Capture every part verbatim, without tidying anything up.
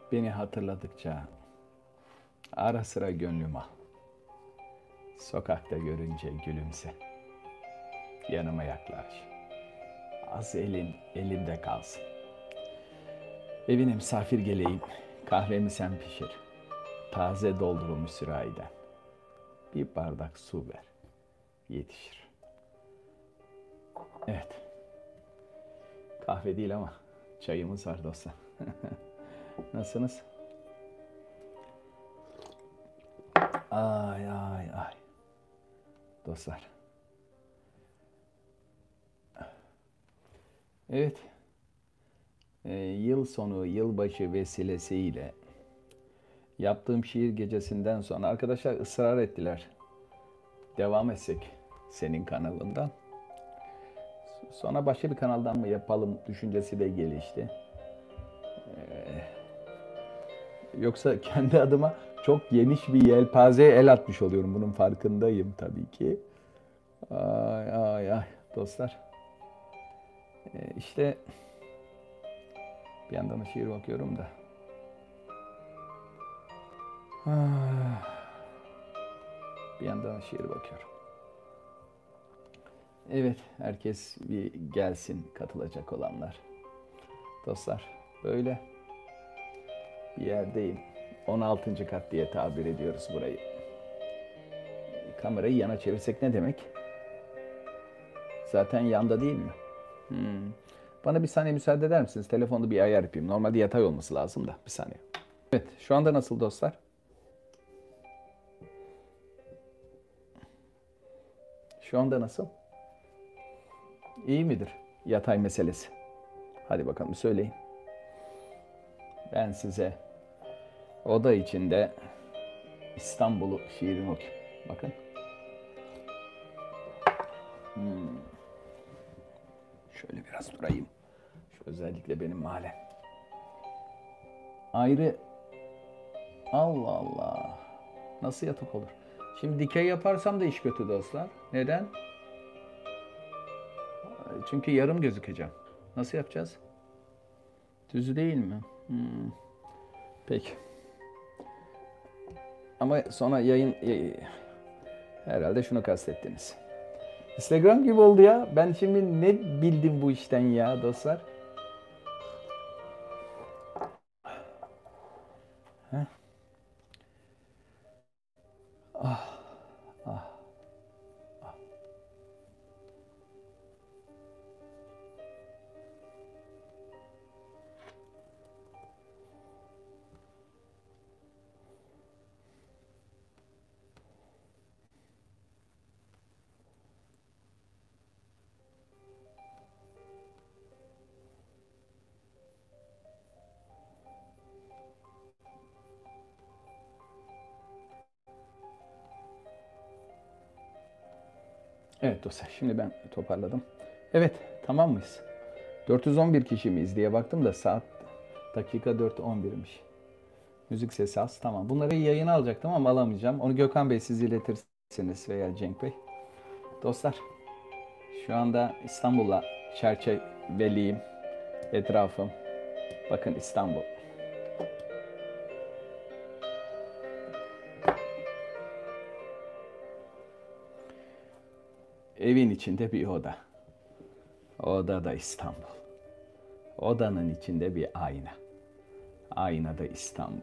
Beni hatırladıkça ara sıra gönlüm al. Sokakta görünce gülümse. Yanıma yaklaş. Az elin elimde kalsın. Evine misafir geleyim. Kahvemi sen pişir. Taze doldurulmuş sürahiden. Bir bardak su ver. Yetişir. Evet. Kahve değil ama çayımız var dostlar. Nasılsınız? Ay ay ay. Dostlar. Evet. Ee, yıl sonu, yılbaşı vesilesiyle yaptığım şiir gecesinden sonra arkadaşlar ısrar ettiler. Devam etsek senin kanalından. Sonra başka bir kanaldan mı yapalım düşüncesi de gelişti. Ee, yoksa kendi adıma çok geniş bir yelpazeye el atmış oluyorum. Bunun farkındayım tabii ki. Ay ay ay dostlar. Ee, işte bir yandan da şiir bakıyorum da. Bir yandan da şiir bakıyorum. Evet, herkes bir gelsin katılacak olanlar. Dostlar, böyle bir yerdeyim. on altıncı kat diye tabir ediyoruz burayı. Kamerayı yana çevirsek ne demek? Zaten yanda değil mi? Hmm. Bana bir saniye müsaade eder misiniz? Telefonda bir ayar yapayım. Normalde yatay olması lazım da. Bir saniye. Evet, şu anda nasıl dostlar? Şu anda nasıl? İyi midir yatay meselesi? Hadi bakalım söyleyin. Ben size oda içinde İstanbul'u şiirini okuyayım. Bakın. Hmm. Şöyle biraz durayım. Şu özellikle benim mahallem. Ayrı. Allah Allah. Nasıl yatak olur? Şimdi dikey yaparsam da iş kötü dostlar. Neden? Çünkü yarım gözükeceğim. Nasıl yapacağız? Düzü değil mi? Hmm. Peki. Ama sonra yayın... Herhalde şunu kastettiniz. Instagram gibi oldu ya. Ben şimdi ne bildim bu işten ya dostlar? Heh. Ah, ah. Evet dostlar, şimdi ben toparladım. Evet, tamam mıyız? dört yüz on bir kişi miyiz diye baktım da saat dakika dört on birmiş. Müzik sesi az, tamam. Bunları yayına alacaktım ama alamayacağım. Onu Gökhan Bey siz iletirsiniz veya Cenk Bey. Dostlar, şu anda İstanbul'la çerçeveliyim. Etrafım. Bakın İstanbul. Evin içinde bir oda. Oda da İstanbul. Odanın içinde bir ayna. Aynada İstanbul.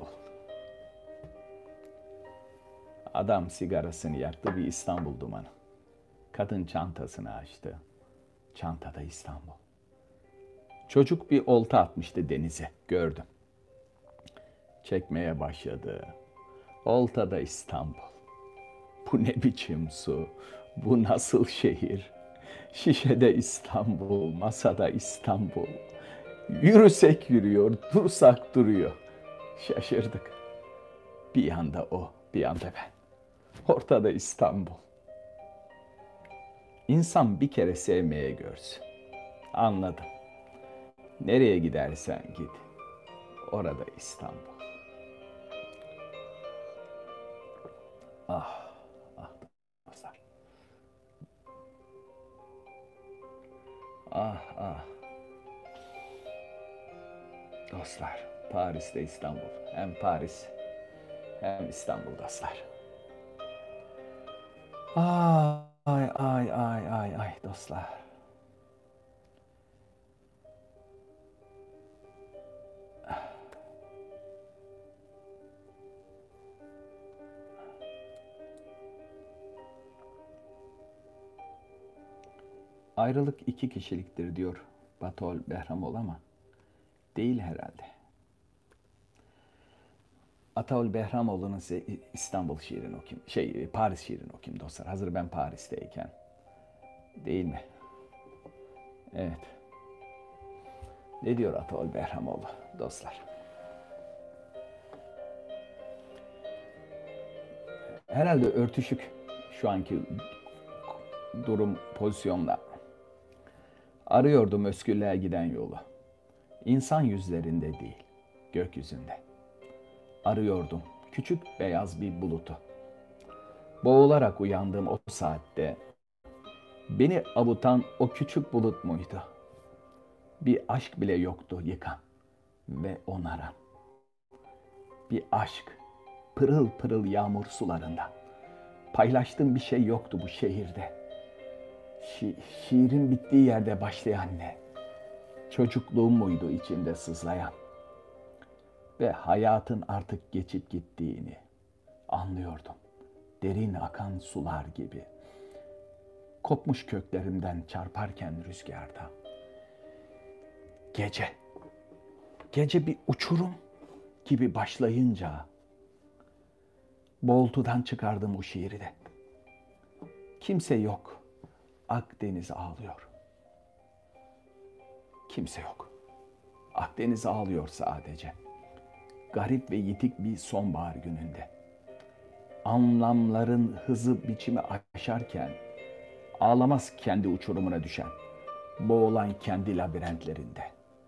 Adam sigarasını yaktı, bir İstanbul dumanı. Kadın çantasını açtı. Çantada İstanbul. Çocuk bir olta atmıştı denize, gördüm. Çekmeye başladı. Oltada İstanbul. Bu ne biçim su? Bu nasıl şehir? Şişede İstanbul, masada İstanbul. Yürüsek yürüyor, dursak duruyor. Şaşırdık. Bir yanda o, bir yanda ben. Ortada İstanbul. İnsan bir kere sevmeye görsün. Anladım. Nereye gidersen git. Orada İstanbul. Ah, ah dostlar. Ah, ah. Dostlar. Paris'te İstanbul. Hem Paris hem İstanbul dostlar. Ay ay ay ay ay dostlar. Ayrılık iki kişiliktir diyor Batol Behramol ama değil herhalde. Ataol Behramoğlu'nun size İstanbul şiirini okuyayım, şey Paris şiirini okuyayım dostlar. Hazır ben Paris'teyken. Değil mi? Evet. Ne diyor Ataol Behramoğlu dostlar? Herhalde örtüşük şu anki durum pozisyonla. Arıyordum özgürlüğe giden yolu. İnsan yüzlerinde değil, gökyüzünde. Arıyordum küçük beyaz bir bulutu. Boğularak uyandığım o saatte beni avutan o küçük bulut muydu? Bir aşk bile yoktu yıkan ve onaran. Bir aşk pırıl pırıl yağmur sularında. Paylaştığım bir şey yoktu bu şehirde. Şi şiirin bittiği yerde başlayan ne? Çocukluğum muydu içinde sızlayan? Ve hayatın artık geçip gittiğini anlıyordum. Derin akan sular gibi. Kopmuş köklerimden çarparken rüzgarda. Gece, gece bir uçurum gibi başlayınca boğultudan çıkardım bu şiiri de. Kimse yok, Akdeniz ağlıyor. Kimse yok, Akdeniz ağlıyor sadece. Garip ve yitik bir sonbahar gününde. Anlamların hızı biçimi aşarken ağlamaz kendi uçurumuna düşen, boğulan kendi labirentlerinde.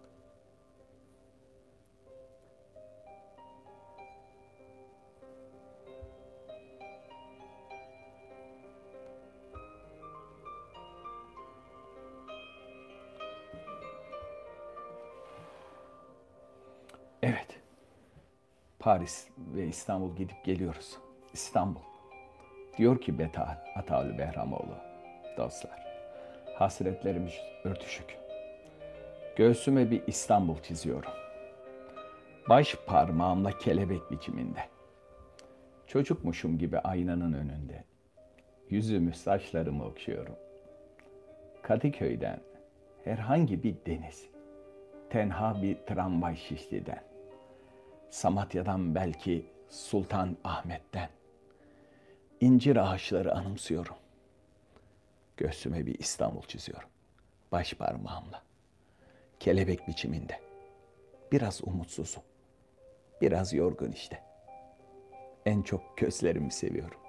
Evet, Paris ve İstanbul gidip geliyoruz. İstanbul. Diyor ki Beta Ataol Behramoğlu, dostlar, hasretlerimiz örtüşük. Göğsüme bir İstanbul çiziyorum. Baş parmağımla kelebek biçiminde. Çocukmuşum gibi aynanın önünde. Yüzümü, saçlarımı okşuyorum. Kadıköy'den herhangi bir deniz, tenha bir tramvay Şişli'den, Samatya'dan belki Sultan Ahmet'ten, incir ağaçları anımsıyorum. Göğsüme bir İstanbul çiziyorum. Baş parmağımla. Kelebek biçiminde. Biraz umutsuzum. Biraz yorgun işte. En çok gözlerimi seviyorum.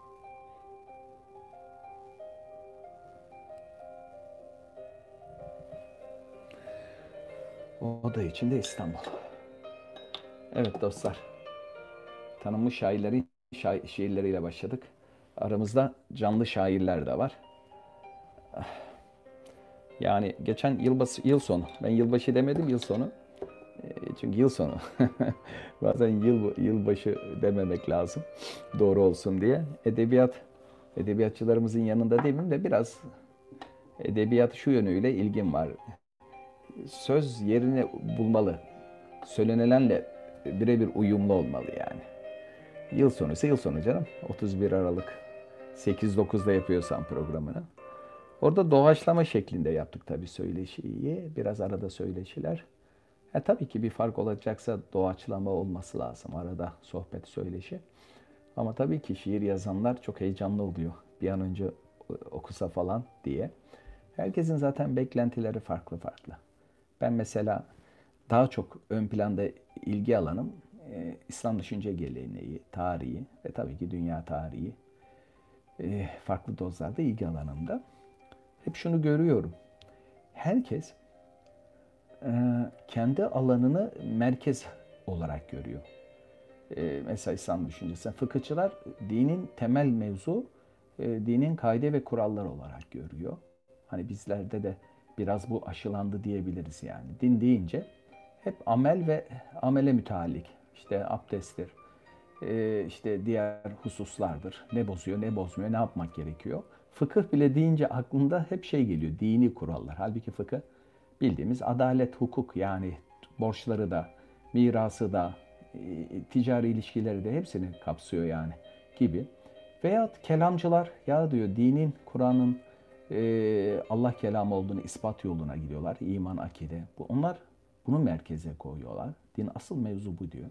O da içinde İstanbul. Evet dostlar. Tanınmış şairlerin şa şiirleriyle başladık. Aramızda canlı şairler de var. Yani geçen yılbaşı, yıl sonu. Ben yılbaşı demedim, yıl sonu. Çünkü yıl sonu. Bazen yıl yılbaşı dememek lazım. Doğru olsun diye. Edebiyat edebiyatçılarımızın yanında değilim de biraz edebiyat şu yönüyle ilgim var. Söz yerini bulmalı. Söylenilenle birebir uyumlu olmalı yani. Yıl sonu ise yıl sonu canım. otuz bir Aralık sekiz dokuzda yapıyorsam programını. Orada doğaçlama şeklinde yaptık tabii söyleşiyi. Biraz arada söyleşiler. E, tabii ki bir fark olacaksa doğaçlama olması lazım. Arada sohbet, söyleşi. Ama tabii ki şiir yazanlar çok heyecanlı oluyor. Bir an önce okusa falan diye. Herkesin zaten beklentileri farklı farklı. Ben mesela daha çok ön planda ilgi alanım e, İslam düşünce geleneği, tarihi ve tabii ki dünya tarihi. E, farklı dozlarda ilgi alanımda. Hep şunu görüyorum. Herkes e, kendi alanını merkez olarak görüyor. E, mesela İslam düşüncesi. Fıkıhçılar dinin temel mevzu, e, dinin kaide ve kurallar olarak görüyor. Hani bizlerde de biraz bu aşılandı diyebiliriz yani. Din deyince hep amel ve amele müteallik. İşte abdesttir, e, işte diğer hususlardır. Ne bozuyor, ne bozmuyor, ne yapmak gerekiyor. Fıkıh bile deyince aklında hep şey geliyor, dini kurallar. Halbuki fıkıh bildiğimiz adalet, hukuk, yani borçları da, mirası da, e, ticari ilişkileri de hepsini kapsıyor yani gibi. Veyahut kelamcılar ya diyor dinin, Kur'an'ın e, Allah kelamı olduğunu ispat yoluna gidiyorlar. İman, akide. Bu, onlar bunu merkeze koyuyorlar. Din asıl mevzu bu diyor.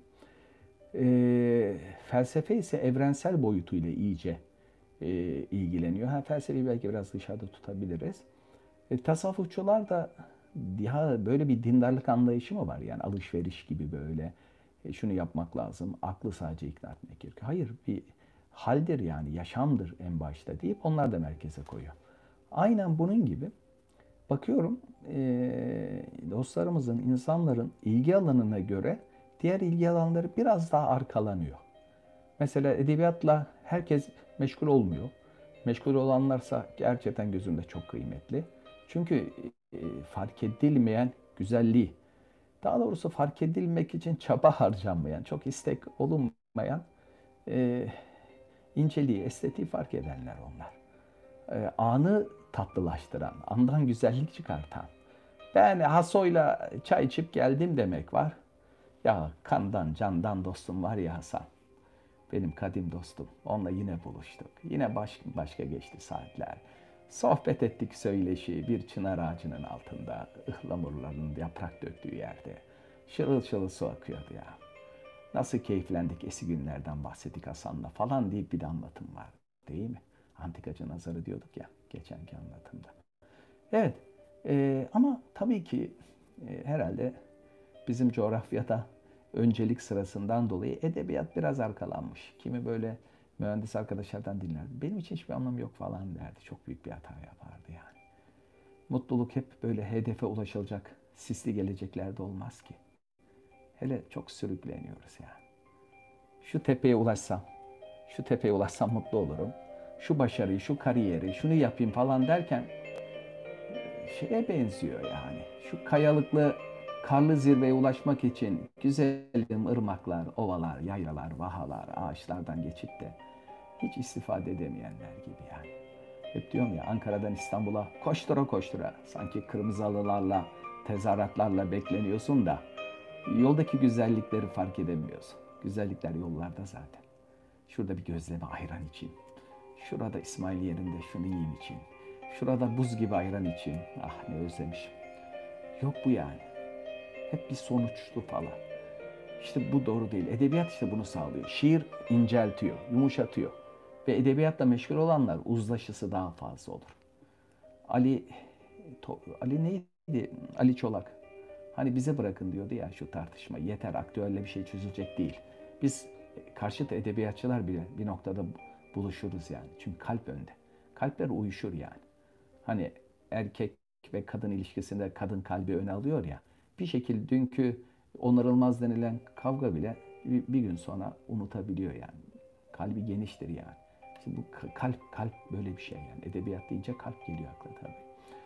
E, felsefe ise evrensel boyutuyla iyice e, ilgileniyor. Ha, felsefeyi belki biraz dışarıda tutabiliriz. E, tasavvufçular da ya böyle bir dindarlık anlayışı mı var? Yani alışveriş gibi böyle e, şunu yapmak lazım. Aklı sadece ikna etmek gerekiyor. Hayır, bir haldir yani yaşamdır en başta deyip onlar da merkeze koyuyor. Aynen bunun gibi bakıyorum e, dostlarımızın, insanların ilgi alanına göre diğer ilgi alanları biraz daha arkalanıyor. Mesela edebiyatla herkes meşgul olmuyor. Meşgul olanlarsa gerçekten gözümde çok kıymetli. Çünkü e, fark edilmeyen güzelliği, daha doğrusu fark edilmek için çaba harcanmayan, çok istek olunmayan e, inceliği, estetiği fark edenler onlar. E, anı tatlılaştıran, andan güzellik çıkartan. Ben Haso'yla çay içip geldim demek var. Ya kandan candan dostum var ya Hasan. Benim kadim dostum. Onunla yine buluştuk. Yine baş, başka geçti saatler. Sohbet ettik söyleşi bir çınar ağacının altında, ıhlamurların yaprak döktüğü yerde. Şırıl şırıl su akıyordu ya. Nasıl keyiflendik eski günlerden bahsettik Hasan'la falan deyip bir de anlatım var. Değil mi? Antikacı nazarı diyorduk ya geçenki anlatımda. Evet e, ama tabii ki e, herhalde bizim coğrafyada öncelik sırasından dolayı edebiyat biraz arkalanmış. Kimi böyle mühendis arkadaşlardan dinlerdi. Benim için hiçbir anlamı yok falan derdi. Çok büyük bir hata yapardı yani. Mutluluk hep böyle hedefe ulaşılacak sisli geleceklerde olmaz ki. Hele çok sürükleniyoruz yani. Şu tepeye ulaşsam, şu tepeye ulaşsam mutlu olurum. Şu başarıyı, şu kariyeri, şunu yapayım falan derken şeye benziyor yani. Şu kayalıklı karlı zirveye ulaşmak için güzelim ırmaklar, ovalar, yaylalar, vahalar, ağaçlardan geçip de hiç istifade edemeyenler gibi yani. Hep diyorum ya Ankara'dan İstanbul'a koştura koştura sanki kırmızı halılarla, tezahüratlarla bekleniyorsun da yoldaki güzellikleri fark edemiyorsun. Güzellikler yollarda zaten. Şurada bir gözleme ayran için. Şurada İsmail yerinde şunu yiyeyim için. Şurada buz gibi ayran için. Ah ne özlemişim. Yok bu yani. Hep bir sonuçlu falan. İşte bu doğru değil. Edebiyat işte bunu sağlıyor. Şiir inceltiyor, yumuşatıyor. Ve edebiyatla meşgul olanlar uzlaşısı daha fazla olur. Ali, Ali neydi? Ali Çolak. Hani bize bırakın diyordu ya şu tartışma. Yeter, aktüelle bir şey çözülecek değil. Biz karşıt edebiyatçılar bile bir noktada buluşuruz yani. Çünkü kalp önde. Kalpler uyuşur yani. Hani erkek ve kadın ilişkisinde kadın kalbi öne alıyor ya. Bir şekilde dünkü onarılmaz denilen kavga bile bir gün sonra unutabiliyor yani. Kalbi geniştir yani. Şimdi bu kalp kalp böyle bir şey yani. Edebiyat deyince kalp geliyor akla tabii.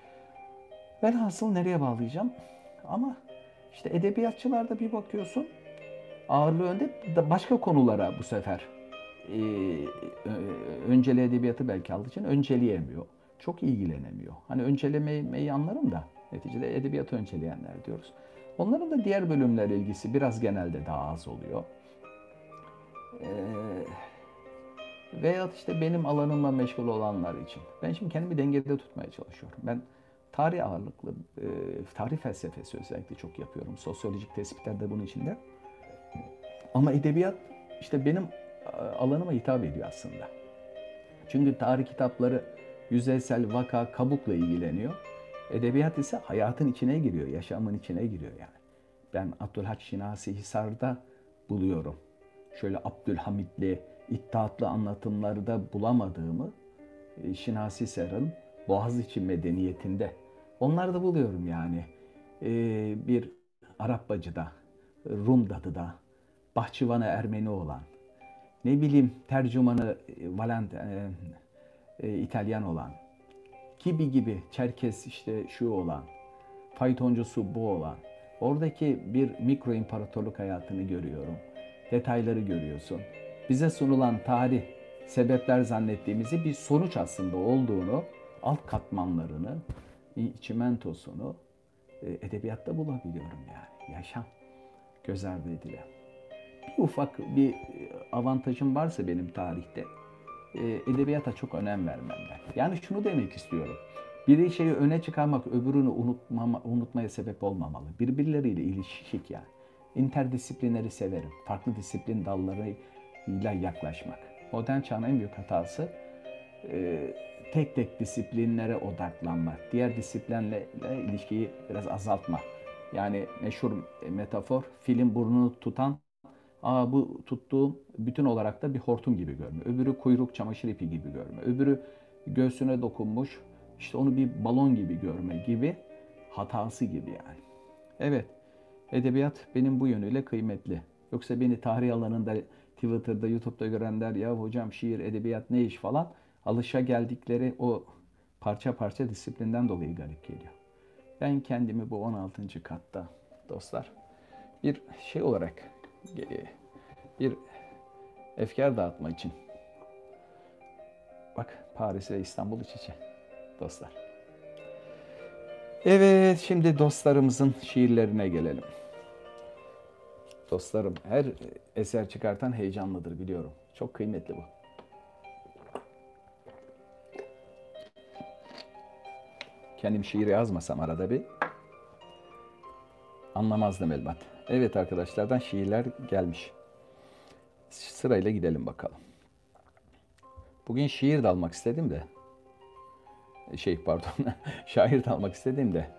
Velhasıl nereye bağlayacağım? Ama işte edebiyatçılarda bir bakıyorsun ağırlığı önde başka konulara bu sefer e, önceli edebiyatı belki aldığı için önceleyemiyor. Çok ilgilenemiyor. Hani öncelemeyi anlarım da neticede edebiyatı önceleyenler diyoruz. Onların da diğer bölümlerle ilgisi biraz genelde daha az oluyor. Ee, veyahut işte benim alanımla meşgul olanlar için. Ben şimdi kendimi dengede tutmaya çalışıyorum. Ben tarih ağırlıklı, e, tarih felsefesi özellikle çok yapıyorum. Sosyolojik tespitler de bunun içinde. Ama edebiyat işte benim alanıma hitap ediyor aslında. Çünkü tarih kitapları yüzeysel vaka, kabukla ilgileniyor. Edebiyat ise hayatın içine giriyor, yaşamın içine giriyor yani. Ben Abdülhak Şinasi Hisar'da buluyorum. Şöyle Abdülhamidli, iddiatlı anlatımlarda bulamadığımı Şinasi Hisar'ın Boğaziçi medeniyetinde. Onlarda buluyorum yani. Ee, bir Arap bacıda, Rum dadıda, bahçıvanı Ermeni olan, ne bileyim tercümanı Valent, e, e, İtalyan olan, gibi gibi Çerkes işte şu olan, faytoncusu bu olan. Oradaki bir mikro imparatorluk hayatını görüyorum. Detayları görüyorsun. Bize sunulan tarih, sebepler zannettiğimizi bir sonuç aslında olduğunu, alt katmanlarını, çimentosunu edebiyatta bulabiliyorum yani. Yaşam göz ardı edilen. Bir ufak bir avantajım varsa benim tarihte, edebiyata çok önem vermemden. Yani şunu demek istiyorum. Bir şeyi öne çıkarmak öbürünü unutmama, unutmaya sebep olmamalı. Birbirleriyle ilişkik yani. İnterdisiplinleri severim. Farklı disiplin dallarıyla yaklaşmak. Modern çağın en büyük hatası e, tek tek disiplinlere odaklanmak. Diğer disiplinlerle ilişkiyi biraz azaltma. Yani meşhur metafor, filin burnunu tutan, aa bu tuttuğum bütün olarak da bir hortum gibi görme. Öbürü kuyruk çamaşır ipi gibi görme. Öbürü göğsüne dokunmuş, işte onu bir balon gibi görme gibi, hatası gibi yani. Evet, edebiyat benim bu yönüyle kıymetli. Yoksa beni tarih alanında, Twitter'da, YouTube'da görenler, ya hocam şiir, edebiyat ne iş falan, alışa geldikleri o parça parça disiplinden dolayı garip geliyor. Ben kendimi bu on altıncı katta dostlar bir şey olarak, bir efkar dağıtma için. Bak, Paris ve İstanbul iç içe dostlar. Evet, şimdi dostlarımızın şiirlerine gelelim. Dostlarım, her eser çıkartan heyecanlıdır biliyorum. Çok kıymetli bu. Kendim şiir yazmasam arada bir anlamazdım elbet. Evet, arkadaşlardan şiirler gelmiş. Sırayla gidelim bakalım. Bugün şiir de almak istedim de. Şey pardon, şair de almak istedim de.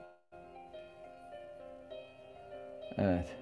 Evet.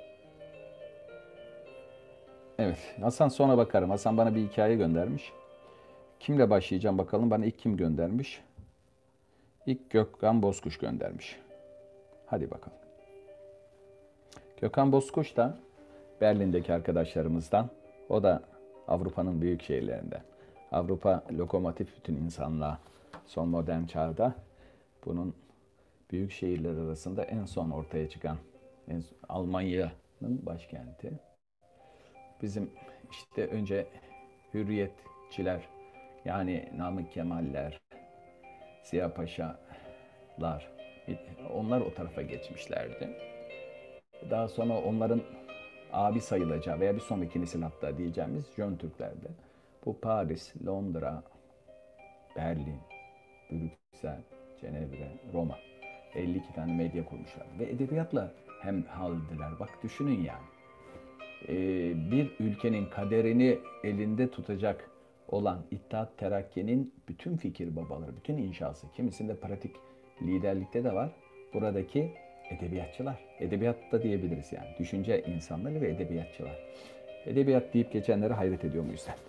Evet, Hasan sonra bakarım. Hasan bana bir hikaye göndermiş. Kimle başlayacağım bakalım. Bana ilk kim göndermiş? İlk Gökhan Bozkuş göndermiş. Hadi bakalım. Gökhan Bozkuş da Berlin'deki arkadaşlarımızdan. O da Avrupa'nın büyük şehirlerinden. Avrupa lokomotif bütün insanlığa son modern çağda. Bunun büyük şehirler arasında en son ortaya çıkan en son, Almanya'nın başkenti. Bizim işte önce hürriyetçiler, yani Namık Kemaller, Ziya Paşalar, onlar o tarafa geçmişlerdi. Daha sonra onların abi sayılacağı veya bir sonraki nesil hatta diyeceğimiz Jön Türkler'de. Bu Paris, Londra, Berlin, Brüksel, Cenevre, Roma. elli iki tane medya kurmuşlar. Ve edebiyatla hemhaldiler. Bak düşünün yani. Ee, bir ülkenin kaderini elinde tutacak olan İttihat Terakki'nin bütün fikir babaları, bütün inşası, kimisinde pratik liderlikte de var. Buradaki edebiyatçılar. Edebiyatta diyebiliriz yani. Düşünce insanları ve edebiyatçılar. Edebiyat deyip geçenlere hayret ediyorum o yüzden.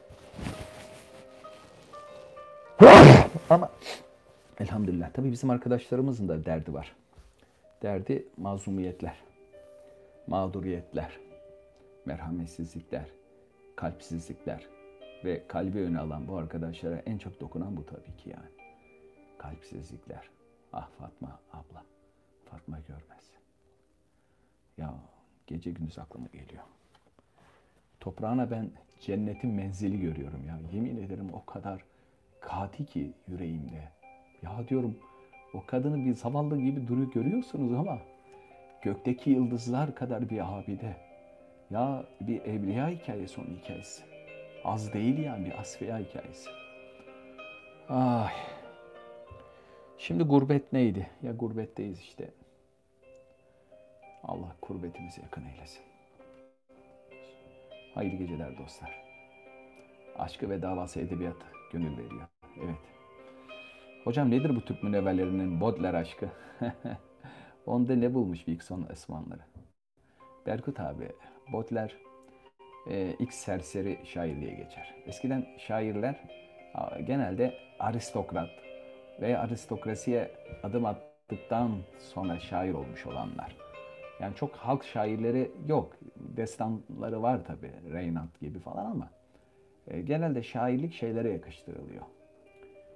Ama elhamdülillah. Tabii bizim arkadaşlarımızın da derdi var. Derdi mazlumiyetler, mağduriyetler, merhametsizlikler, kalpsizlikler ve kalbi öne alan bu arkadaşlara en çok dokunan bu tabii ki yani. Kalpsizlikler. Ah Fatma abla, Fatma Görmez. Ya gece gündüz aklıma geliyor. Toprağına ben cennetin menzili görüyorum ya. Yemin ederim o kadar kati ki yüreğimde. Ya diyorum, o kadını bir zavallı gibi duruyor görüyorsunuz ama gökteki yıldızlar kadar bir abide. Ya bir evliya hikayesi onun hikayesi. Az değil yani, bir asfiya hikayesi. Ay. Şimdi gurbet neydi? Ya gurbetteyiz işte. Allah kurbetimizi yakın eylesin. Hayırlı geceler dostlar. Aşkı ve davası edebiyat gönül veriyor. Evet. Hocam nedir bu Türk münevverlerinin Baudelaire aşkı? Onda ne bulmuş Wilson Osmanlıları? Berkut abi, Baudelaire e, ilk serseri şair diye geçer. Eskiden şairler genelde aristokrat veya aristokrasiye adım attıktan sonra şair olmuş olanlar. Yani çok halk şairleri yok. Destanları var tabii, Reynald gibi falan ama e, genelde şairlik şeylere yakıştırılıyor.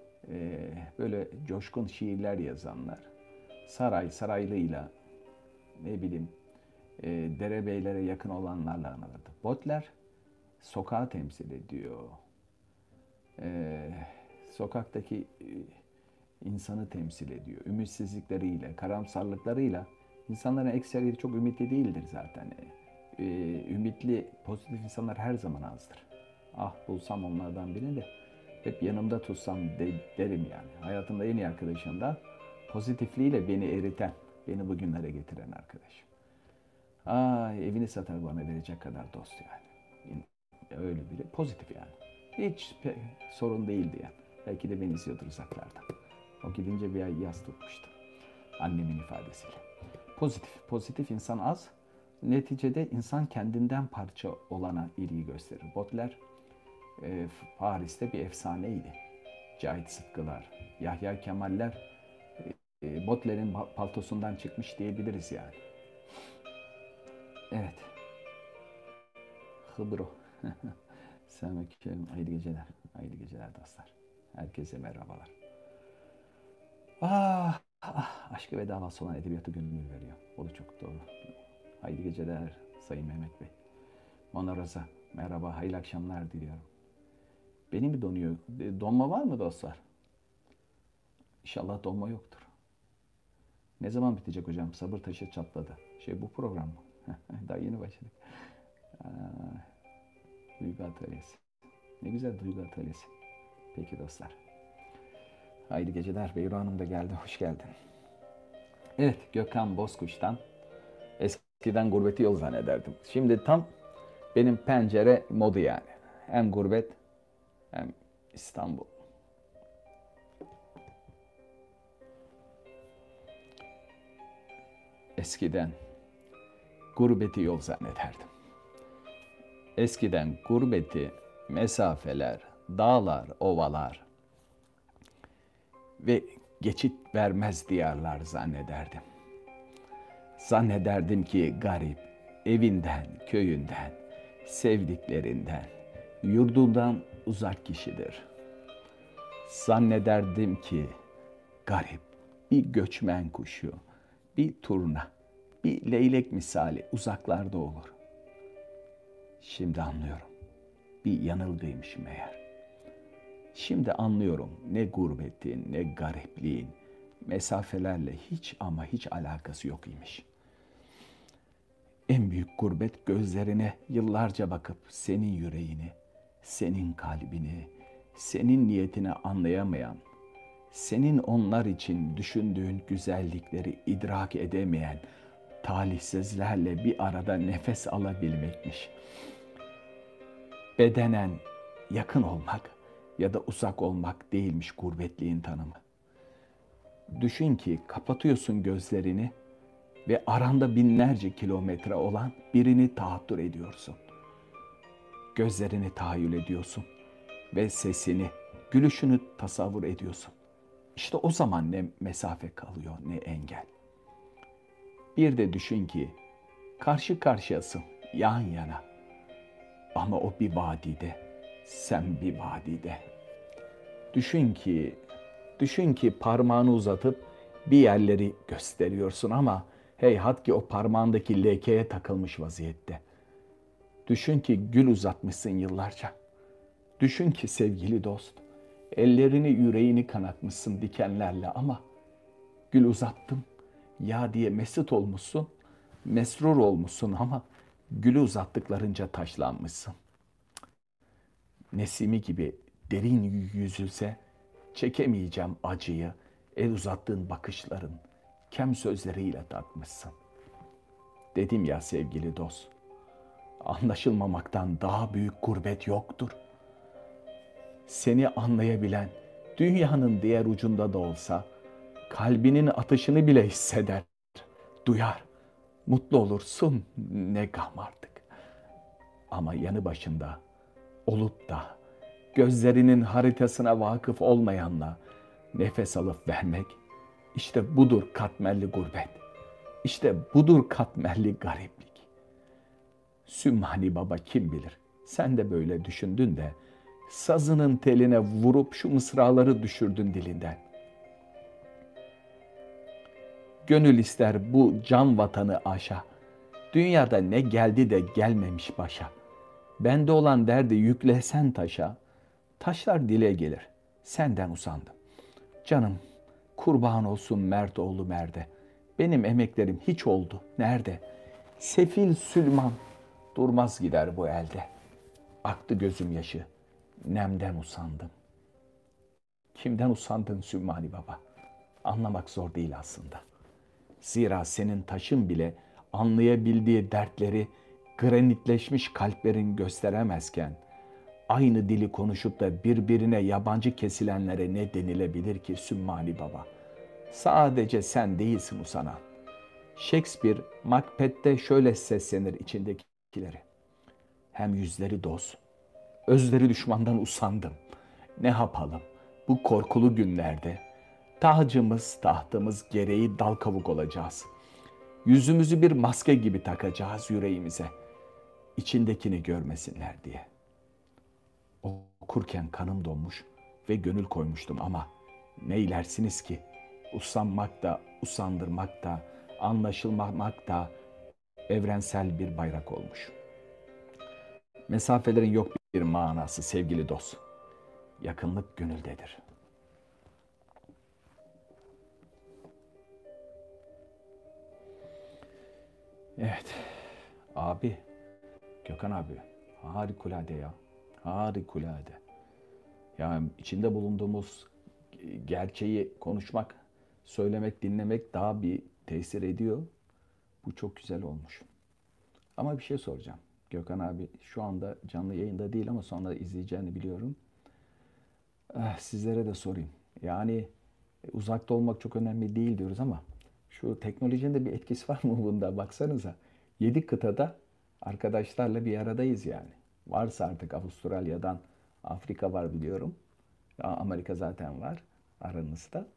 E, böyle coşkun şiirler yazanlar, saray saraylıyla ne bileyim e, derebeylere yakın olanlarla anılırdı. Baudelaire sokağı temsil ediyor. E, sokaktaki e, insanı temsil ediyor. Ümitsizlikleriyle, karamsarlıklarıyla. İnsanların ekseriyeti çok ümitli değildir zaten. E, ümitli, pozitif insanlar her zaman azdır. Ah bulsam onlardan birini de hep yanımda tutsam de, derim yani. Hayatımda en iyi arkadaşım da pozitifliğiyle beni eriten, beni bugünlere getiren arkadaşım. Ay evini satar bana verecek kadar dost yani. Öyle biri. Pozitif yani. Hiç sorun değildi yani. Belki de beni izliyordur uzaklardan. O gidince bir ay yas tutmuştu. Annemin ifadesiyle. Pozitif. Pozitif insan az. Neticede insan kendinden parça olana ilgi gösterir. Baudelaire e, Paris'te bir efsaneydi. Cahit Sıtkılar, Yahya Kemaller e, Baudelaire'in paltosundan çıkmış diyebiliriz yani. Evet. Hıbro. Selamünaleyküm. Hayırlı geceler. Hayırlı geceler dostlar. Herkese merhabalar. Ah, ah, aşkı ve davası olan edebiyatı gönül veriyor. O da çok doğru. Hayırlı geceler Sayın Mehmet Bey. Mona Rosa, merhaba, hayırlı akşamlar diliyorum. Beni mi donuyor? Donma var mı dostlar? İnşallah donma yoktur. Ne zaman bitecek hocam? Sabır taşı çatladı. Şey bu program mı? Daha yeni başladık. Aa, Duygu Atölyesi. Ne güzel Duygu Atölyesi. Peki dostlar. Hayırlı geceler. Beyru Hanım da geldi. Hoş geldin. Evet, Gökhan Bozkuş'tan eskiden gurbeti yol zannederdim. Şimdi tam benim pencere modu yani. Hem gurbet hem İstanbul. Eskiden gurbeti yol zannederdim. Eskiden gurbeti mesafeler, dağlar, ovalar ve geçit vermez diyarlar zannederdim. Zannederdim ki garip, evinden, köyünden, sevdiklerinden, yurdundan uzak kişidir. Zannederdim ki garip, bir göçmen kuşu, bir turna, bir leylek misali uzaklarda olur. Şimdi anlıyorum. Bir yanılgıymışım meğer. Şimdi anlıyorum ne gurbetin, ne garipliğin, mesafelerle hiç ama hiç alakası yok imiş. En büyük gurbet gözlerine yıllarca bakıp senin yüreğini, senin kalbini, senin niyetini anlayamayan, senin onlar için düşündüğün güzellikleri idrak edemeyen talihsizlerle bir arada nefes alabilmekmiş. Bedenen yakın olmak ya da uzak olmak değilmiş gurbetliğin tanımı. Düşün ki kapatıyorsun gözlerini ve aranda binlerce kilometre olan birini tahattür ediyorsun. Gözlerini tahayyül ediyorsun ve sesini, gülüşünü tasavvur ediyorsun. İşte o zaman ne mesafe kalıyor ne engel. Bir de düşün ki karşı karşıyasın, yan yana. Ama o bir vadide, sen bir vadide. Düşün ki, düşün ki parmağını uzatıp bir yerleri gösteriyorsun ama heyhat ki o parmağındaki lekeye takılmış vaziyette. Düşün ki gül uzatmışsın yıllarca. Düşün ki sevgili dost, ellerini yüreğini kanatmışsın dikenlerle ama gül uzattım ya diye mesut olmuşsun, mesrur olmuşsun ama gülü uzattıklarınca taşlanmışsın. Nesimi gibi derin yüzülse çekemeyeceğim acıyı el uzattığın bakışların kem sözleriyle tatmışsın. Dedim ya sevgili dost, anlaşılmamaktan daha büyük gurbet yoktur. Seni anlayabilen dünyanın diğer ucunda da olsa kalbinin atışını bile hisseder, duyar, mutlu olursun ne gam artık. Ama yanı başında olup da gözlerinin haritasına vakıf olmayanla nefes alıp vermek, işte budur katmerli gurbet. İşte budur katmerli gariplik. Sümmani Baba kim bilir? Sen de böyle düşündün de sazının teline vurup şu mısraları düşürdün dilinden. Gönül ister bu can vatanı aşa. Dünyada ne geldi de gelmemiş başa. Bende olan derdi yüklesen taşa. Taşlar dile gelir. Senden usandım. Canım kurban olsun mert oğlu merde. Benim emeklerim hiç oldu. Nerede? Sefil Süleyman durmaz gider bu elde. Aktı gözüm yaşı. Nemden usandım. Kimden usandın Sümmani Baba? Anlamak zor değil aslında. Zira senin taşın bile anlayabildiği dertleri granitleşmiş kalplerin gösteremezken, aynı dili konuşup da birbirine yabancı kesilenlere ne denilebilir ki Sümmani Baba? Sadece sen değilsin usanan. Shakespeare, Macbeth'te şöyle seslenir içindekileri. Hem yüzleri dost, özleri düşmandan usandım. Ne yapalım bu korkulu günlerde? Tacımız, tahtımız gereği dal kavuk olacağız. Yüzümüzü bir maske gibi takacağız yüreğimize. İçindekini görmesinler diye. Okurken kanım donmuş ve gönül koymuştum ama neylersiniz ki? Usanmak da, usandırmak da, anlaşılmamak da evrensel bir bayrak olmuş. Mesafelerin yok bir manası sevgili dost. Yakınlık gönüldedir. Evet. Abi, Gökhan abi, harikulade ya. Harikulade. Yani içinde bulunduğumuz gerçeği konuşmak, söylemek, dinlemek daha bir tesir ediyor. Bu çok güzel olmuş. Ama bir şey soracağım. Gökhan abi şu anda canlı yayında değil ama sonra izleyeceğini biliyorum. Sizlere de sorayım. Yani uzakta olmak çok önemli değil diyoruz ama şu teknolojinin de bir etkisi var mı bunda? Baksanıza. Yedi kıtada arkadaşlarla bir aradayız yani. Varsa artık Avustralya'dan Afrika var biliyorum. Amerika zaten var aranızda.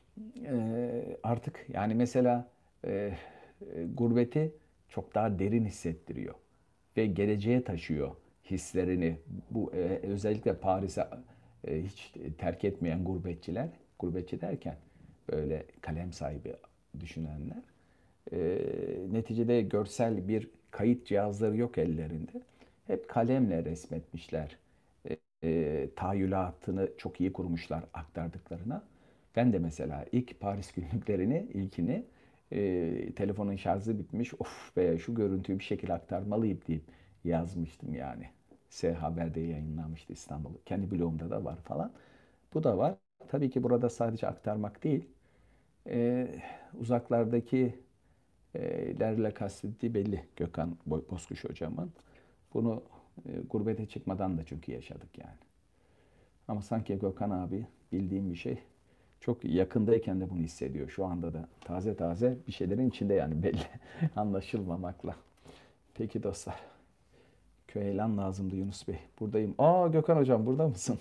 Ee, artık yani mesela e, e, gurbeti çok daha derin hissettiriyor ve geleceğe taşıyor hislerini. Bu e, özellikle Paris'e e, hiç terk etmeyen gurbetçiler, gurbetçi derken böyle kalem sahibi düşünenler, e, neticede görsel bir kayıt cihazları yok ellerinde. Hep kalemle resmetmişler. E, e, tahayyülatını çok iyi kurmuşlar aktardıklarına. Ben de mesela ilk Paris günlüklerini, ilkini e, telefonun şarjı bitmiş. Of be şu görüntüyü bir şekilde aktarmalıyım deyip yazmıştım yani. S Haber'de yayınlanmıştı İstanbul. Kendi blogumda da var falan. Bu da var. Tabii ki burada sadece aktarmak değil. E, uzaklardaki e, lerle kastettiği belli Gökhan Bozkuş hocamın. Bunu e, gurbete çıkmadan da çünkü yaşadık yani. Ama sanki Gökhan abi bildiğim bir şey. Çok yakındayken de bunu hissediyor. Şu anda da taze taze bir şeylerin içinde yani belli anlaşılmamakla. Peki dostlar. Köylan lazımdı Yunus Bey. Buradayım. Aa Gökhan hocam burada mısın?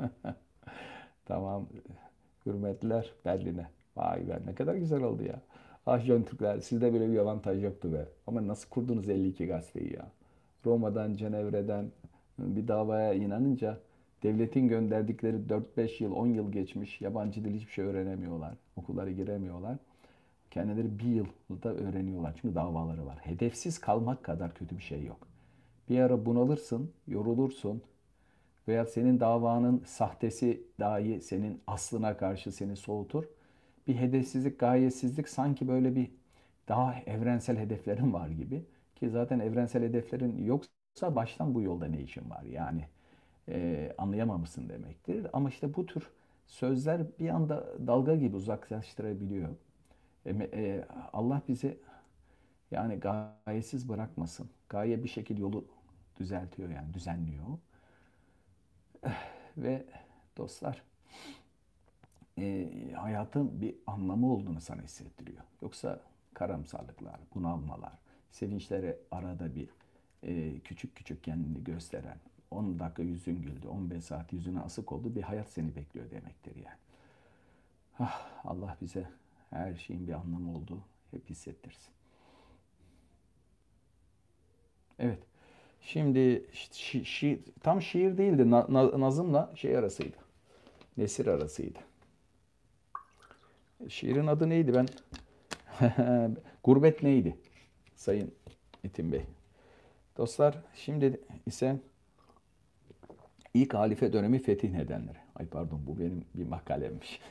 Tamam. Hürmetler Berlin'e. Vay be ne kadar güzel oldu ya. Ah Jön Türkler sizde böyle bir avantaj yoktu be. Ama nasıl kurdunuz elli iki gazeteyi ya? Roma'dan, Cenevre'den bir davaya inanınca devletin gönderdikleri dört beş yıl, on yıl geçmiş. Yabancı dil hiçbir şey öğrenemiyorlar. Okullara giremiyorlar. Kendileri bir yılda öğreniyorlar. Çünkü davaları var. Hedefsiz kalmak kadar kötü bir şey yok. Bir ara bunalırsın, yorulursun veya senin davanın sahtesi dahi senin aslına karşı seni soğutur. Bir hedefsizlik, gayesizlik sanki böyle bir daha evrensel hedeflerin var gibi. Ki zaten evrensel hedeflerin yoksa baştan bu yolda ne işin var? Yani e, anlayamamışsın demektir. Ama işte bu tür sözler bir anda dalga gibi uzaklaştırabiliyor. E, e, Allah bizi yani gayesiz bırakmasın. Gaye bir şekilde yolu düzeltiyor yani düzenliyor. Ve dostlar e, hayatın bir anlamı olduğunu sana hissettiriyor. Yoksa karamsarlıklar, bunalmalar, sevinçleri arada bir e, küçük küçük kendini gösteren, on dakika yüzün güldü, on beş saat yüzüne asık oldu bir hayat seni bekliyor demektir yani. Ah, Allah bize her şeyin bir anlamı olduğu hep hissettirsin. Evet. Şimdi şi, şi, tam şiir değildi. Na, na, nazımla şey arasıydı. Nesir arasıydı. Şiirin adı neydi ben Gurbet neydi? Sayın Metin Bey. Dostlar şimdi ise ilk halife dönemi fetih nedenleri. Ay pardon bu benim bir makalemmiş.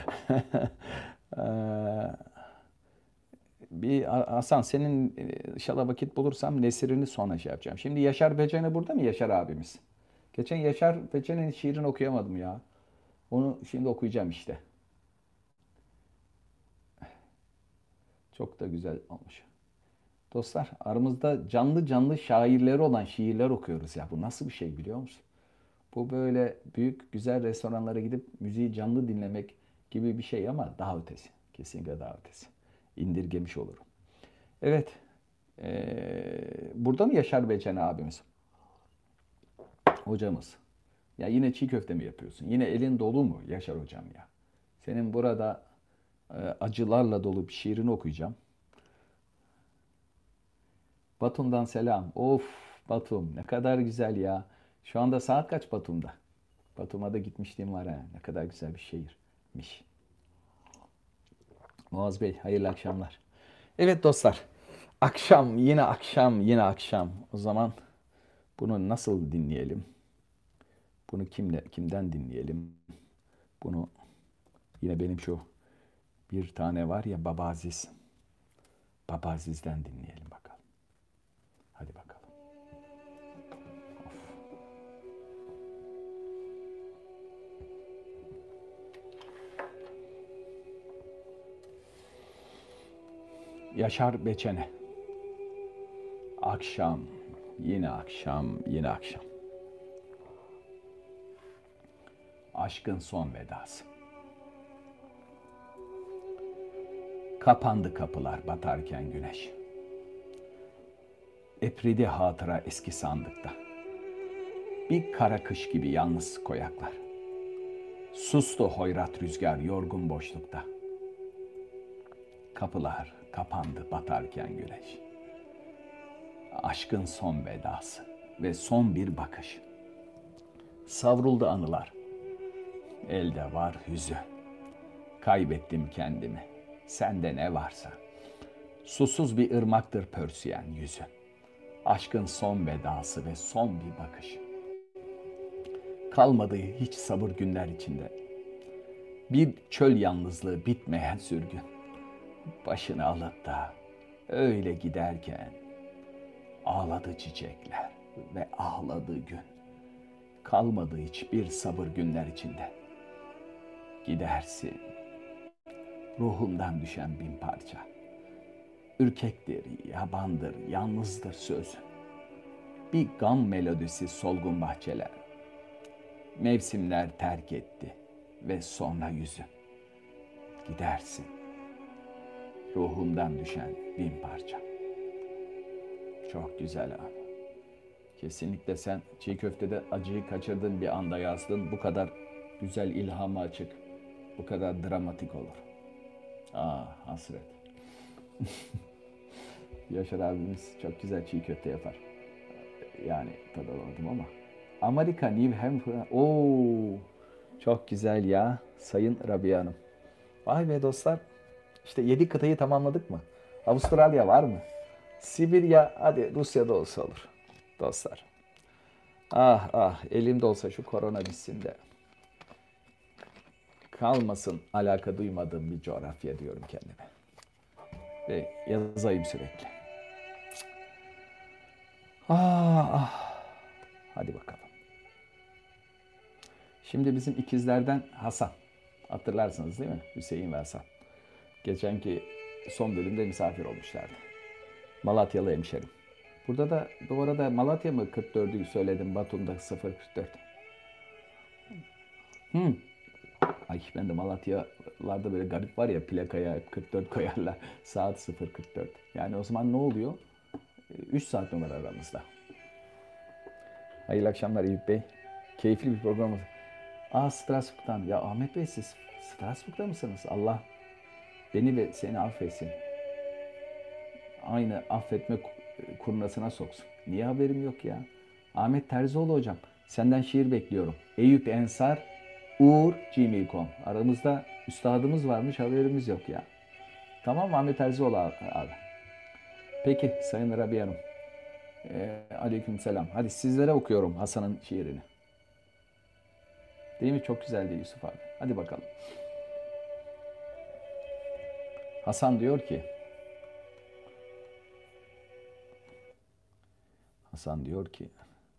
Eee, bir Hasan senin e, inşallah vakit bulursam nesirini sonra şey yapacağım. Şimdi Yaşar Becene burada mı Yaşar abimiz? Geçen Yaşar Becene'nin şiirini okuyamadım ya. Onu şimdi okuyacağım işte. Çok da güzel olmuş. Dostlar aramızda canlı canlı şairleri olan şiirler okuyoruz ya. Bu nasıl bir şey biliyor musun? Bu böyle büyük güzel restoranlara gidip müziği canlı dinlemek gibi bir şey ama daha ötesi. Kesinlikle daha ötesi. İndirgemiş olurum. Evet. Ee, burada mı Yaşar Becene abimiz? Hocamız. Ya yine çiğ köfte mi yapıyorsun? Yine elin dolu mu Yaşar hocam ya? Senin burada e, acılarla dolu bir şiirini okuyacağım. Batum'dan selam. Of Batum ne kadar güzel ya. Şu anda saat kaç Batum'da? Batum'a da gitmişliğim var ha. Ne kadar güzel bir şehirmiş. Muaz Bey hayırlı akşamlar. Evet dostlar. Akşam yine akşam yine akşam. O zaman bunu nasıl dinleyelim? Bunu kimle kimden dinleyelim? Bunu yine benim şu bir tane var ya Baba Aziz. Baba Aziz'den dinleyelim bakalım. Hadi bakalım. Yaşar Beçene. Akşam, yine akşam, yine akşam. Aşkın son vedası. Kapandı kapılar batarken güneş. Epridi hatıra eski sandıkta. Bir kara kış gibi yalnız koyaklar. Sustu hoyrat rüzgar yorgun boşlukta. Kapılar kapandı batarken güneş. Aşkın son vedası ve son bir bakış. Savruldu anılar. Elde var hüzün. Kaybettim kendimi. Sende ne varsa. Susuz bir ırmaktır pörsüyen yüzün. Aşkın son vedası ve son bir bakış. Kalmadı hiç sabır günler içinde. Bir çöl yalnızlığı bitmeyen sürgün. Başını alıp da öyle giderken ağladı çiçekler ve ağladı gün. Kalmadı hiçbir sabır günler içinde. Gidersin, ruhumdan düşen bin parça. Ürkektir, yabandır, yalnızdır sözün. Bir gam melodisi solgun bahçeler. Mevsimler terk etti ve sonra yüzün. Gidersin, ruhumdan düşen bin parça. Çok güzel abi. Kesinlikle sen çiğ köftede acıyı kaçırdığın bir anda yazdın. Bu kadar güzel ilhama açık. Bu kadar dramatik olur. Ah hasret. Yaşar abimiz çok güzel çiğ köfte yapar. Yani tadamadım ama. Amerika, New Hampshire. Oo, çok güzel ya Sayın Rabia Hanım. Vay be dostlar. İşte yedi kıtayı tamamladık mı? Avustralya var mı? Sibirya, hadi Rusya'da olsa olur. Dostlar. Ah ah elimde olsa şu korona bitsin de. Kalmasın alaka duymadığım bir coğrafya diyorum kendime. Ve yazayım sürekli. Ah ah. Hadi bakalım. Şimdi bizim ikizlerden Hasan. Hatırlarsınız değil mi? Hüseyin ve Hasan. Geçenki son bölümde misafir olmuşlardı. Malatyalı hemşerim. Burada da bu arada Malatya mı kırk dördü söyledim Batum'da sıfır kırk dört. Hmm. Ay ben de Malatyalarda böyle garip var ya plakaya hep kırk dört koyarlar. Saat sıfır kırk dört. Yani o zaman ne oluyor? üç saat numara aramızda. Hayırlı akşamlar Eyüp Bey. Keyifli bir program oldu. Aa Strasbourg'dan. Ya Ahmet Bey siz Strasbourg'da mısınız? Allah beni ve seni affetsin. Aynı affetme kurnasına soksun. Niye haberim yok ya? Ahmet Terzioğlu hocam. Senden şiir bekliyorum. Eyüp Ensar Uğur gmail nokta com. Aramızda üstadımız varmış haberimiz yok ya. Tamam mı Ahmet Erzioğlu abi? Peki Sayın Rabia Hanım. Ee, aleykümselam. Hadi sizlere okuyorum Hasan'ın şiirini. Değil mi? Çok güzeldi Yusuf abi. Hadi bakalım. Hasan diyor ki, Hasan diyor ki,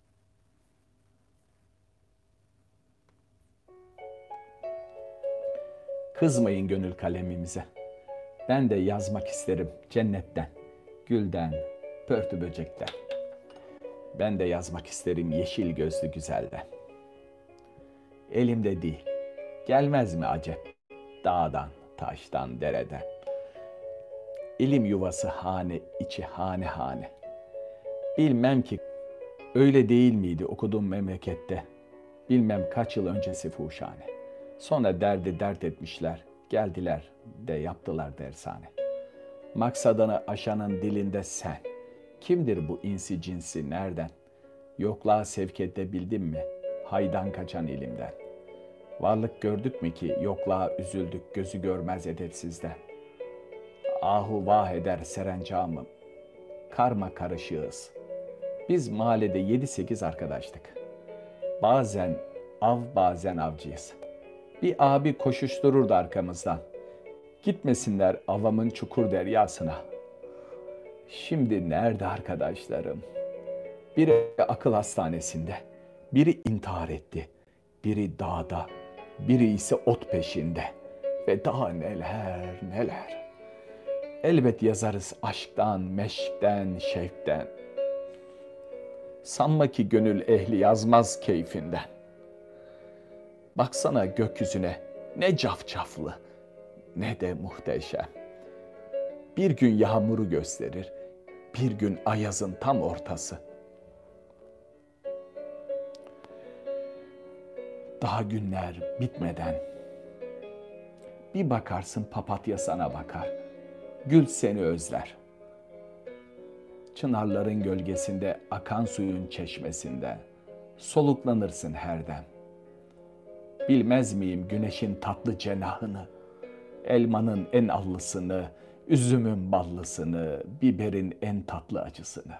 kızmayın gönül kalemimize. Ben de yazmak isterim cennetten, gülden, pörtü böcekten. Ben de yazmak isterim yeşil gözlü güzelden. Elimde değil, gelmez mi acep? Dağdan, taştan, dereden. İlim yuvası hane içi hane hane. Bilmem ki öyle değil miydi okuduğum memlekette. Bilmem kaç yıl öncesi fuşhane. Sonra derdi dert etmişler, geldiler de yaptılar dershane. Maksadını aşanın dilinde sen. Kimdir bu insi cinsi nereden? Yokluğa sevk edebildin mi? Haydan kaçan ilimden. Varlık gördük mü ki yokluğa üzüldük gözü görmez edepsizden. Ahu vah eder serencamım. Karma karışığız. Biz mahallede yedi sekiz arkadaştık. Bazen av bazen avcıyız. Bir abi koşuştururdu arkamızdan. Gitmesinler avamın çukur deryasına. Şimdi nerede arkadaşlarım? Biri akıl hastanesinde, biri intihar etti, biri dağda, biri ise ot peşinde. Ve daha neler neler. Elbet yazarız aşktan, meşkten, şevkten. Sanma ki gönül ehli yazmaz keyfinden. Baksana gökyüzüne ne cafcaflı ne de muhteşem. Bir gün yağmuru gösterir, bir gün ayazın tam ortası. Daha günler bitmeden bir bakarsın papatya sana bakar, gül seni özler. Çınarların gölgesinde akan suyun çeşmesinde soluklanırsın her dem. Bilmez miyim güneşin tatlı cenahını, elmanın en allısını, üzümün ballısını, biberin en tatlı acısını.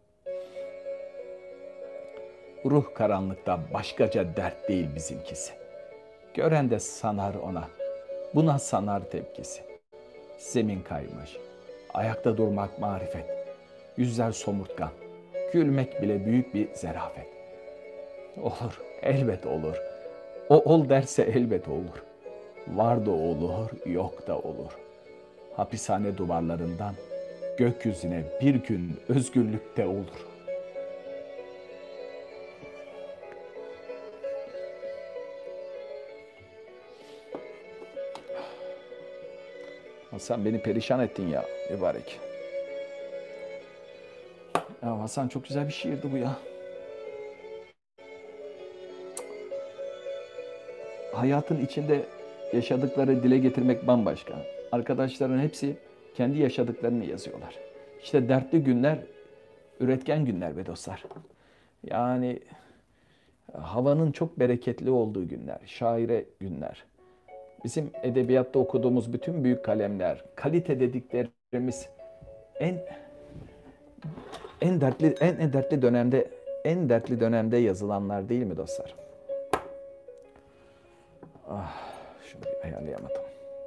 Ruh karanlıkta başkaca dert değil bizimkisi. Gören de sanar ona, buna sanar tepkisi. Zemin kaymış, ayakta durmak marifet, yüzler somurtkan, gülmek bile büyük bir zerafet. Olur, elbet olur. O ol derse elbet olur. Var da olur, yok da olur. Hapishane duvarlarından gökyüzüne bir gün özgürlükte olur. Hasan beni perişan ettin ya mübarek. Ya Hasan çok güzel bir şiirdi bu ya. Hayatın içinde yaşadıkları dile getirmek bambaşka. Arkadaşların hepsi kendi yaşadıklarını yazıyorlar. İşte dertli günler, üretken günler be dostlar. Yani havanın çok bereketli olduğu günler, şaire günler. Bizim edebiyatta okuduğumuz bütün büyük kalemler, kalite dediklerimiz en en dertli en, en dertli dönemde en dertli dönemde yazılanlar değil mi dostlar? Ah, şunu bir ayarlayamadım.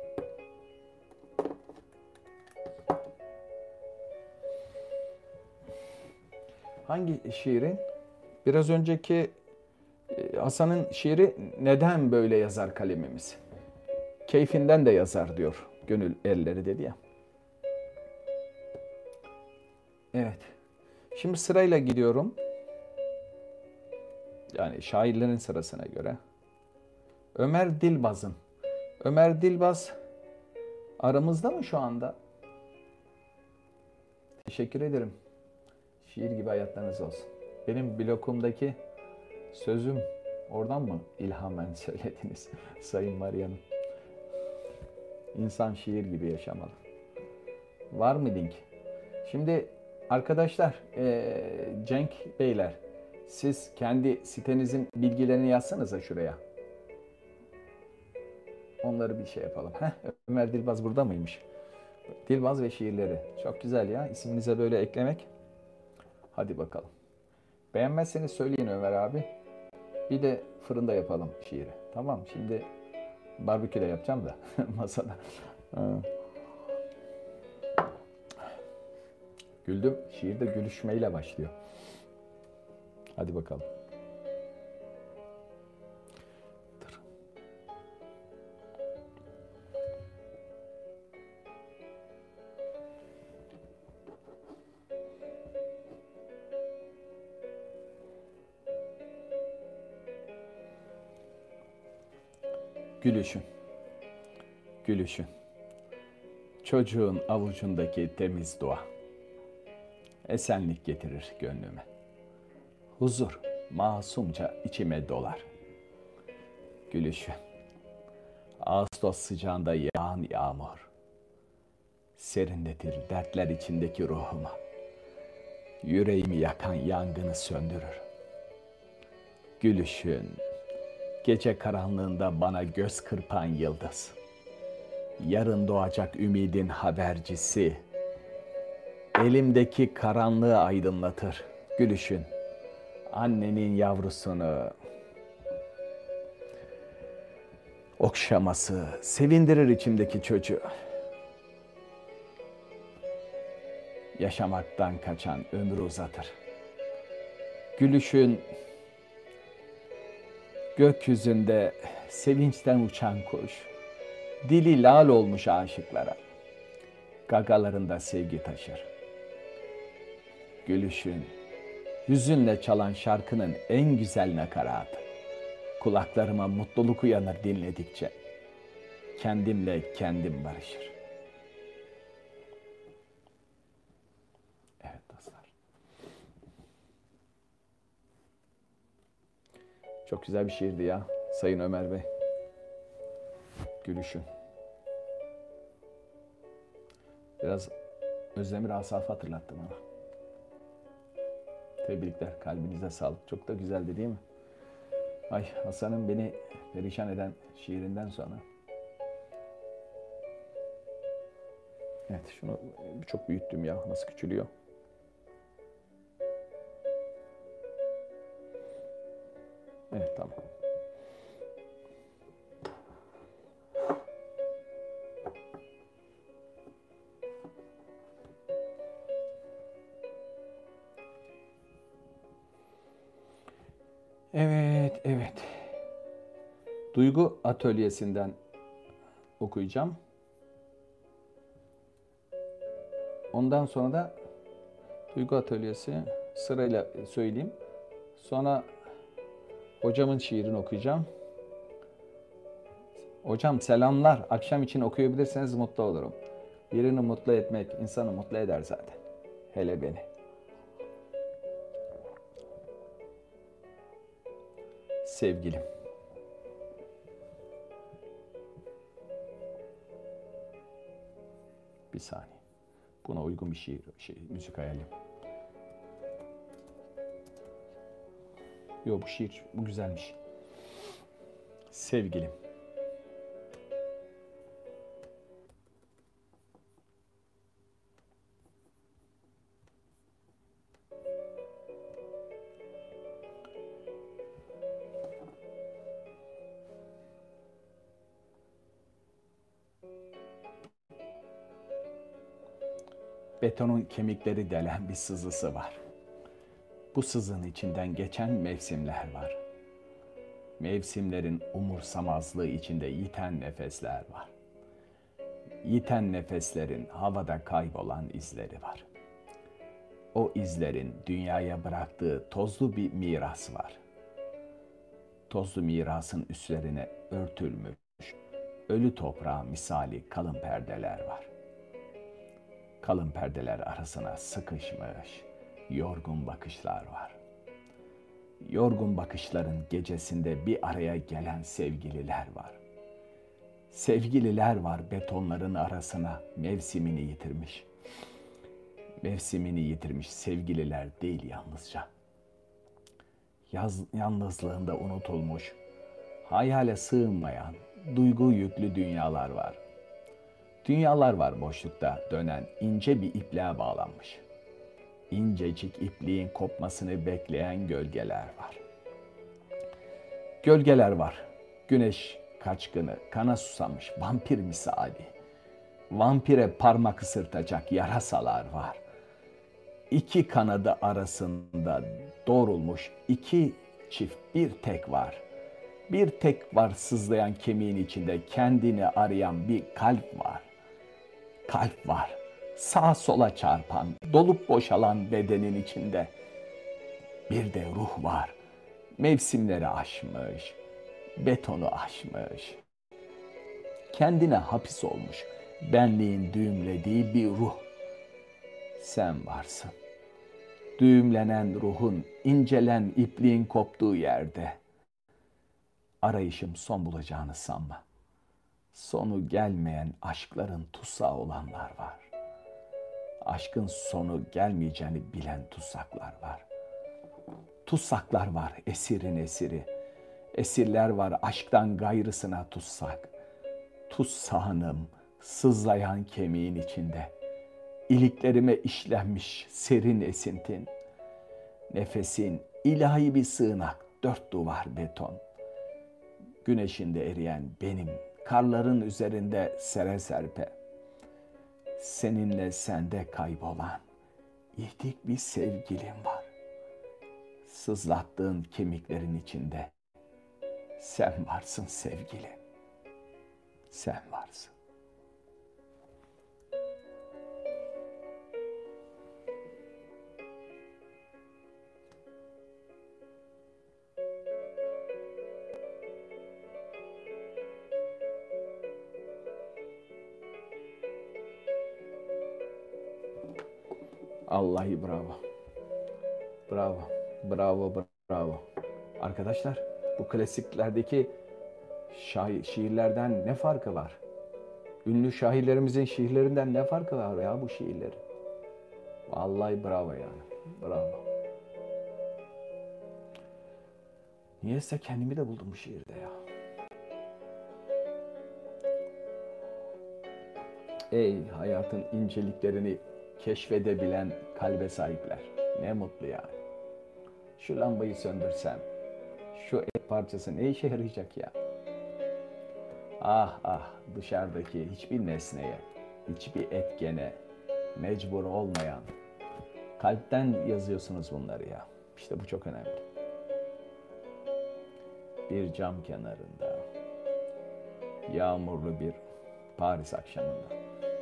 Hangi şiirin? Biraz önceki Hasan'ın şiiri neden böyle yazar kalemimiz? Keyfinden de yazar diyor. Gönül elleri dedi ya. Evet. Şimdi sırayla gidiyorum. Yani şairlerin sırasına göre. Ömer Dilbaz'ın. Ömer Dilbaz aramızda mı şu anda? Teşekkür ederim. Şiir gibi hayatlarınız olsun. Benim blokumdaki sözüm oradan mı ilhamen söylediniz Sayın Maria'nın? İnsan şiir gibi yaşamalı. Var mı link? Şimdi arkadaşlar, e, Cenk Beyler, siz kendi sitenizin bilgilerini yazsanıza şuraya. Onları bir şey yapalım. Heh, Ömer Dilbaz burada mıymış? Dilbaz ve şiirleri. Çok güzel ya. İsminize böyle eklemek. Hadi bakalım. Beğenmezseniz söyleyin Ömer abi. Bir de fırında yapalım şiiri. Tamam. Şimdi barbeküde yapacağım da masada. Güldüm. Şiir de gülüşmeyle başlıyor. Hadi bakalım. Gülüşün, gülüşün. Çocuğun avucundaki temiz dua. Esenlik getirir gönlüme. Huzur masumca içime dolar. Gülüşün. Ağustos sıcağında yağan yağmur. Serinletir dertler içindeki ruhumu. Yüreğimi yakan yangını söndürür. Gülüşün. Gece karanlığında bana göz kırpan yıldız. Yarın doğacak ümidin habercisi. Elimdeki karanlığı aydınlatır gülüşün. Annenin yavrusunu okşaması sevindirir içimdeki çocuğu. Yaşamaktan kaçan ömrü uzatır. Gülüşün gökyüzünde sevinçten uçan kuş, dili lal olmuş aşıklara, gagalarında sevgi taşır. Gülüşün, hüzünle çalan şarkının en güzel nakaratı. Kulaklarıma mutluluk uyanır dinledikçe. Kendimle kendim barışır. Evet dostlar. Çok güzel bir şiirdi ya Sayın Ömer Bey. Gülüşün. Biraz Özdemir Asaf'ı hatırlattı bana. Tebrikler, kalbinize sağlık. Çok da güzeldi değil mi? Ay, Hasan'ın beni perişan eden şiirinden sonra. Evet, şunu çok büyüttüm ya. Nasıl küçülüyor? Evet, tamam. Evet, evet. Duygu Atölyesi'nden okuyacağım. Ondan sonra da Duygu Atölyesi sırayla söyleyeyim. Sonra hocamın şiirini okuyacağım. Hocam selamlar. Akşam için okuyabilirseniz mutlu olurum. Birini mutlu etmek insanı mutlu eder zaten. Hele beni. Sevgilim. Bir saniye. Buna uygun bir şiir, şey, müzik hayalim. Yok, bu şiir, bu güzelmiş. Sevgilim. Betonun kemikleri delen bir sızısı var. Bu sızın içinden geçen mevsimler var. Mevsimlerin umursamazlığı içinde yiten nefesler var. Yiten nefeslerin havada kaybolan izleri var. O izlerin dünyaya bıraktığı tozlu bir miras var. Tozlu mirasın üstlerine örtülmüş, ölü toprağı misali kalın perdeler var. Kalın perdeler arasına sıkışmış, yorgun bakışlar var. Yorgun bakışların gecesinde bir araya gelen sevgililer var. Sevgililer var betonların arasına mevsimini yitirmiş. Mevsimini yitirmiş sevgililer değil yalnızca. Yaz, yalnızlığında unutulmuş, hayale sığınmayan, duygu yüklü dünyalar var. Dünyalar var boşlukta dönen ince bir ipliğe bağlanmış. İncecik ipliğin kopmasını bekleyen gölgeler var. Gölgeler var. Güneş kaçkını, kana susamış vampir misali. Vampire parmak ısırtacak yarasalar var. İki kanadı arasında doğrulmuş iki çift bir tek var. Bir tek var sızlayan kemiğin içinde kendini arayan bir kalp var. Kalp var. Sağa sola çarpan, dolup boşalan bedenin içinde. Bir de ruh var. Mevsimleri aşmış, betonu aşmış. Kendine hapis olmuş, benliğin düğümlediği bir ruh. Sen varsın. Düğümlenen ruhun, incelen ipliğin koptuğu yerde. Arayışım son bulacağını sanma. Sonu gelmeyen aşkların tutsağı olanlar var. Aşkın sonu gelmeyeceğini bilen tutsaklar var. Tutsaklar var, esirin esiri. Esirler var, aşktan gayrısına tutsak. Tutsağınım, sızlayan kemiğin içinde. İliklerime işlenmiş serin esintin. Nefesin ilahi bir sığınak, dört duvar beton. Güneşinde eriyen benim, karların üzerinde sere serpe. Seninle sende kaybolan, yitik bir sevgilim var. Sızlattığın kemiklerin içinde sen varsın sevgilim. Sen varsın. Allahi bravo. Bravo. Bravo, bravo. Arkadaşlar, bu klasiklerdeki şair, şiirlerden ne farkı var? Ünlü şairlerimizin şiirlerinden ne farkı var ya bu şiirlerin? Vallahi bravo yani. Bravo. Niyeyse kendimi de buldum bu şiirde ya. Ey hayatın inceliklerini keşfedebilen kalbe sahipler. Ne mutlu yani. Şu lambayı söndürsem, şu et parçası ne işe yarayacak ya? Ah ah dışarıdaki hiçbir nesneye, hiçbir etkene mecbur olmayan kalpten yazıyorsunuz bunları ya. İşte bu çok önemli. Bir cam kenarında, yağmurlu bir Paris akşamında.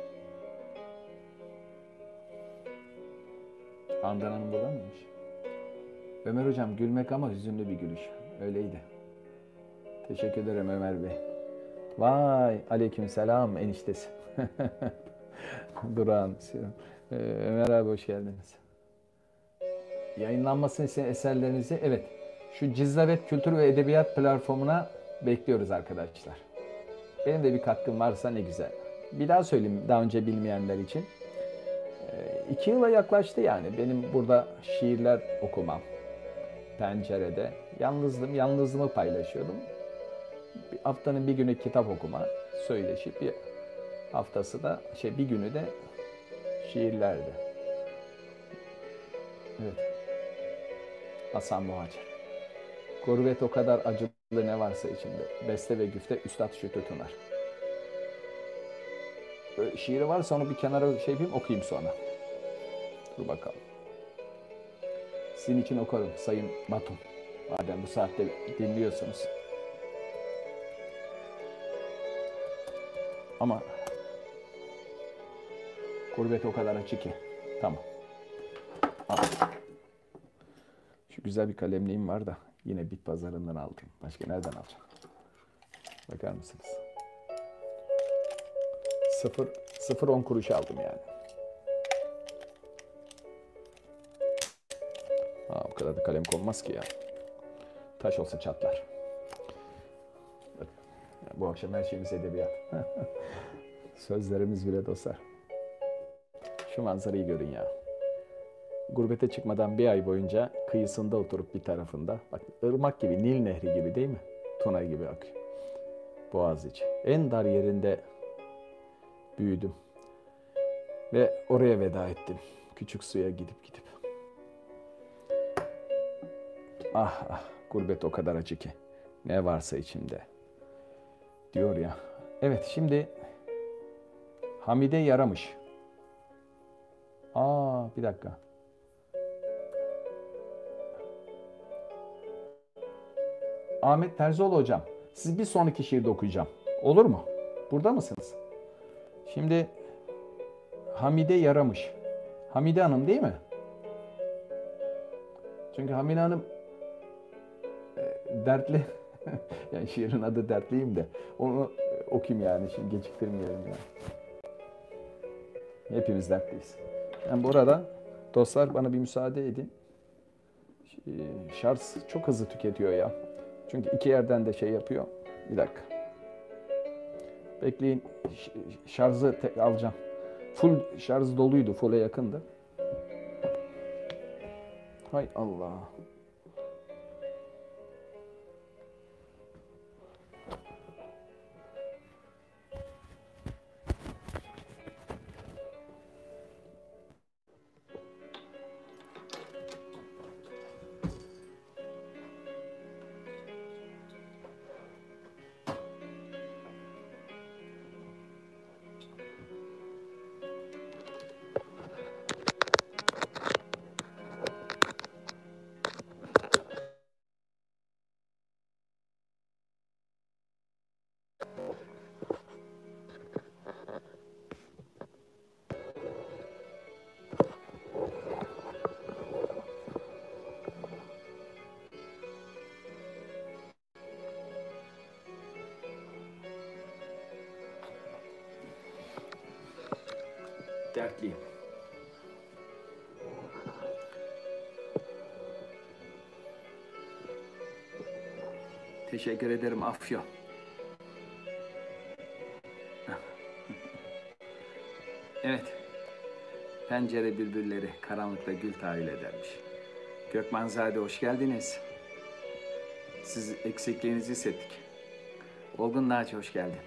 Handan Hanım burada mıymış? Ömer Hocam gülmek ama hüzünlü bir gülüş. Öyleydi. Teşekkür ederim Ömer Bey. Vay aleykümselam eniştesi. Duran. Ee, Ömer abi hoş geldiniz. Yayınlanmasını isteyen eserlerinizi evet şu Cizlevet Kültür ve Edebiyat platformuna bekliyoruz arkadaşlar. Benim de bir katkım varsa ne güzel. Bir daha söyleyeyim daha önce bilmeyenler için. Ee, iki yıla yaklaştı yani benim burada şiirler okumam. Pencerede. Yalnızdım, yalnızlığımı paylaşıyordum. Bir haftanın bir günü kitap okuma, söyleşi, bir haftası da şey bir günü de şiirlerdi. Evet. Hasan Muhacir. Gurbet o kadar acılı ne varsa içinde. Beste ve güfte Üstad Şükrü Tunar. Böyle şiiri varsa onu bir kenara şey yapayım okuyayım sonra. Dur bakalım. Sizin için okurum Sayın Batum. Madem bu saatte dinliyorsunuz. Ama gurbet o kadar açık ki. Tamam. Al. Şu güzel bir kalemliğim var da yine bit pazarından aldım. Başka nereden alacağım? Bakar mısınız? Sıfır, sıfır on kuruş aldım yani. Ha, o kadar da kalem konmaz ki ya. Taş olsa çatlar. Bu akşam her şeyimiz edebiyat. Sözlerimiz bile dostlar. Şu manzarayı görün ya. Gurbete çıkmadan bir ay boyunca kıyısında oturup bir tarafında. Bak ırmak gibi, Nil Nehri gibi değil mi? Tuna gibi akıyor. Boğaziçi. En dar yerinde büyüdüm. Ve oraya veda ettim. Küçük suya gidip gidip. Ah ah, gurbet o kadar acı ki. Ne varsa içimde. Diyor ya. Evet, şimdi Hamide Yaramış. Aa, bir dakika. Ahmet Terzioğlu hocam. Siz bir sonraki şiirde okuyacağım. Olur mu? Burada mısınız? Şimdi Hamide Yaramış. Hamide Hanım değil mi? Çünkü Hamide Hanım dertli. Yani şiirin adı dertliyim de. Onu okuyayım yani. Şimdi geciktirmeyelim yani. Hepimiz dertliyiz. Yani bu arada dostlar bana bir müsaade edin. Şarj çok hızlı tüketiyor ya. Çünkü iki yerden de şey yapıyor. Bir dakika. Bekleyin. Şarjı tek alacağım. Full şarj doluydu. Full'e yakındı. Hay Allah. Dertliyim. Teşekkür ederim Afyon. Evet. Pencere bülbülleri karanlıkta gül tahayyül edermiş. Gökmanzade hoş geldiniz. Siz eksikliğinizi hissettik. Olgun Naci hoş geldin.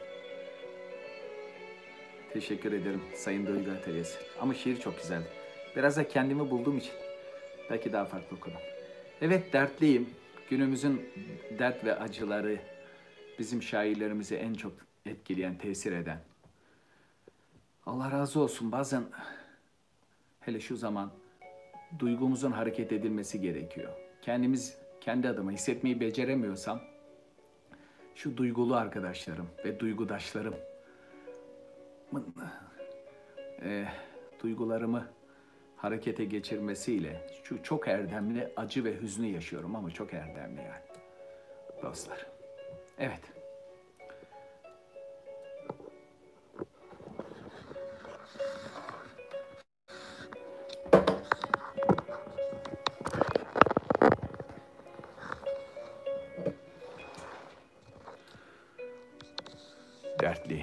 Teşekkür ederim Sayın Duygu Atölyesi. Ama şiir çok güzeldi. Biraz da kendimi bulduğum için belki daha farklı okudum. Evet, dertliyim. Günümüzün dert ve acıları bizim şairlerimizi en çok etkileyen, tesir eden. Allah razı olsun, bazen hele şu zaman duygumuzun hareket edilmesi gerekiyor. Kendimiz, kendi adıma hissetmeyi beceremiyorsam şu duygulu arkadaşlarım ve duygudaşlarım e, duygularımı harekete geçirmesiyle şu çok erdemli acı ve hüznü yaşıyorum ama çok erdemli yani dostlar. Evet. Dertliyim.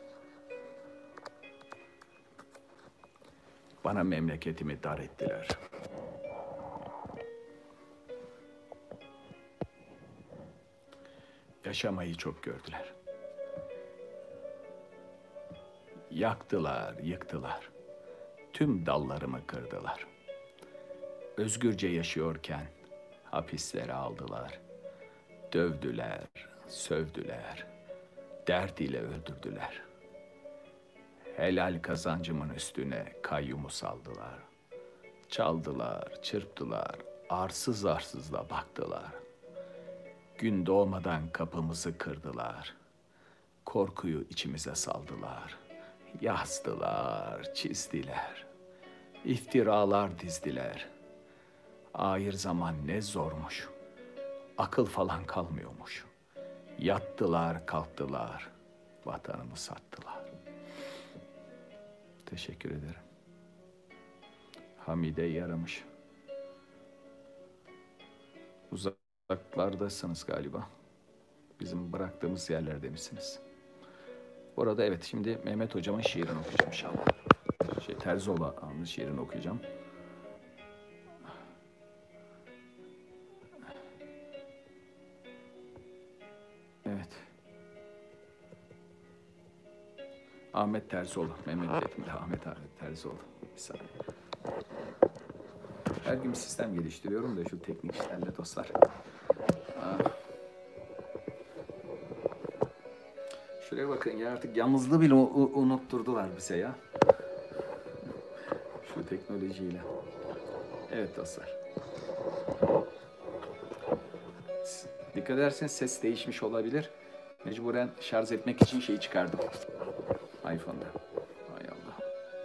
Bana memleketimi dar ettiler. Yaşamayı çok gördüler. Yaktılar, yıktılar. Tüm dallarımı kırdılar. Özgürce yaşıyorken hapislere aldılar. Dövdüler, sövdüler. Dert ile öldürdüler. Helal kazancımın üstüne kayyumu saldılar. Çaldılar, çırptılar, arsız arsız da baktılar. Gün doğmadan kapımızı kırdılar. Korkuyu içimize saldılar. Yazdılar, çizdiler. İftiralar dizdiler. Ahir zaman ne zormuş. Akıl falan kalmıyormuş. Yattılar, kalktılar. Vatanımı sattılar. Teşekkür ederim. Hamide Yaramış. Uzaklardasınız galiba. Bizim bıraktığımız yerlerde misiniz? Bu arada evet, şimdi Mehmet Hocam'ın şiirini okuyacağım inşallah. Şey, Terzioğlu'nun şiirini okuyacağım. Evet. Ahmet Terzioğlu. Memleketimde Ahmet abi Terzioğlu. Bir saniye. Her gün bir sistem geliştiriyorum da şu teknik işlerle dostlar. Aa. Şuraya bakın ya, artık yalnızlığı bile unutturdular bize ya. Şu teknolojiyle. Evet dostlar. Dikkat ederseniz ses değişmiş olabilir. Mecburen şarj etmek için şeyi çıkardım. iPhone'da. Hay Allah.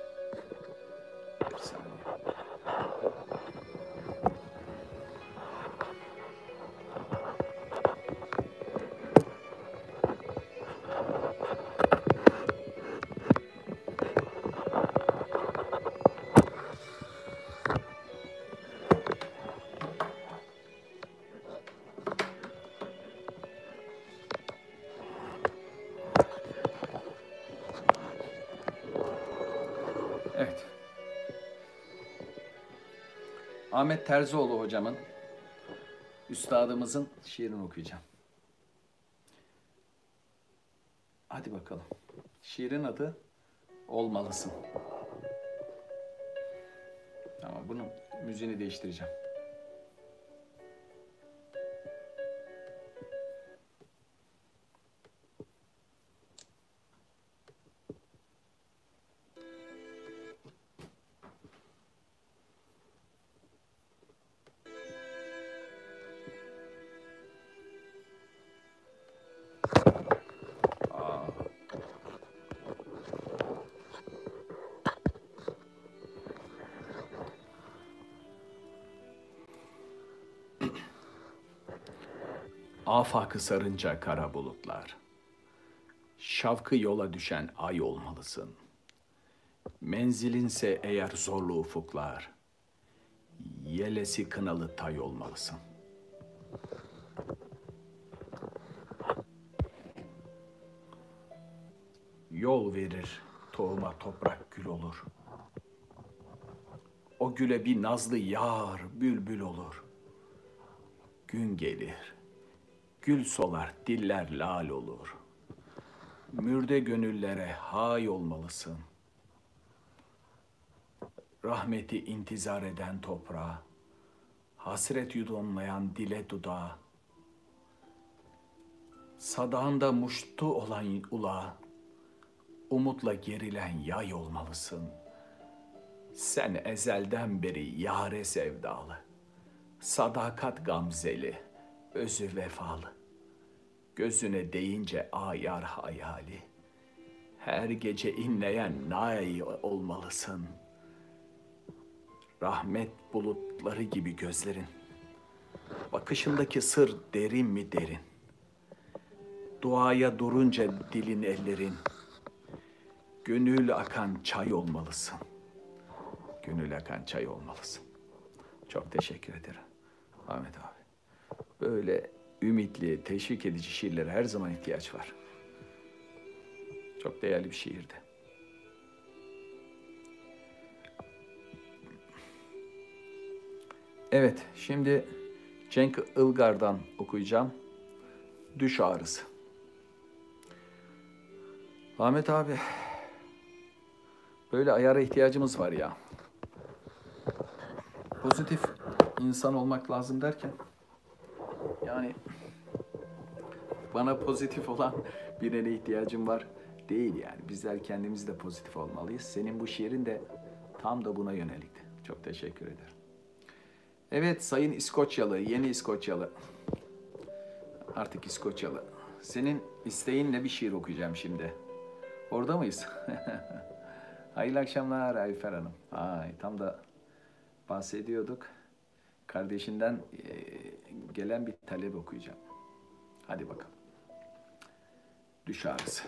Bir saniye. Evet. Ahmet Terzioğlu hocamın, üstadımızın şiirini okuyacağım. Hadi bakalım. Şiirin adı Olmalısın. Ama bunun müziğini değiştireceğim. Afakı sarınca kara bulutlar, şavkı yola düşen ay olmalısın. Menzilinse eğer zorlu ufuklar, yelesi kınalı tay olmalısın. Yol verir tohuma toprak gül olur. O güle bir nazlı yar bülbül olur. Gün gelir, gül solar, diller lal olur. Mürde gönüllere hay olmalısın. Rahmeti intizar eden toprağa, hasret yudumlayan dile dudağa, sadağında muştu olan ulağa, umutla gerilen yay olmalısın. Sen ezelden beri yâre sevdalı, sadakat gamzeli, özü vefalı. Gözüne değince ayar hayali, her gece inleyen nay olmalısın. Rahmet bulutları gibi gözlerin, bakışındaki sır derin mi derin. Duaya durunca dilin ellerin, gönül akan çay olmalısın. Gönül akan çay olmalısın. Çok teşekkür ederim Ahmet abi. Böyle ümitli, teşvik edici şiirlere her zaman ihtiyaç var. Çok değerli bir şiirdi. Evet, şimdi Cenk Ilgar'dan okuyacağım. Düş ağrısı. Ahmet abi, böyle ayara ihtiyacımız var ya. Pozitif insan olmak lazım derken, yani bana pozitif olan birine ihtiyacım var değil yani. Bizler kendimiz de pozitif olmalıyız. Senin bu şiirin de tam da buna yönelikti. Çok teşekkür ederim. Evet Sayın İskoçyalı, yeni İskoçyalı. Artık İskoçyalı. Senin isteğinle bir şiir okuyacağım şimdi. Orada mıyız? Hayırlı akşamlar Ayfer Hanım. Ay, tam da bahsediyorduk. Kardeşinden e, gelen bir talep okuyacağım. Hadi bakalım. Düş ağrısı.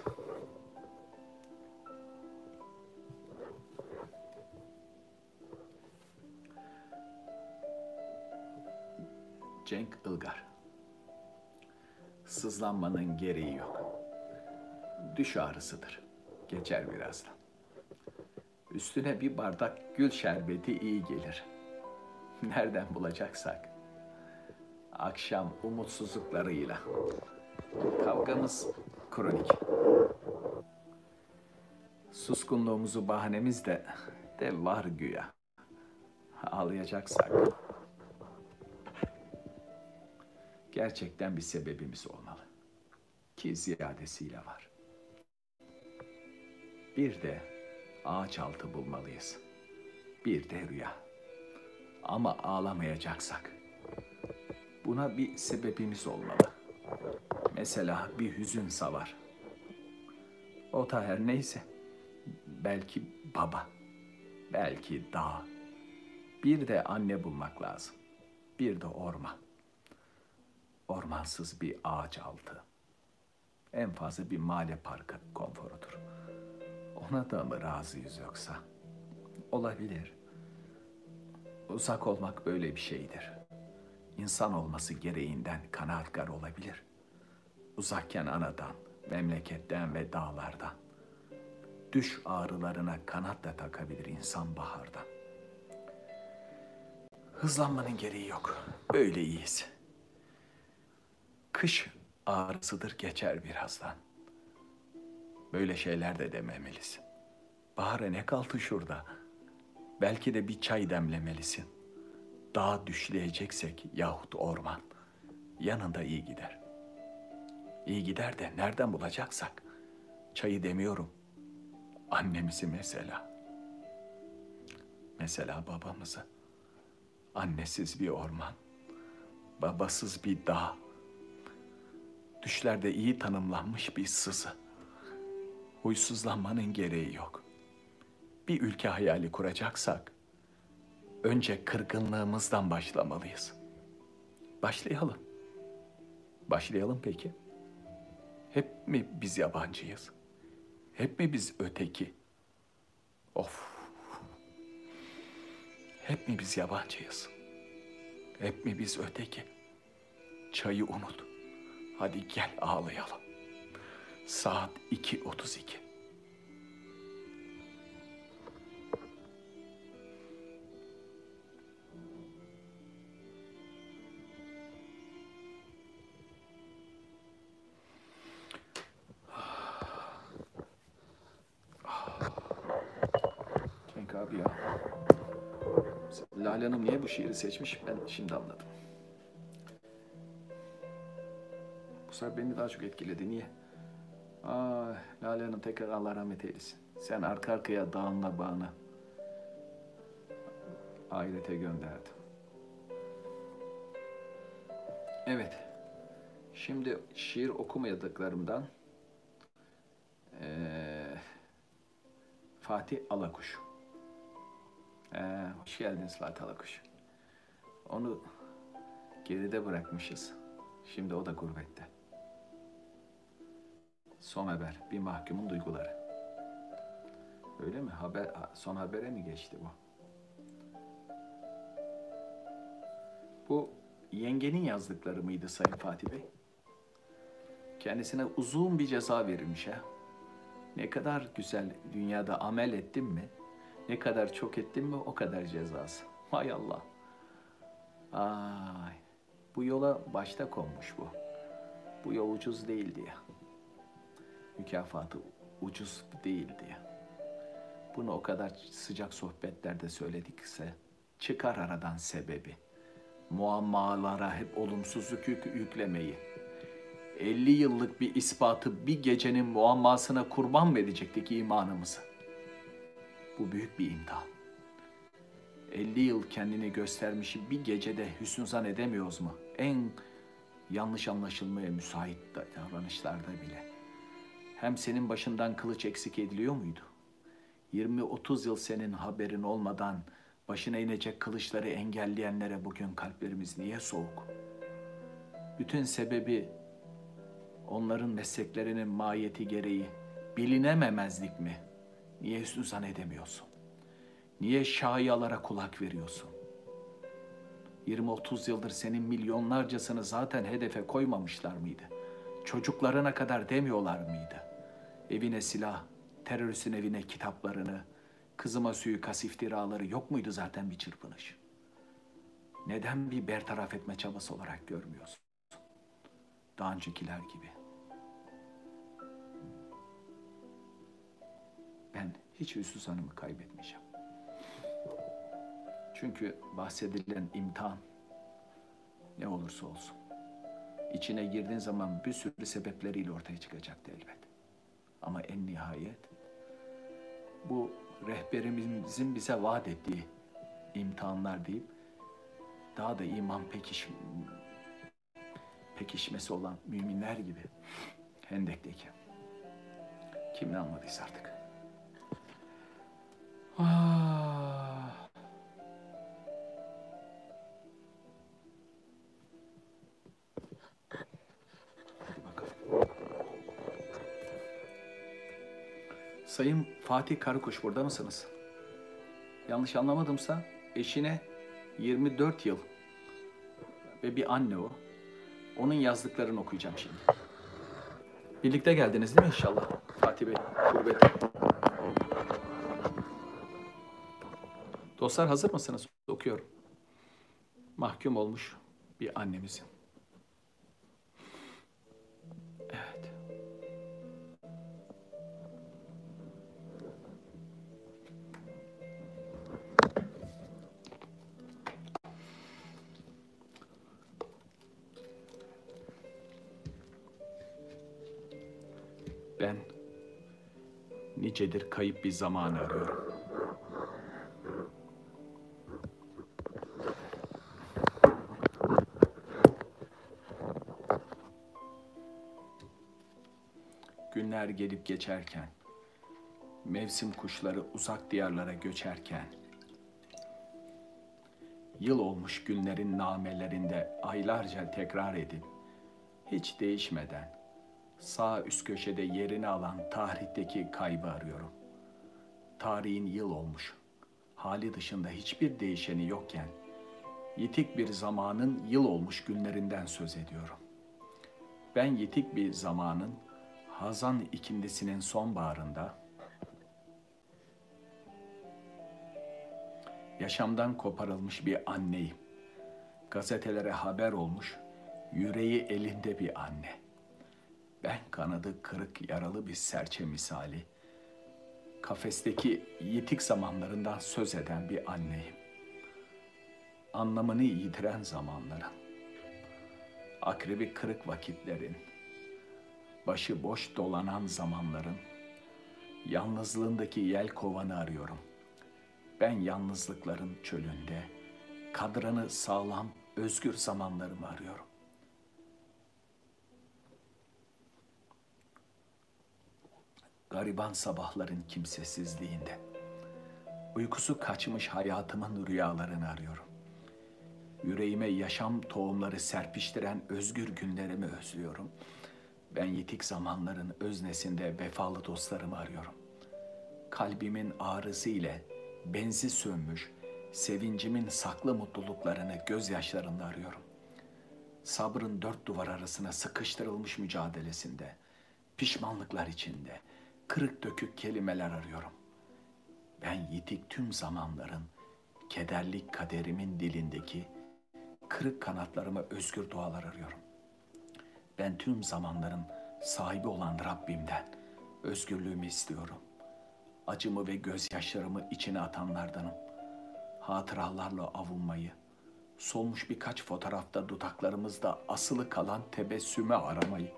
Cenk Ilgar. Sızlanmanın gereği yok. Düş ağrısıdır. Geçer birazdan. Üstüne bir bardak gül şerbeti iyi gelir. Nereden bulacaksak. Akşam umutsuzluklarıyla. Kavgamız kronik. Suskunluğumuzu bahanemiz de, de var güya. Ağlayacaksak gerçekten bir sebebimiz olmalı. Ki ziyadesiyle var. Bir de ağaç altı bulmalıyız. Bir de rüya. Ama ağlamayacaksak buna bir sebebimiz olmalı. Mesela bir hüzün savar. O da her neyse. Belki baba, belki dağ. Bir de anne bulmak lazım. Bir de orman. Ormansız bir ağaç altı. En fazla bir mahalle parkı konforudur. Ona da mı razıyız yoksa? Olabilir. Uzak olmak böyle bir şeydir. İnsan olması gereğinden kanaatkar olabilir. Uzakken anadan, memleketten ve dağlardan. Düş ağrılarına kanat da takabilir insan bahardan. Hızlanmanın gereği yok. Böyle iyiyiz. Kış ağrısıdır geçer birazdan. Böyle şeyler de dememelisin. Bahara ne kaldı şurada? Belki de bir çay demlemelisin. Dağ düşleyeceksek yahut orman. Yanında iyi gider. İyi gider de nereden bulacaksak. Çayı demiyorum. Annemizi mesela. Mesela babamızı. Annesiz bir orman. Babasız bir dağ. Düşlerde iyi tanımlanmış bir sızı. Huysuzlanmanın gereği yok. Bir ülke hayali kuracaksak, önce kırgınlığımızdan başlamalıyız. Başlayalım. Başlayalım peki. Hep mi biz yabancıyız? Hep mi biz öteki? Of. Hep mi biz yabancıyız? Hep mi biz öteki? Çayı unut. Hadi gel ağlayalım. Saat iki otuz iki. Cenk abi ya. Lale Hanım niye bu şiiri seçmiş ben şimdi anladım. Bu sefer beni daha çok etkiledi. Niye? Aa, Lale Hanım tekrar Allah rahmet eylesin. Sen arka arkaya dağınla bağına ahirete gönderdin. Evet. Şimdi şiir okumadıklarımdan ee, Fatih Alakuş. Ee, hoş geldiniz Fatih Alakuş. Onu geride bırakmışız. Şimdi o da gurbette. Son haber, bir mahkumun duyguları. Öyle mi? Haber, son habere mi geçti bu? Bu yengenin yazdıkları mıydı Sayın Fatih Bey? Kendisine uzun bir ceza verilmiş ha. Ne kadar güzel dünyada amel ettin mi? Ne kadar çok ettin mi o kadar cezası. Hay Allah. Ay, bu yola başta konmuş bu. Bu yol ucuz değil diye. Mükafatı ucuz değil diye. Bunu o kadar sıcak sohbetlerde söyledikse çıkar aradan sebebi. Muammalara hep olumsuzluk yük yüklemeyi. elli yıllık bir ispatı bir gecenin muammasına kurban mı edecektik imanımızı? Bu büyük bir imtihan. elli yıl kendini göstermişi bir gecede hüsnü zan edemiyoruz mu? En yanlış anlaşılmaya müsait davranışlarda bile. Hem senin başından kılıç eksik ediliyor muydu? yirmi otuz yıl senin haberin olmadan başına inecek kılıçları engelleyenlere bugün kalplerimiz niye soğuk? Bütün sebebi onların mesleklerinin mahiyeti gereği bilinememezlik mi? Niye hüsnü zan edemiyorsun? Niye şayialara kulak veriyorsun? yirmi otuz yıldır senin milyonlarcasını zaten hedefe koymamışlar mıydı? Çocuklarına kadar demiyorlar mıydı? Evine silah, teröristin evine kitaplarını, kızıma suikast iftiraları yok muydu zaten bir çırpınış? Neden bir bertaraf etme çabası olarak görmüyorsun? Daha öncekiler gibi. ben hiç Hüsnü Hanım'ı kaybetmeyeceğim. Çünkü bahsedilen imtihan ne olursa olsun içine girdiğin zaman bir sürü sebepleriyle ortaya çıkacaktı elbet. Ama en nihayet bu rehberimizin bize vaat ettiği imtihanlar deyip daha da iman pekiş, pekişmesi olan müminler gibi Hendek'teki. Kim ne anladıysa artık. Ah. Hadi bakalım. Sayın Fatih Karakuş, burada mısınız? Yanlış anlamadımsa eşine yirmi dört yıl ve bir anne o. Onun yazdıklarını okuyacağım şimdi. Birlikte geldiniz değil mi inşallah Fatih Bey? Gurbete. Dostlar hazır mısınız? Okuyorum. Mahkum olmuş bir annemizin. Evet. Ben nicedir kayıp bir zamanı arıyorum. Günler gelip geçerken, mevsim kuşları uzak diyarlara göçerken, yıl olmuş günlerin namelerinde aylarca tekrar edip, hiç değişmeden, sağ üst köşede yerini alan tarihteki kaybı arıyorum. Tarihin yıl olmuş, hali dışında hiçbir değişeni yokken, yitik bir zamanın yıl olmuş günlerinden söz ediyorum. Ben yitik bir zamanın, Hazan ikindisinin sonbaharında, yaşamdan koparılmış bir anneyim. Gazetelere haber olmuş, yüreği elinde bir anne. Ben kanadı kırık yaralı bir serçe misali, kafesteki yitik zamanlarından söz eden bir anneyim. Anlamını yitiren zamanların, akrebi kırık vakitlerin, başı boş dolanan zamanların, yalnızlığındaki yelkovanı arıyorum. Ben yalnızlıkların çölünde, kadranı sağlam, özgür zamanlarımı arıyorum. Gariban sabahların kimsesizliğinde, uykusu kaçmış hayatımın rüyalarını arıyorum. Yüreğime yaşam tohumları serpiştiren özgür günlerimi özlüyorum. Ben yitik zamanların öznesinde vefalı dostlarımı arıyorum. Kalbimin ağrısı ile benzi sönmüş, sevincimin saklı mutluluklarını gözyaşlarında arıyorum. Sabrın dört duvar arasına sıkıştırılmış mücadelesinde, pişmanlıklar içinde, kırık dökük kelimeler arıyorum. Ben yitik tüm zamanların, kederli kaderimin dilindeki kırık kanatlarıma özgür dualar arıyorum. Ben tüm zamanların sahibi olan Rabbimden özgürlüğümü istiyorum. Acımı ve gözyaşlarımı içine atanlardanım. Hatıralarla avunmayı, solmuş birkaç fotoğrafta dudaklarımızda asılı kalan tebessümü aramayı,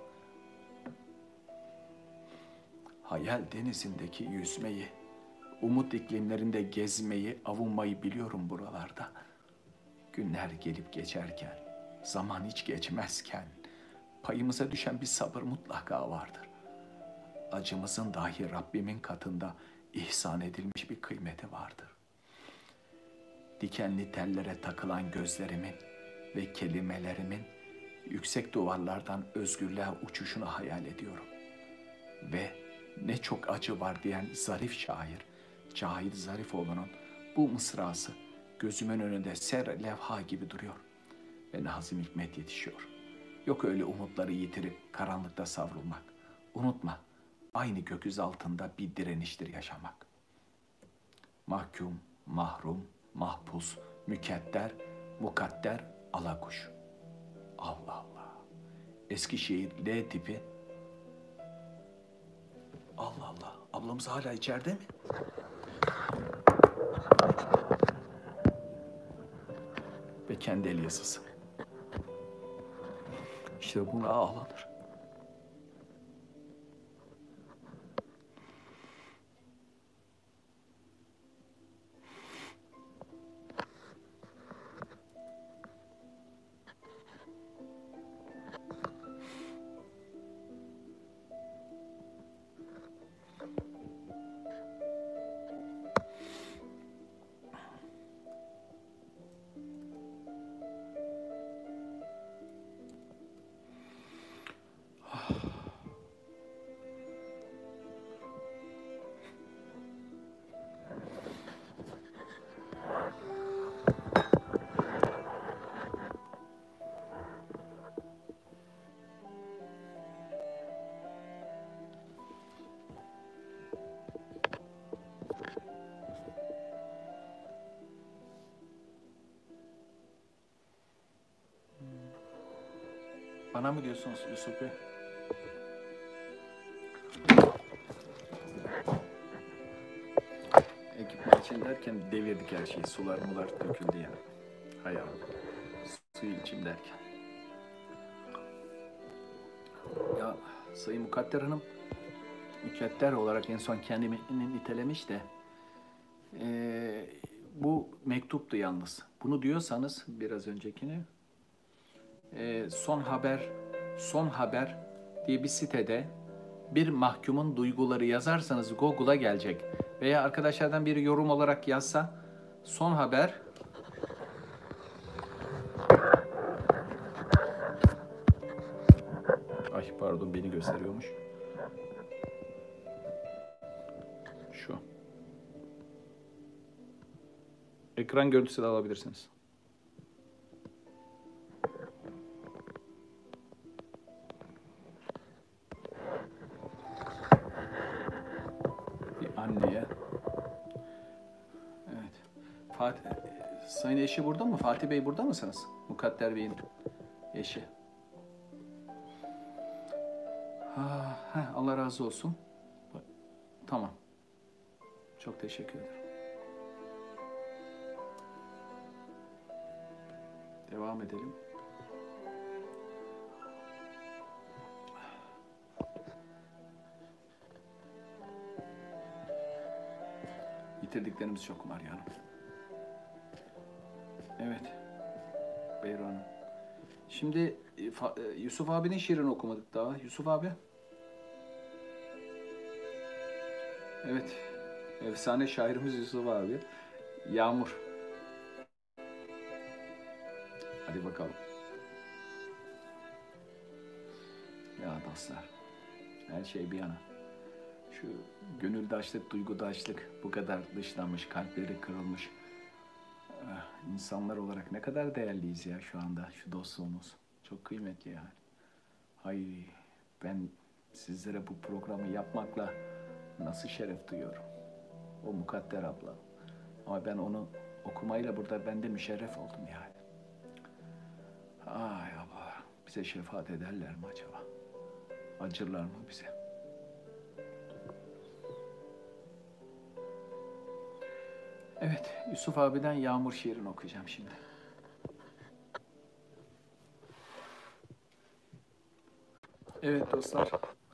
hayal denizindeki yüzmeyi, umut iklimlerinde gezmeyi, avunmayı biliyorum buralarda. Günler gelip geçerken, zaman hiç geçmezken, payımıza düşen bir sabır mutlaka vardır. Acımızın dahi Rabbimin katında ihsan edilmiş bir kıymeti vardır. Dikenli tellere takılan gözlerimin ve kelimelerimin yüksek duvarlardan özgürlüğe uçuşunu hayal ediyorum. Ve ne çok acı var diyen zarif şair Cahit Zarifoğlu'nun bu mısrası gözümün önünde ser levha gibi duruyor. Ve Nazım Hikmet yetişiyor. Yok öyle umutları yitirip karanlıkta savrulmak. Unutma, aynı gökyüzü altında bir direniştir yaşamak. Mahkum, mahrum, mahpus, mükedder, mukadder, alakuş. Allah Allah. Eskişehir L tipi. Allah Allah. Ablamız hala içeride mi? Ve kendi el yazısı. İşte buna ağlanır. Bana mı diyorsunuz Yusuf Bey? Ekipman için derken devirdik her şeyi. Sular mular döküldü yani. Hay Allah. Suyu içim derken. Ya Sayın Mukadder Hanım mükadder olarak en son kendimi nitelemiş de ee, bu mektuptu yalnız. Bunu diyorsanız biraz öncekini e, son haber son haber diye bir sitede bir mahkumun duyguları yazarsanız Google'a gelecek. Veya arkadaşlardan biri yorum olarak yazsa son haber ay pardon beni gösteriyormuş. Şu. Ekran görüntüsü de alabilirsiniz. Bir anneye. Evet. Fatih, Sayın eşi burada mı? Fatih Bey burada mısınız? Mukadder Bey'in eşi. Ha, heh, Allah razı olsun. Tamam. Çok teşekkür ederim. Devam edelim. Bitirdiklerimiz çok var yani. Evet. Beyru Hanım. Şimdi Yusuf abinin şiirini okumadık daha. Yusuf abi. Evet. Efsane şairimiz Yusuf abi. Yağmur. Hadi bakalım. Ya dostlar. Her şey bir yana. Şu gönüldaşlık, duygudaşlık bu kadar dışlanmış, kalpleri kırılmış insanlar olarak ne kadar değerliyiz ya şu anda, şu dostluğumuz. Çok kıymetli yani. Hay ben sizlere bu programı yapmakla nasıl şeref duyuyorum. O Mukadder abla. Ama ben onu okumayla burada ben de müşerref oldum yani. Ay abla, bize şefaat ederler mi acaba? Acırlar mı bize? Evet, Yusuf abiden Yağmur şiirini okuyacağım şimdi. Evet dostlar.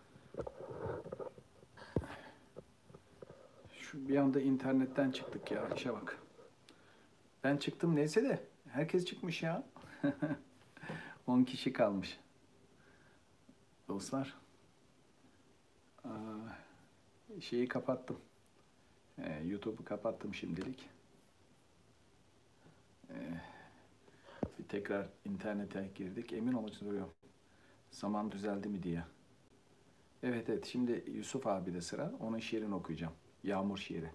Şu bir anda internetten çıktık ya, işe bak. Ben çıktım neyse de herkes çıkmış ya. on kişi kalmış. Dostlar. Şeyi kapattım. YouTube'u kapattım şimdilik. Bir tekrar internete girdik. Emin olmak duruyorum. Zaman düzeldi mi diye. Evet evet şimdi Yusuf abi de sıra. Onun şiirini okuyacağım. Yağmur şiiri.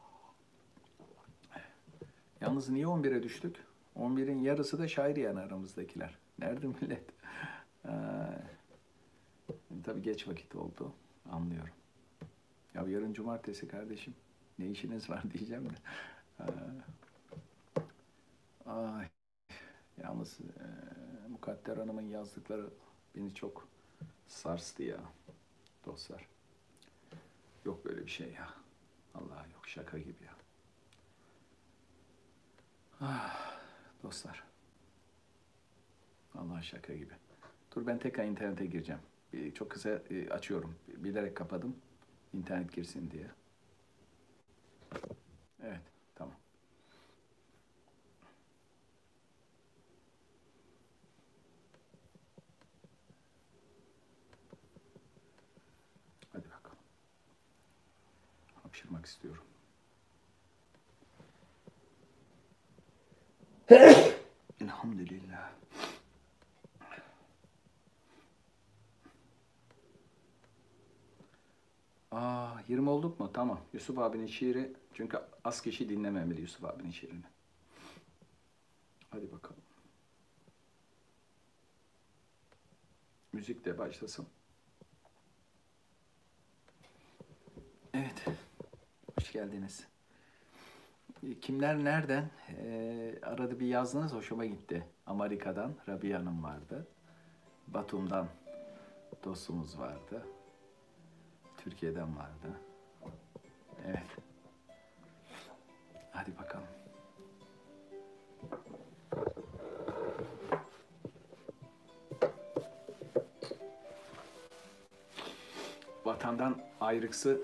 Yalnız niye on bire düştük? on birin yarısı da şair yani aramızdakiler. Nerede millet? Ee, tabii geç vakit oldu. Anlıyorum. Ya yarın cumartesi kardeşim. Ne işiniz var diyeceğim de. Ee, ay. Yalnız e, Mukadder Hanım'ın yazdıkları beni çok sarstı ya dostlar. Yok böyle bir şey ya. Allah yok şaka gibi ya. Ah, dostlar. Allah şaka gibi. Dur ben tekrar internete gireceğim. Bir, çok kısa e, açıyorum. Bilerek kapadım. İnternet girsin diye. Evet, tamam. Hadi bakalım. Hapşırmak istiyorum. Elhamdülillah. Aa, yirmi olduk mu? Tamam. Yusuf abinin şiiri. Çünkü az kişi dinlememeli Yusuf abinin şiirini. Hadi bakalım. Müzik de başlasın. Evet. Hoş geldiniz. Kimler nereden? Ee, arada bir yazdınız. Hoşuma gitti. Amerika'dan Rabia Hanım vardı. Batum'dan dostumuz vardı. Türkiye'den vardı. Evet. Hadi bakalım. Vatandan ayrıksı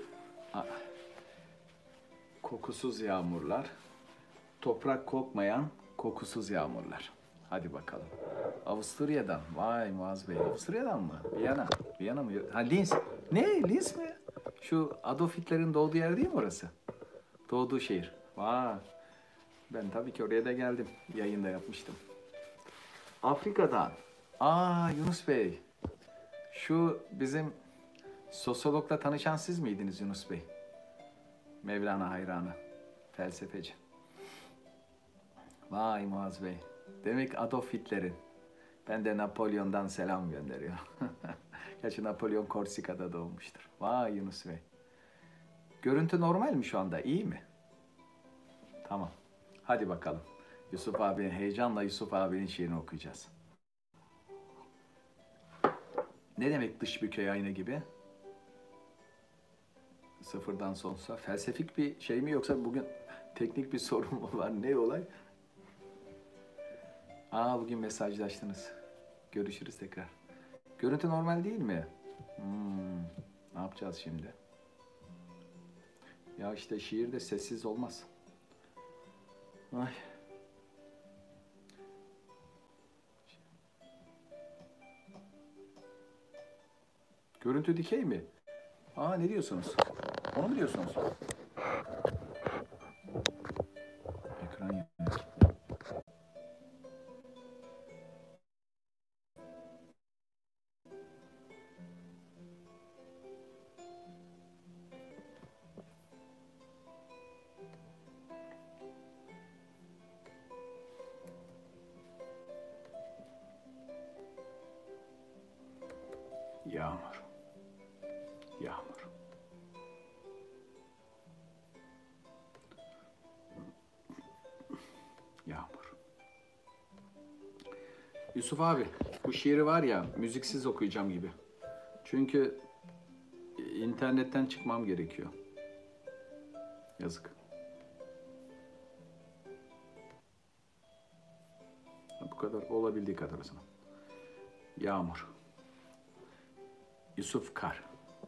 kokusuz yağmurlar, toprak kokmayan kokusuz yağmurlar. Hadi bakalım. Avusturya'dan. Vay Muaz Bey. Avusturya'dan mı? Viyana. Viyana mı? Ha Linz. Ne? Linz mi? Şu Adolf Hitler'in doğduğu yer değil mi orası? Doğduğu şehir. Vay. Ben tabii ki oraya da geldim. Yayında yapmıştım. Afrika'dan. Aa Yunus Bey. Şu bizim sosyologla tanışan siz miydiniz Yunus Bey? Mevlana hayranı. Felsefeci. Vay Muaz Bey. Demek Adolf Hitler'in. Ben de Napolyon'dan selam gönderiyorum. Gerçi Napolyon Korsika'da doğmuştur. Vay Yunus Bey. Görüntü normal mi şu anda? İyi mi? Tamam. Hadi bakalım. Yusuf abi, heyecanla Yusuf abinin şiirini okuyacağız. Ne demek dış bükey ayna gibi? Sıfırdan sonsuza. Felsefik bir şey mi yoksa bugün teknik bir sorun mu var? Ne olay? Aa bugün mesajlaştınız. Görüşürüz tekrar. Görüntü normal değil mi? Hmm, ne yapacağız şimdi? Ya işte şiirde sessiz olmaz. Ay. Görüntü dikey mi? Aa ne diyorsunuz? Onu mu diyorsunuz? Ekran yanıyor. Yağmur. Yağmur. Yağmur. Yusuf abi, bu şiiri var ya, müziksiz okuyacağım gibi. Çünkü internetten çıkmam gerekiyor. Yazık. Bu kadar, olabildiği kadar o zaman. Yağmur. Yusuf Kar.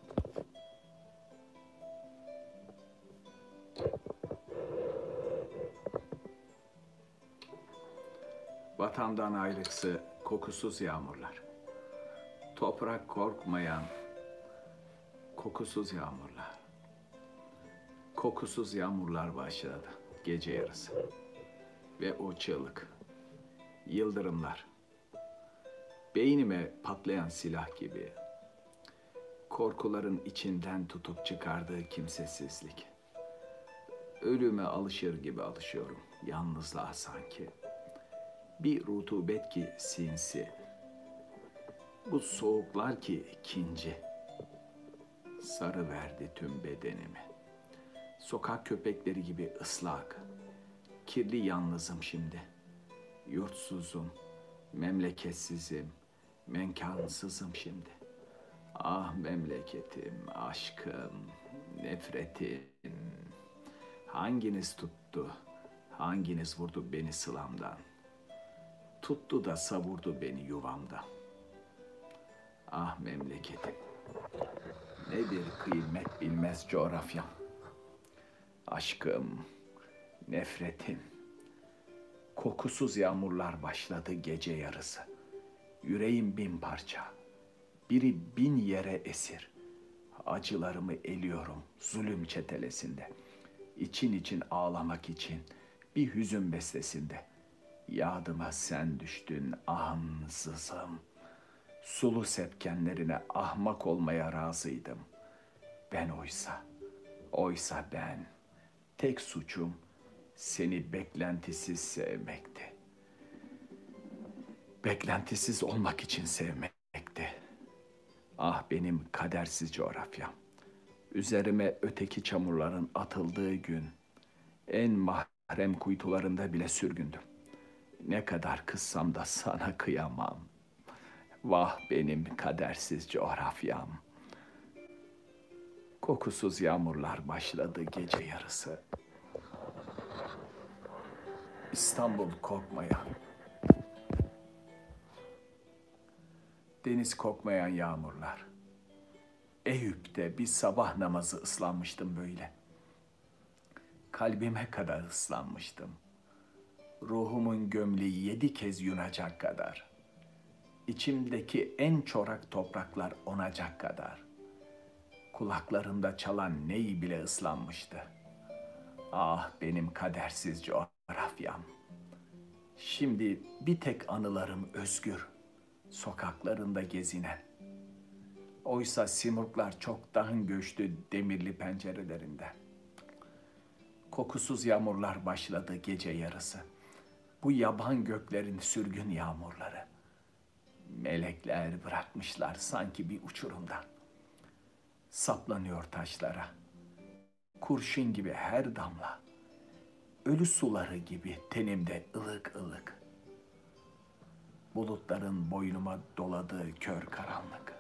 Vatandan ayrıksı kokusuz yağmurlar. Toprak korkmayan kokusuz yağmurlar. Kokusuz yağmurlar başladı gece yarısı. Ve o çığlık. Yıldırımlar. Beynime patlayan silah gibi. Korkuların içinden tutup çıkardığı kimsesizlik. Ölüme alışır gibi alışıyorum. Yalnızlığa sanki. Bir rutubet ki sinsi. Bu soğuklar ki ikinci. Sarı verdi tüm bedenimi. Sokak köpekleri gibi ıslak. Kirli yalnızım şimdi. Yurtsuzum, memleketsizim, menkansızım şimdi. Ah memleketim, aşkım, nefretim. Hanginiz tuttu, hanginiz vurdu beni sılamdan? Tuttu da savurdu beni yuvamda. Ah memleketim, nedir kıymet bilmez coğrafyam. Aşkım, nefretim. Kokusuz yağmurlar başladı gece yarısı. Yüreğim bin parça, biri bin yere esir. Acılarımı eliyorum zulüm çetelesinde. İçin için ağlamak için bir hüzün bestesinde. Yadıma sen düştün ansızım. Sulu sepkenlerine ahmak olmaya razıydım. Ben oysa, oysa ben, tek suçum seni beklentisiz sevmekti. Beklentisiz olmak için sevmekti. Ah benim kadersiz coğrafyam. Üzerime öteki çamurların atıldığı gün, en mahrem kuytularında bile sürgündüm. Ne kadar kızsam da sana kıyamam. Vah benim kadersiz coğrafyam. Kokusuz yağmurlar başladı gece yarısı. İstanbul kokmayan, deniz kokmayan yağmurlar. Eyüp'te bir sabah namazı ıslanmıştım böyle. Kalbime kadar ıslanmıştım. Ruhumun gömleği yedi kez yunacak kadar. İçimdeki en çorak topraklar onacak kadar. Kulaklarımda çalan ney bile ıslanmıştı. Ah benim kadersiz coğrafyam. Şimdi bir tek anılarım özgür, sokaklarında gezinen. Oysa simurglar çoktan göçtü demirli pencerelerinden. Kokusuz yağmurlar başladı gece yarısı. Bu yaban göklerin sürgün yağmurları. Melekler bırakmışlar sanki bir uçurumdan. Saplanıyor taşlara. Kurşun gibi her damla. Ölü suları gibi tenimde ılık ılık. Bulutların boynuma doladığı kör karanlık.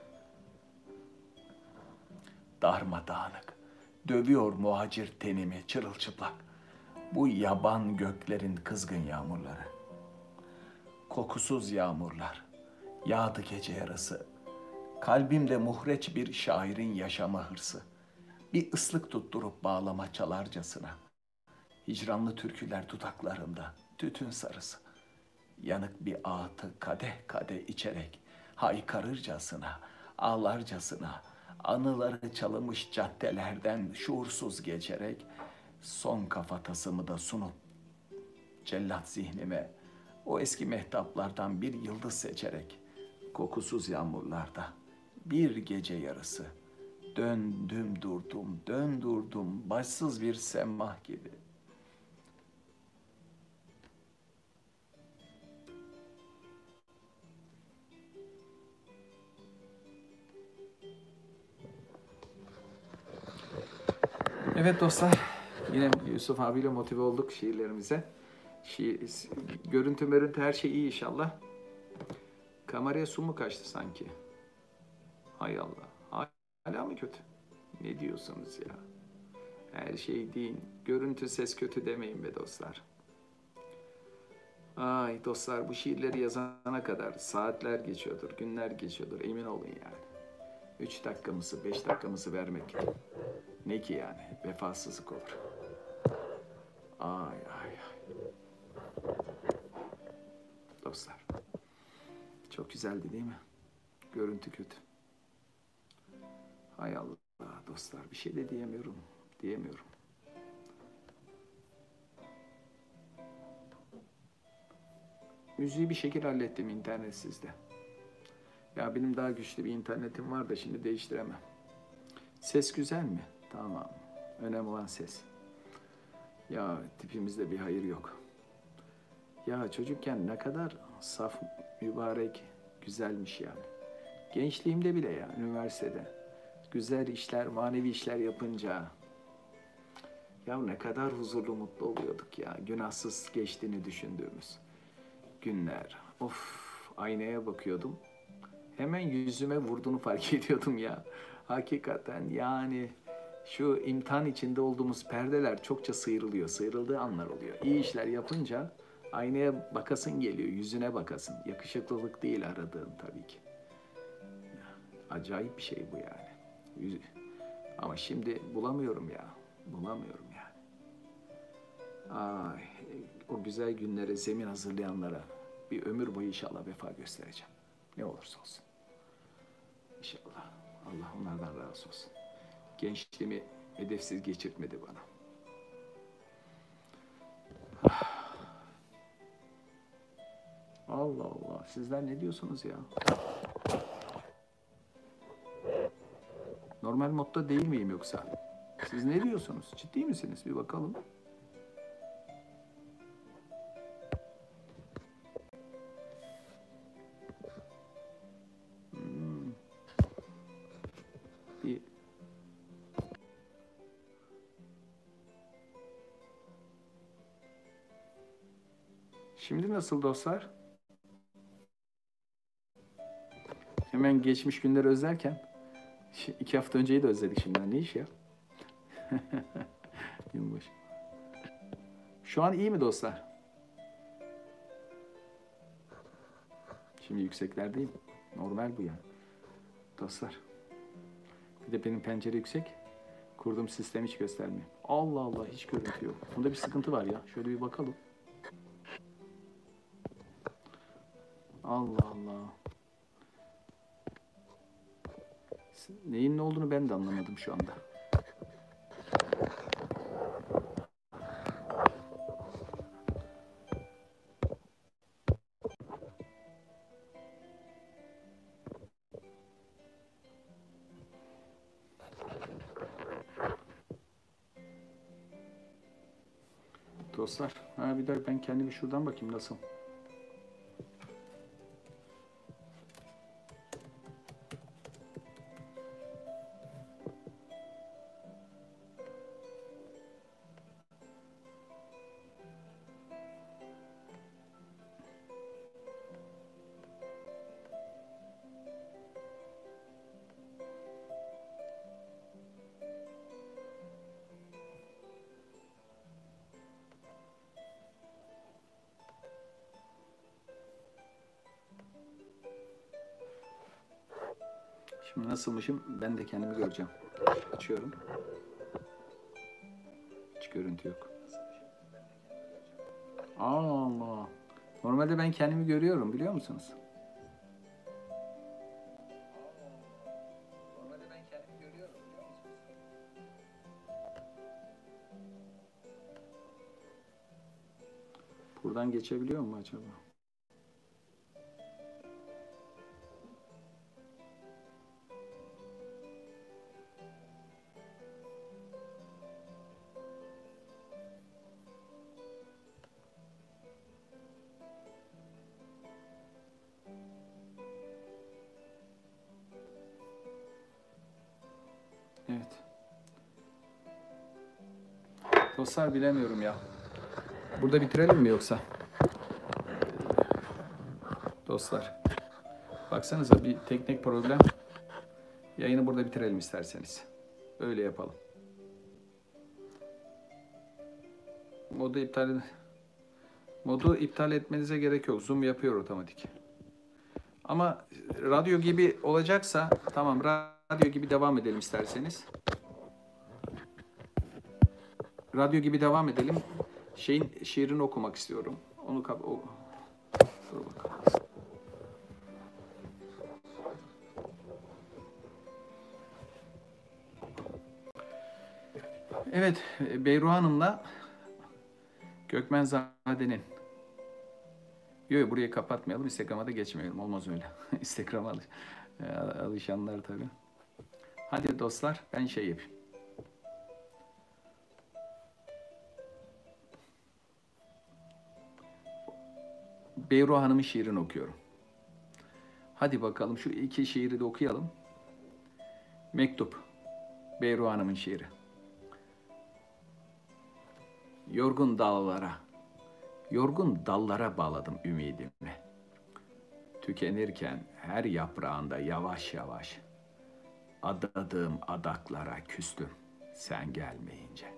Darmadağınık, dövüyor muhacir tenimi çırılçıplak. Bu yaban göklerin kızgın yağmurları. Kokusuz yağmurlar, yağdı gece yarısı. Kalbimde muhreç bir şairin yaşama hırsı. Bir ıslık tutturup bağlama çalarcasına. Hicranlı türküler dudaklarımda, tütün sarısı. Yanık bir ağıtı kadeh kadeh içerek, haykırırcasına, ağlarcasına, anıları çalınmış caddelerden şuursuz geçerek, son kafatasımı da sunup, cellat zihnime, o eski mehtaplardan bir yıldız seçerek, kokusuz yağmurlarda, bir gece yarısı, döndüm durdum, dön durdum, başsız bir semmah gibi. Evet dostlar, yine Yusuf abiyle motive olduk şiirlerimize. Şiir, görüntü mörüntü her şey iyi inşallah. Kameraya su mu kaçtı sanki? Hay Allah, hala mı kötü? Ne diyorsunuz ya? Her şey deyin, görüntü ses kötü demeyin be dostlar. Ay dostlar, bu şiirleri yazana kadar saatler geçiyordur, günler geçiyordur, emin olun yani. Üç dakikamızı, beş dakikamızı vermek ne ki yani, vefasızlık olur. Ay ay ay. Dostlar, çok güzeldi değil mi? Görüntü kötü. Hay Allah dostlar, bir şey de diyemiyorum, diyemiyorum. Müziği bir şekilde hallettim internetsizde. Ya benim daha güçlü bir internetim var da şimdi değiştiremem. Ses güzel mi? Tamam. Önemli olan ses. Ya tipimizde bir hayır yok. Ya çocukken ne kadar saf, mübarek, güzelmiş yani. Gençliğimde bile ya, üniversitede. Güzel işler, manevi işler yapınca. Ya ne kadar huzurlu, mutlu oluyorduk ya. Günahsız geçtiğini düşündüğümüz günler. Of, aynaya bakıyordum. hemen yüzüme vurduğunu fark ediyordum ya. Hakikaten yani şu imtihan içinde olduğumuz perdeler çokça sıyrılıyor. Sıyrıldığı anlar oluyor. İyi işler yapınca aynaya bakasın geliyor, yüzüne bakasın. Yakışıklılık değil aradığın tabii ki. Acayip bir şey bu yani. Yüz... Ama şimdi bulamıyorum ya. Bulamıyorum yani. Ay, o güzel günlere zemin hazırlayanlara bir ömür boyu inşallah vefa göstereceğim. Ne olursa olsun. İnşallah. Allah onlardan razı olsun. Gençliğimi hedefsiz geçirtmedi bana. Allah Allah. Sizler ne diyorsunuz ya? Normal modda değil miyim yoksa? Siz ne diyorsunuz? Ciddi misiniz? Bir bakalım. Hmm. Bir... Şimdi nasıl dostlar? Hemen geçmiş günleri özlerken iki hafta önceyi de özledik şimdi. Ne iş ya? Yılbaşı. Şu an iyi mi dostlar? Şimdi yükseklerdeyim. Normal bu yani. Dostlar. Bir de benim pencere yüksek. Kurduğum sistem hiç göstermiyor. Allah Allah, hiç görüntü yok. Bunda bir sıkıntı var ya. Şöyle bir bakalım. Allah Allah. Neyin ne olduğunu ben de anlamadım şu anda. Dostlar, ha bir dakika ben kendimi şuradan bakayım nasıl. Şimdi nasılmışım ben de kendimi göreceğim. Açıyorum. Hiç görüntü yok. Allah Allah. Normalde ben kendimi görüyorum biliyor musunuz? Normalde ben kendimi görüyorum biliyor musunuz? Buradan geçebiliyor mu acaba? Evet. Dostlar bilemiyorum ya. Burada bitirelim mi yoksa? Dostlar. Baksanıza bir teknik problem. Yayını burada bitirelim isterseniz. Öyle yapalım. Modu iptal Modu iptal etmenize gerek yok. Zoom yapıyor otomatik. Ama radyo gibi olacaksa tamam, radyo gibi devam edelim isterseniz. Radyo gibi devam edelim. Şeyin şiirini okumak istiyorum. Onu kap o Dur bakalım. Evet, Beyruh Hanım'la Gökmenzade'nin. Yok, burayı kapatmayalım. Instagram'a da geçmeyelim. Olmaz öyle. Instagram'a alış alışanlar tabii. Hadi dostlar, ben şey yapayım. Beyruh Hanım'ın şiirini okuyorum. Hadi bakalım şu iki şiiri de okuyalım. Mektup. Beyruh Hanım'ın şiiri. Yorgun dağlara, yorgun dallara bağladım ümidimi. Tükenirken her yaprağında yavaş yavaş adadığım adaklara küstüm sen gelmeyince.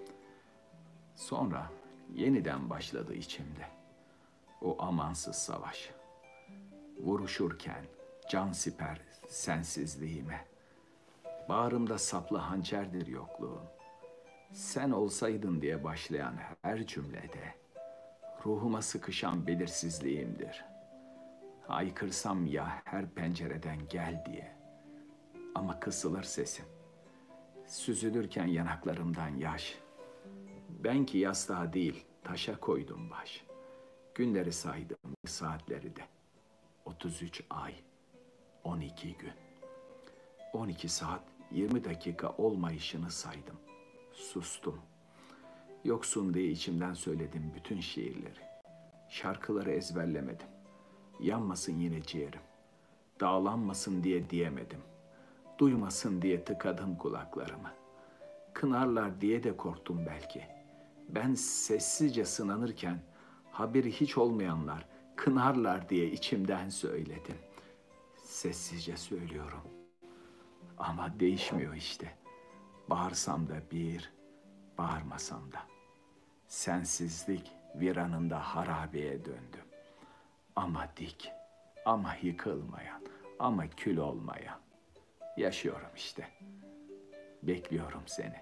Sonra yeniden başladı içimde o amansız savaş. Vuruşurken can siper sensizliğime. Bağrımda saplı hançerdir yokluğun. Sen olsaydın diye başlayan her cümlede ruhuma sıkışan belirsizliğimdir. Haykırsam ya her pencereden gel diye. Ama kısılır sesim. Süzülürken yanaklarımdan yaş. Ben ki yastığa değil taşa koydum baş. Günleri saydım, saatleri de. otuz üç ay, on iki gün. on iki saat, yirmi dakika olmayışını saydım. Sustum. Yoksun diye içimden söyledim bütün şiirleri. Şarkıları ezberlemedim. Yanmasın yine ciğerim. Dağlanmasın diye diyemedim. Duymasın diye tıkadım kulaklarımı. Kınarlar diye de korktum belki. Ben sessizce sınanırken haberi hiç olmayanlar kınarlar diye içimden söyledim. Sessizce söylüyorum. Ama değişmiyor işte. Bağırsam da bir, bağırmasam da. Sensizlik viranında harabeye döndüm. Ama dik, ama yıkılmayan, ama kül olmayan. Yaşıyorum işte. Bekliyorum seni.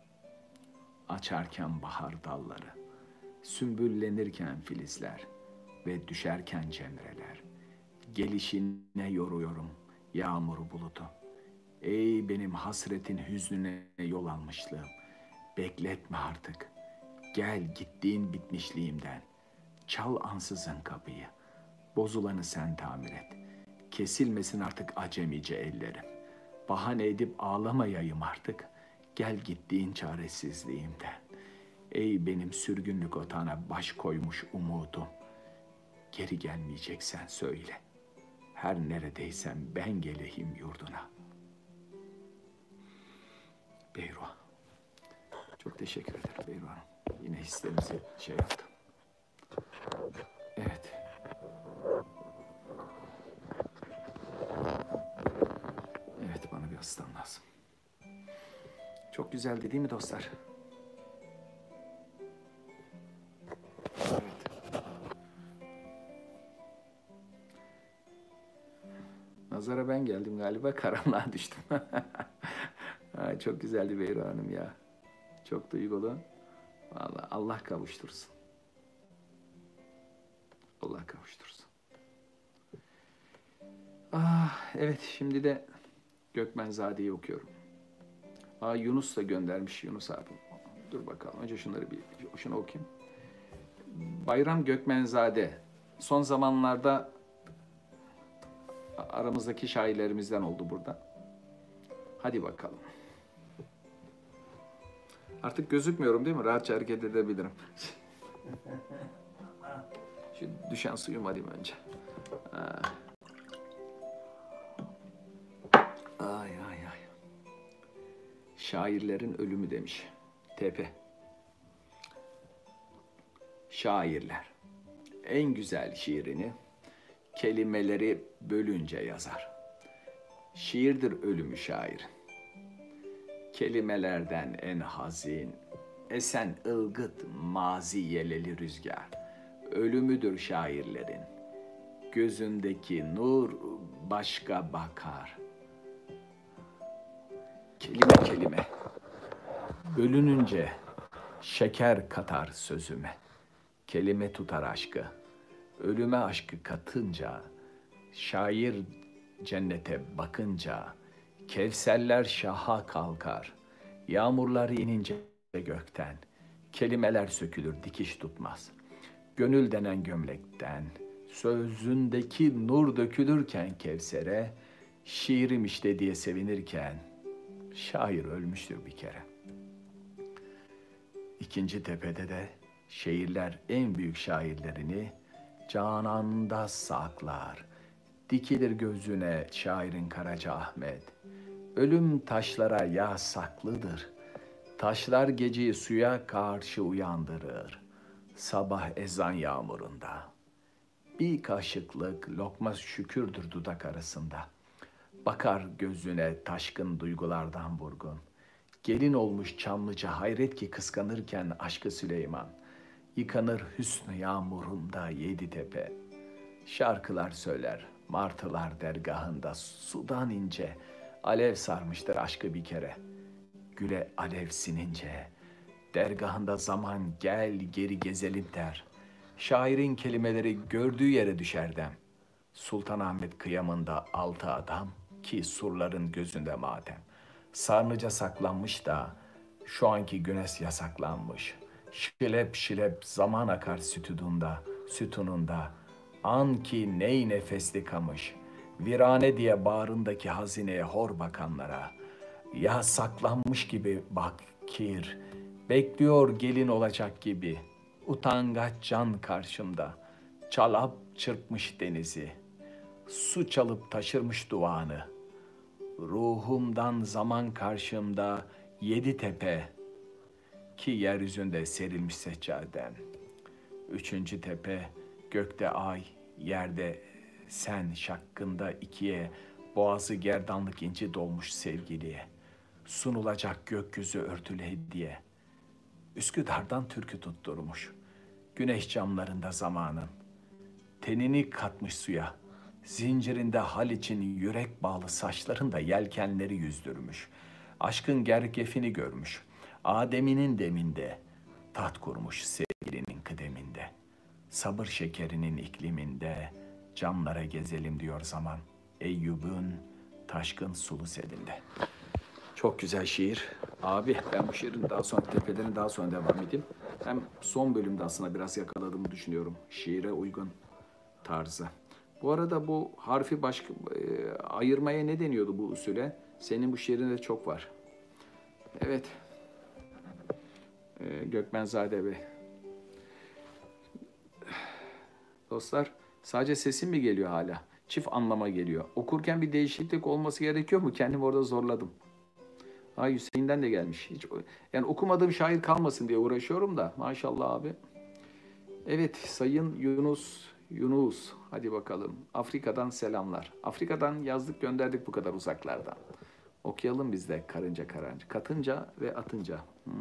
Açarken bahar dalları, sümbüllenirken filizler ve düşerken cemreler. Gelişine yoruyorum yağmur bulutu. Ey benim hasretin hüznüne yol almışlığım. Bekletme artık. Gel gittiğin bitmişliğimden. Çal ansızın kapıyı. Bozulanı sen tamir et. Kesilmesin artık acemice ellerim. Bahane edip ağlamayayım artık. Gel gittiğin çaresizliğimden. Ey benim sürgünlük otağına baş koymuş umudum. Geri gelmeyeceksen söyle. Her neredeysen ben geleyim yurduna. Beyruha. Çok teşekkür ederim Beyruha Hanım. Yine hislerimizi şey yaptım. Evet. Evet, bana bir asistan lazım. Çok güzeldi değil mi dostlar? Evet. Nazara ben geldim galiba, karanlığa düştüm. Ha, çok güzeldi Beyruha Hanım ya. Çok duygulu. Vallahi Allah kavuştursun. Allah kavuştursun. Ah, evet, şimdi de Gökmenzade'yi okuyorum. Aa, Yunus da göndermiş, Yunus abi. Dur bakalım, önce şunları bir, şunu okuyayım. Bayram Gökmenzade. Son zamanlarda aramızdaki şairlerimizden oldu burada. Hadi bakalım. Artık gözükmüyorum değil mi? Rahatça hareket edebilirim. Şu düşen suyumu alayım önce. Ay ay ay. Şairlerin ölümü demiş. Tepe. Şairler en güzel şiirini kelimeleri bölünce yazar. Şiirdir ölümü şairin. Kelimelerden en hazin, esen ılgıt mazi yeleli rüzgar. Ölümüdür şairlerin. Gözündeki nur başka bakar. Kelime kelime. Bölününce şeker katar sözüme. Kelime tutar aşkı. Ölüme aşkı katınca, şair cennete bakınca, kevserler şaha kalkar. Yağmurlar inince gökten, kelimeler sökülür dikiş tutmaz. Gönül denen gömlekten, sözündeki nur dökülürken Kevser'e, şiirim işte diye sevinirken, şair ölmüştür bir kere. İkinci tepede de şehirler en büyük şairlerini cananda saklar. Dikilir gözüne şairin Karaca Ahmet. Ölüm taşlara yasaklıdır. Taşlar geceyi suya karşı uyandırır. Sabah ezan yağmurunda. Bir kaşıklık lokma şükürdür dudak arasında. Bakar gözüne taşkın duygulardan vurgun. Gelin olmuş Çamlıca hayret ki kıskanırken aşkı Süleyman. Yıkanır hüsnü yağmurunda yedi tepe. Şarkılar söyler, martılar dergahında sudan ince. Alev sarmıştır aşkı bir kere. Güle alev sinince. Dergahında zaman gel geri gezelim der. Şairin kelimeleri gördüğü yere düşer dem. Sultanahmet kıyamında altı adam ki surların gözünde matem. Sarnıca saklanmış da şu anki güneş yasaklanmış. Şilep şilep zaman akar sütudunda, sütununda. An ki ney nefesli kamış. Virane diye bağrındaki hazineye hor bakanlara. Ya saklanmış gibi bakir, bekliyor gelin olacak gibi. Utangaç can karşımda, çalap çırpmış denizi. Su çalıp taşırmış duvağını. Ruhumdan zaman karşımda yedi tepe ki yeryüzünde serilmiş seccadem. Üçüncü tepe gökte ay, yerde sen şakkında ikiye boğazı gerdanlık inci dolmuş sevgiliye. Sunulacak gökyüzü örtülü hediye. Üsküdar'dan türkü tutturmuş. Güneş camlarında zamanın. Tenini katmış suya. Zincirinde hal için yürek bağlı saçlarında yelkenleri yüzdürmüş. Aşkın gergefini görmüş. Adem'inin deminde. Taht kurmuş sevgilinin kıdeminde. Sabır şekerinin ikliminde. Camlara gezelim diyor zaman. Eyyub'un taşkın sulu selinde. Çok güzel şiir. Abi ben bu şiirin daha sonra tepelerin daha sonra devam edeyim. Hem son bölümde aslında biraz yakaladığımı düşünüyorum. Şiire uygun tarzı. Bu arada bu harfi başka e, ayırmaya ne deniyordu bu usule? Senin bu şiirinde çok var. Evet. E, Gökmenzade Bey. Dostlar sadece sesim mi geliyor hala? Çift anlama geliyor. Okurken bir değişiklik olması gerekiyor mu? Kendimi orada zorladım. Ha Hüseyin'den de gelmiş. Hiç, yani okumadığım şair kalmasın diye uğraşıyorum da maşallah abi. Evet Sayın Yunus Yunus hadi bakalım. Afrika'dan selamlar. Afrika'dan yazdık gönderdik bu kadar uzaklardan. Okuyalım biz de karınca karınca. Katınca ve atınca. Hmm.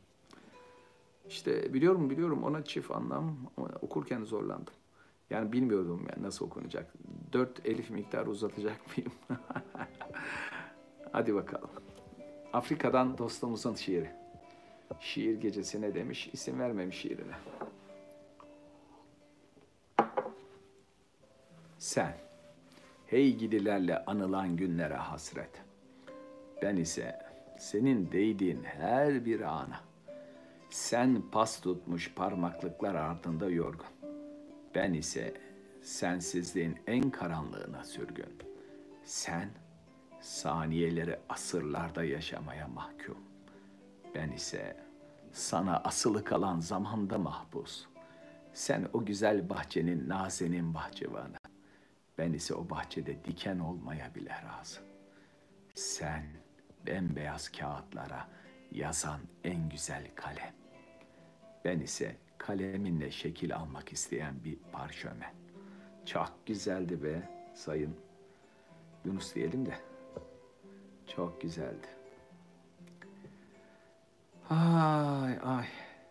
İşte biliyorum biliyorum ona çift anlam okurken zorlandım. Yani bilmiyordum yani nasıl okunacak. Dört elif miktarı uzatacak mıyım? Hadi bakalım. Afrika'dan dostumuzun şiiri. Şiir gecesi ne demiş? İsim vermemiş şiirine. Sen, hey gidilerle anılan günlere hasret. Ben ise senin değdiğin her bir ana. Sen pas tutmuş parmaklıklar ardında yorgun. Ben ise sensizliğin en karanlığına sürgün. Sen, saniyeleri asırlarda yaşamaya mahkum. Ben ise sana asılı kalan zamanda mahpus. Sen o güzel bahçenin nazenin bahçıvanı. Ben ise o bahçede diken olmaya bile razı. Sen bembeyaz kağıtlara yazan en güzel kalem. Ben ise kaleminle şekil almak isteyen bir parşömen. Çok güzeldi be Sayın Yunus diyelim de. Çok güzeldi. Ay ay.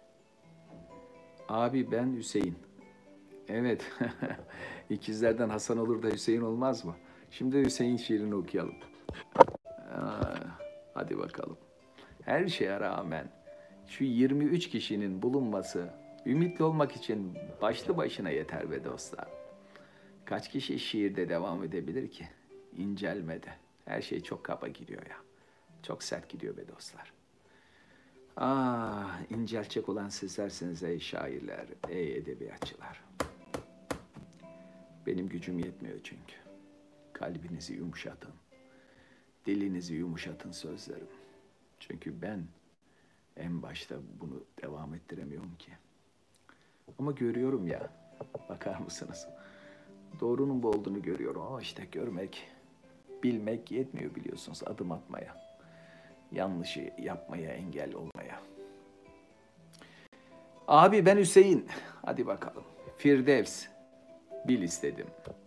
Abi ben Hüseyin. Evet. İkizlerden Hasan olur da Hüseyin olmaz mı? Şimdi Hüseyin şiirini okuyalım. Aa, hadi bakalım. Her şeye rağmen şu yirmi üç kişinin bulunması ümitli olmak için başlı başına yeter be dostlar. Kaç kişi şiirde devam edebilir ki? İncelmede. Her şey çok kaba gidiyor ya. Çok sert gidiyor be dostlar. Ah, incelçek olan sizlersiniz ey şairler, ey edebiyatçılar. Benim gücüm yetmiyor çünkü. Kalbinizi yumuşatın. Dilinizi yumuşatın sözlerim. Çünkü ben en başta bunu devam ettiremiyorum ki. Ama görüyorum ya, bakar mısınız? Doğrunun bu olduğunu görüyorum ama işte görmek, bilmek yetmiyor biliyorsunuz adım atmaya. Yanlışı yapmaya, engel olmaya. Abi ben Hüseyin. Hadi bakalım. Firdevs. bil istedim.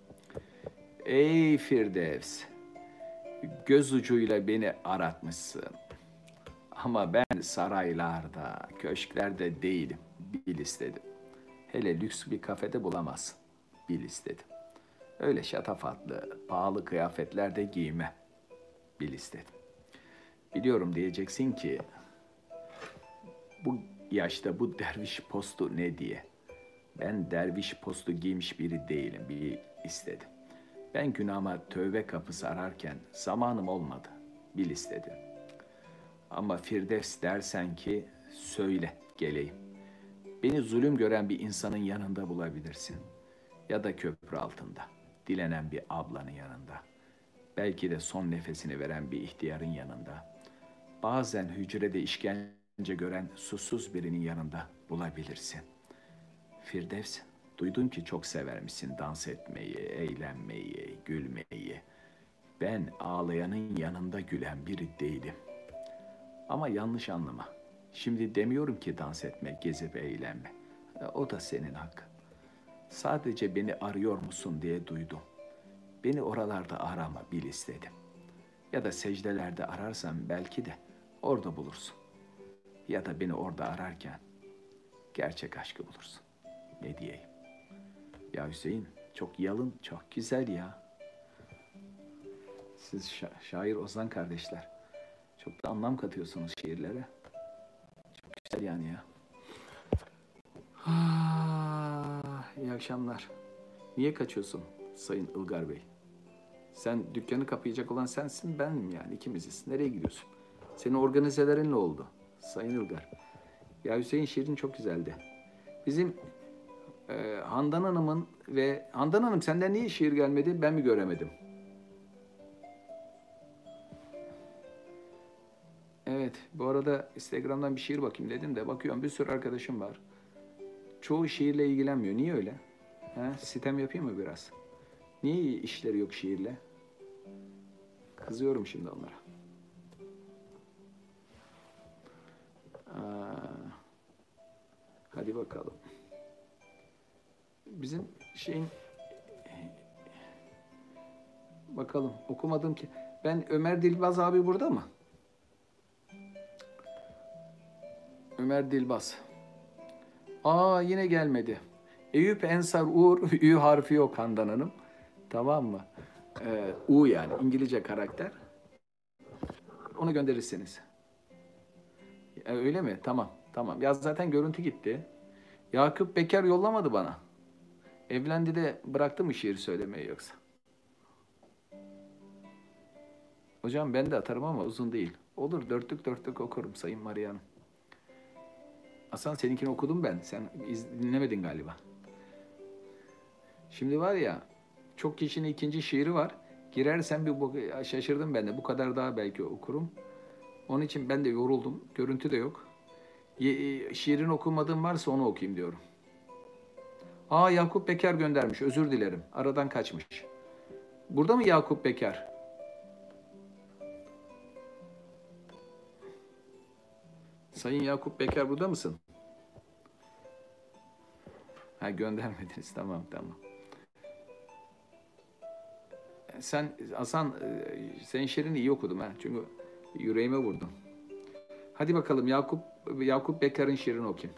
Ey Firdevs, göz ucuyla beni aratmışsın. Ama ben saraylarda, köşklerde değilim, bil istedim. Hele lüks bir kafede bulamazsın, bil istedim. Öyle şatafatlı, pahalı kıyafetlerde giyme, bil istedim. Biliyorum diyeceksin ki, bu yaşta bu derviş postu ne diye. Ben derviş postu giymiş biri değilim, bil istedim. Ben günahıma tövbe kapısı ararken zamanım olmadı, bil istedim. Ama Firdevs dersen ki söyle geleyim. Beni zulüm gören bir insanın yanında bulabilirsin. Ya da köprü altında, dilenen bir ablanın yanında. Belki de son nefesini veren bir ihtiyarın yanında. Bazen hücrede işkence gören susuz birinin yanında bulabilirsin. Firdevs, duydum ki çok severmişsin dans etmeyi, eğlenmeyi, gülmeyi. Ben ağlayanın yanında gülen biri değilim. Ama yanlış anlama. Şimdi demiyorum ki dans etme, gezip eğlenme. O da senin hakkın. Sadece beni arıyor musun diye duydum. Beni oralarda arama, bil istedim. Ya da secdelerde ararsan belki de orada bulursun. Ya da beni orada ararken gerçek aşkı bulursun. Ne diyeyim? Ya Hüseyin, çok yalın, çok güzel ya. Siz şa- şair Ozan kardeşler. Çok da anlam katıyorsunuz şiirlere. Çok güzel yani ya. Ah, iyi akşamlar. Niye kaçıyorsun Sayın Ilgar Bey? Sen dükkanı kapayacak olan sensin, benim yani ikimiziz. Nereye gidiyorsun? Senin organizelerin ne oldu Sayın Ilgar? Ya Hüseyin şiirin çok güzeldi. Bizim e, Handan Hanım'ın ve Handan Hanım senden niye şiir gelmedi? Ben mi göremedim? Evet, bu arada Instagram'dan bir şiir bakayım dedim de bakıyorum bir sürü arkadaşım var. Çoğu şiirle ilgilenmiyor. Niye öyle? Ha, sitem yapayım mı biraz? Niye işleri yok şiirle? Kızıyorum şimdi onlara. Aa, hadi bakalım. Bizim şeyin... Bakalım okumadım ki. Ben Ömer Dilbaz abi burada mı? Ömer Dilbaz. Aa yine gelmedi. Eyüp Ensar Uğur, Ü harfi yok Handan Hanım. Tamam mı? Ee, U yani İngilizce karakter. Onu gönderirsiniz. E, öyle mi? Tamam, tamam. Ya zaten görüntü gitti. Yakup Bekar yollamadı bana. Evlendi de bıraktı mı şiir söylemeyi yoksa? Hocam ben de atarım ama uzun değil. Olur dörtlük dörtlük okurum Sayın Maria Hanım. Hasan seninkini okudum ben. Sen iz, dinlemedin galiba. Şimdi var ya çok kişinin ikinci şiiri var. Girersen bir bu, şaşırdım ben de. Bu kadar daha belki okurum. Onun için ben de yoruldum. Görüntü de yok. Ye, şiirin okumadığım varsa onu okuyayım diyorum. Aa Yakup Bekar göndermiş. Özür dilerim. Aradan kaçmış. Burada mı Yakup Bekar? Sayın Yakup Bekar burada mısın? Ha göndermediniz. Tamam tamam. Sen Hasan senin şiirini iyi okudum ha. Çünkü yüreğime vurdun. Hadi bakalım Yakup Yakup Bekar'ın şiirini okuyayım.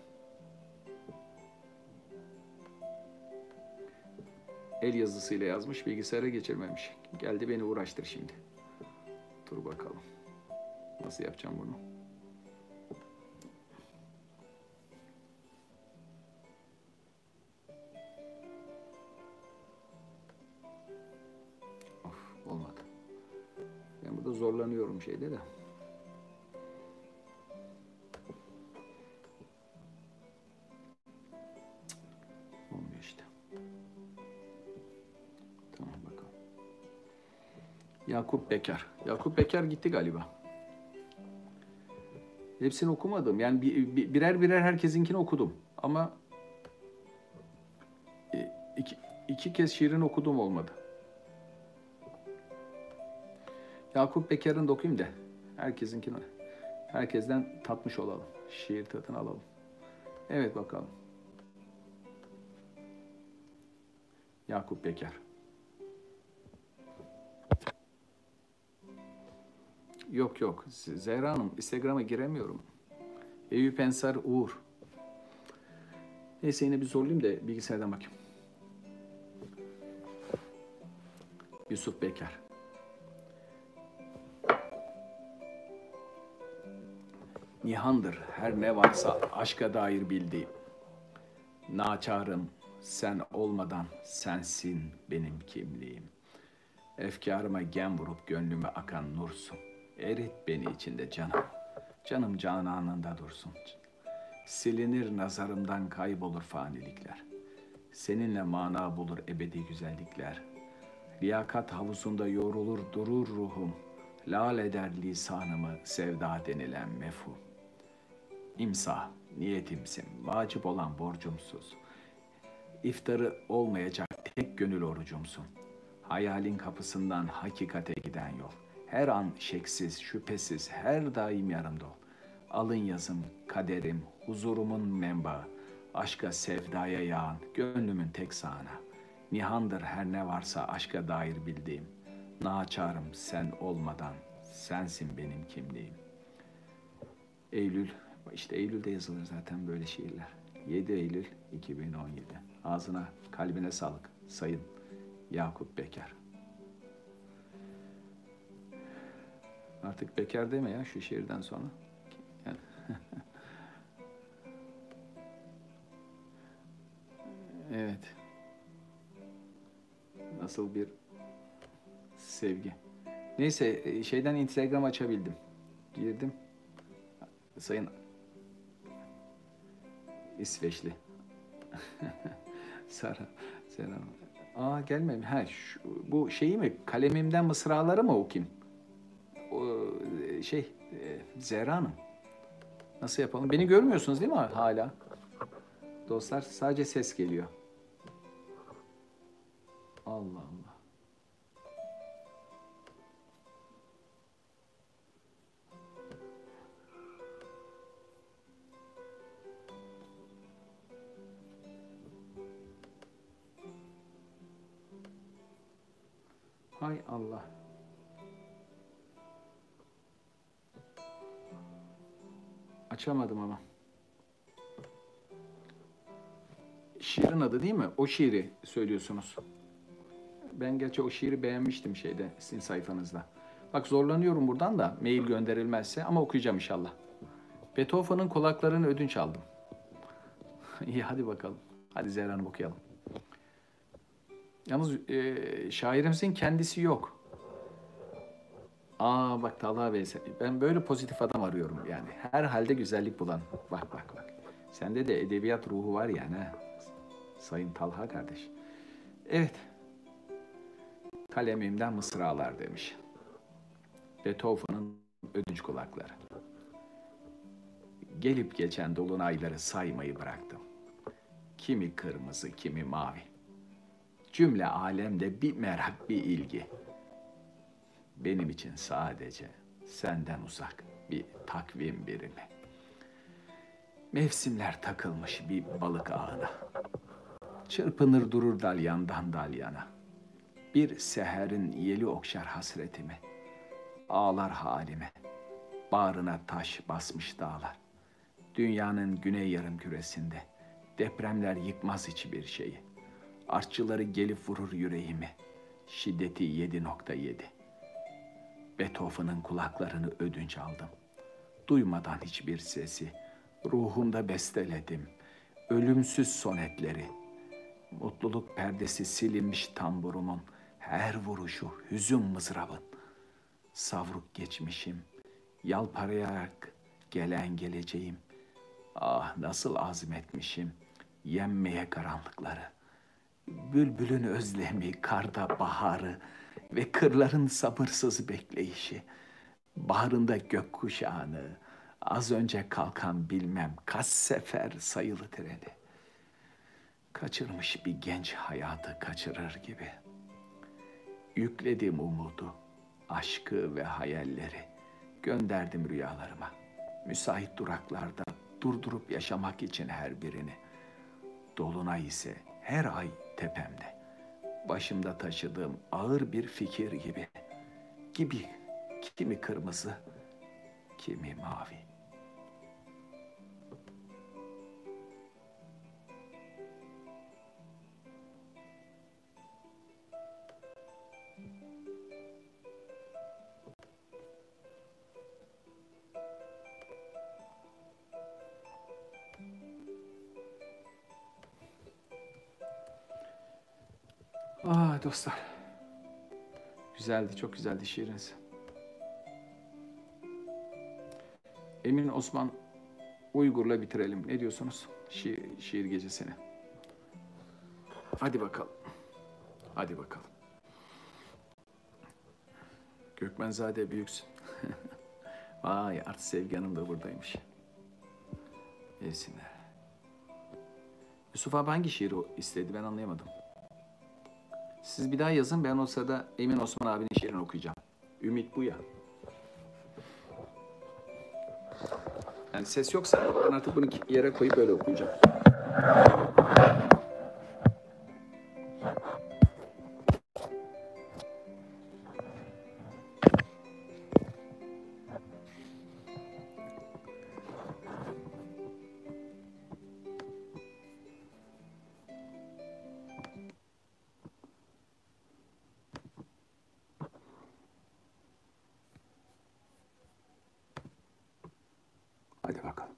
El yazısıyla yazmış, bilgisayara geçirmemiş. Geldi beni uğraştır şimdi. Dur bakalım. Nasıl yapacağım bunu? Of, olmadı. Ben burada zorlanıyorum şeyde de. Olmuyor işte. Tamam bakalım. Yakup Bekar. Yakup Bekar gitti galiba. Hepsini okumadım. Yani bir, birer birer herkesinkini okudum. Ama iki, iki kez şiirini okudum olmadı. Yakup Bekar'ın da okuyayım da herkesinkini, herkesten tatmış olalım. Şiir tadını alalım. Evet bakalım. Yakup Peker. Yok yok. Zehra Hanım, Instagram'a giremiyorum. Eyüp Ensar Uğur. Neyse yine bir zorlayayım da bilgisayardan bakayım. Yusuf Peker. Nihandır her ne varsa aşka dair bildiğim. Naçarım sen olmadan sensin benim kimliğim. Efkarıma gem vurup gönlüme akan nursun. Erit beni içinde canım. Canım cananında dursun. Silinir nazarımdan kaybolur fanilikler. Seninle mana bulur ebedi güzellikler. Liyakat havuzunda yorulur durur ruhum. Lal eder lisanımı sevda denilen mefhum. İmsa, niyetimsin, vacip olan borcumsuz. İftarı olmayacak tek gönül orucumsun. Hayalin kapısından hakikate giden yol. Her an şeksiz, şüphesiz, her daim yanımda ol. Alın yazım, kaderim, huzurumun menbaı. Aşka sevdaya yağan, gönlümün tek sağına. Nihandır her ne varsa aşka dair bildiğim. Naçarım sen olmadan, sensin benim kimliğim. Eylül, işte Eylül'de yazılır zaten böyle şiirler. yedi Eylül iki bin on yedi. Ağzına, kalbine sağlık Sayın Yakup Peker. Artık Peker deme ya şu şiirden sonra. Yani evet. Nasıl bir sevgi. Neyse şeyden Instagram açabildim. Girdim. Sayın İsveçli. Sara. Selam. Aa gelmem. Ha şu, bu şeyi mi? Kalemimden mısraları mı okuyayım? O, şey e, Zehra Hanım. Nasıl yapalım? Beni görmüyorsunuz değil mi hala? Dostlar sadece ses geliyor. Allah Allah. Hay Allah. Açamadım ama. Şiirin adı değil mi? O şiiri söylüyorsunuz. Ben gerçi o şiiri beğenmiştim şeyde, sizin sayfanızda. Bak zorlanıyorum buradan da mail gönderilmezse ama okuyacağım inşallah. Beethoven'ın kulaklarını ödünç aldım. İyi hadi bakalım. Hadi Zehra Hanım okuyalım. Yalnız e, şairimizin kendisi yok. Aa bak Talha Bey, ben böyle pozitif adam arıyorum yani. Her halde güzellik bulan. Bak bak bak. Sende de edebiyat ruhu var yani ha. Sayın Talha kardeş. Evet. Kalemimden mısralar demiş. Beethoven'ın ödünç kulakları. Gelip geçen dolunayları saymayı bıraktım. Kimi kırmızı, kimi mavi. Cümle alemde bir merak, bir ilgi. Benim için sadece senden uzak bir takvim birimi. Mevsimler takılmış bir balık ağına. Çırpınır durur dalyandan dalyana. Bir seherin yeli okşar hasretimi. Ağlar halime. Bağrına taş basmış dağlar. Dünyanın güney yarımküresinde depremler yıkmaz hiçbir şeyi. Artçıları gelip vurur yüreğimi. Şiddeti yedi nokta yedi. Beethoven'ın kulaklarını ödünç aldım. Duymadan hiçbir sesi, ruhumda besteledim. Ölümsüz sonetleri. Mutluluk perdesi silinmiş tamburumun her vuruşu hüzün mızrabın. Savruk geçmişim, yalparayarak gelen geleceğim. Ah nasıl azmetmişim yenmeye karanlıkları. Bülbülün özlemi, karda baharı ve kırların sabırsız bekleyişi. Baharında gökkuşağını, az önce kalkan bilmem kaç sefer sayılı treni. Kaçırmış bir genç hayatı kaçırır gibi. Yükledim umudu, aşkı ve hayalleri. Gönderdim rüyalarıma. Müsait duraklarda durdurup yaşamak için her birini. Dolunay ise her ay tepemde. başımda taşıdığım ağır bir fikir gibi. Gibi, kimi kırmızı, kimi mavi. Ah dostlar. Güzeldi, çok güzeldi şiiriniz. Emin Osman Uygur'la bitirelim. Ne diyorsunuz? Şiir, şiir gecesini. Hadi bakalım. Hadi bakalım. Gökmenzade büyüksün. Vay, artık Sevgi Hanım da buradaymış. Gelsinler. Yusuf abi hangi şiiri istedi, ben anlayamadım. Siz bir daha yazın, ben o sırada Emin Osman abinin şiirini okuyacağım. Ümit bu ya. Yani ses yoksa ben artık bunu yere koyup öyle okuyacağım. Hadi bakalım.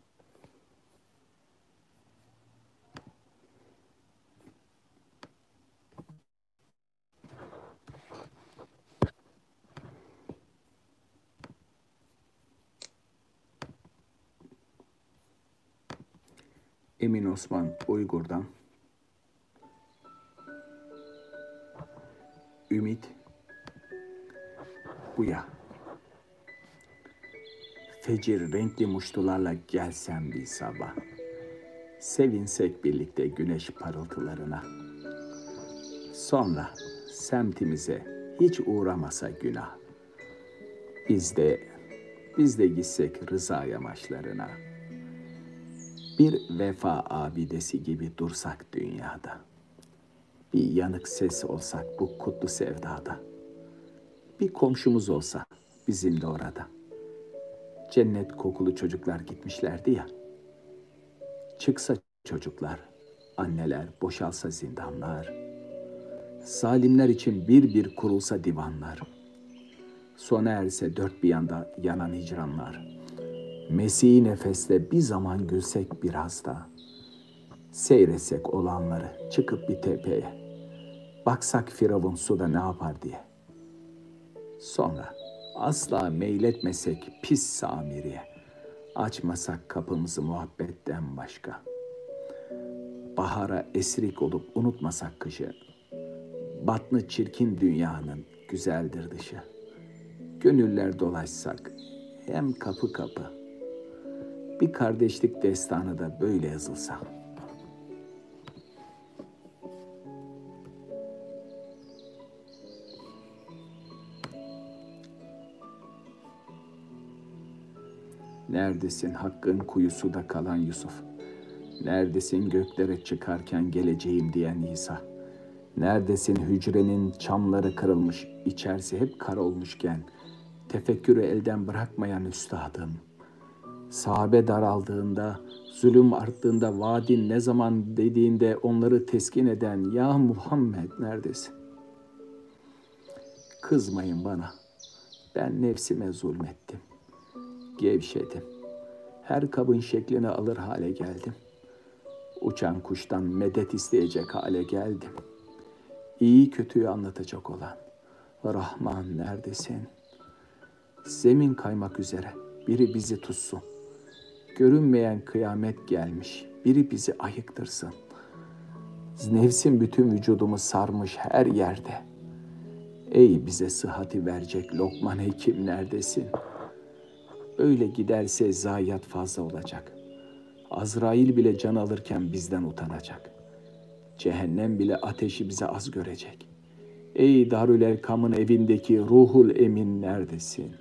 Emin Osman Uygur'dan Ümit Buya. Fecir renkli muştularla gelsem bir sabah. Sevinsek birlikte güneş parıltılarına. Sonra semtimize hiç uğramasa günah. Biz de, biz de gitsek rıza yamaçlarına. Bir vefa abidesi gibi dursak dünyada. Bir yanık ses olsak bu kutlu sevdada. Bir komşumuz olsa bizim de orada. Cennet kokulu çocuklar gitmişlerdi ya. Çıksa çocuklar, anneler, boşalsa zindanlar. Zalimler için bir bir kurulsa divanlar. Sona erse dört bir yanda yanan hicranlar. Mesih nefeste bir zaman gülsek biraz da. Seyretsek olanları çıkıp bir tepeye. Baksak Firavun suda ne yapar diye. Sonra asla meyletmesek pis Samiri'ye. Açmasak kapımızı muhabbetten başka. Bahara esrik olup unutmasak kışı. Batnı çirkin dünyanın güzeldir dışı. Gönüller dolaşsak hem kapı kapı. Bir kardeşlik destanı da böyle yazılsa. Neredesin hakkın kuyusuda kalan Yusuf? Neredesin göklere çıkarken geleceğim diyen İsa? Neredesin hücrenin çamları kırılmış, içerisi hep kar olmuşken, tefekkürü elden bırakmayan üstadım? Sahabe daraldığında, zulüm arttığında, vaadin ne zaman dediğinde onları teskin eden ya Muhammed neredesin? Kızmayın bana, ben nefsime zulmettim, gevşedim. Her kabın şeklini alır hale geldim. Uçan kuştan medet isteyecek hale geldim. İyi kötüyü anlatacak olan Rahman neredesin? Zemin kaymak üzere, biri bizi tutsun. Görünmeyen kıyamet gelmiş, biri bizi ayıktırsın. Nefsin bütün vücudumu sarmış her yerde. Ey bize sıhhati verecek Lokman Hekim neredesin? Öyle giderse zayiat fazla olacak. Azrail bile can alırken bizden utanacak. Cehennem bile ateşi bize az görecek. Ey Darül Erkam'ın evindeki Ruhul Emin neredesin?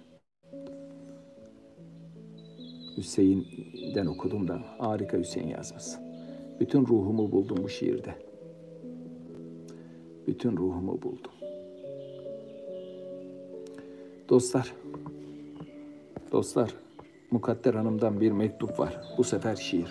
Hüseyin'den okudum da harika Hüseyin yazmış. Bütün ruhumu buldum bu şiirde. Bütün ruhumu buldum. Dostlar, dostlar, Mukadder Hanım'dan bir mektup var. Bu sefer şiir.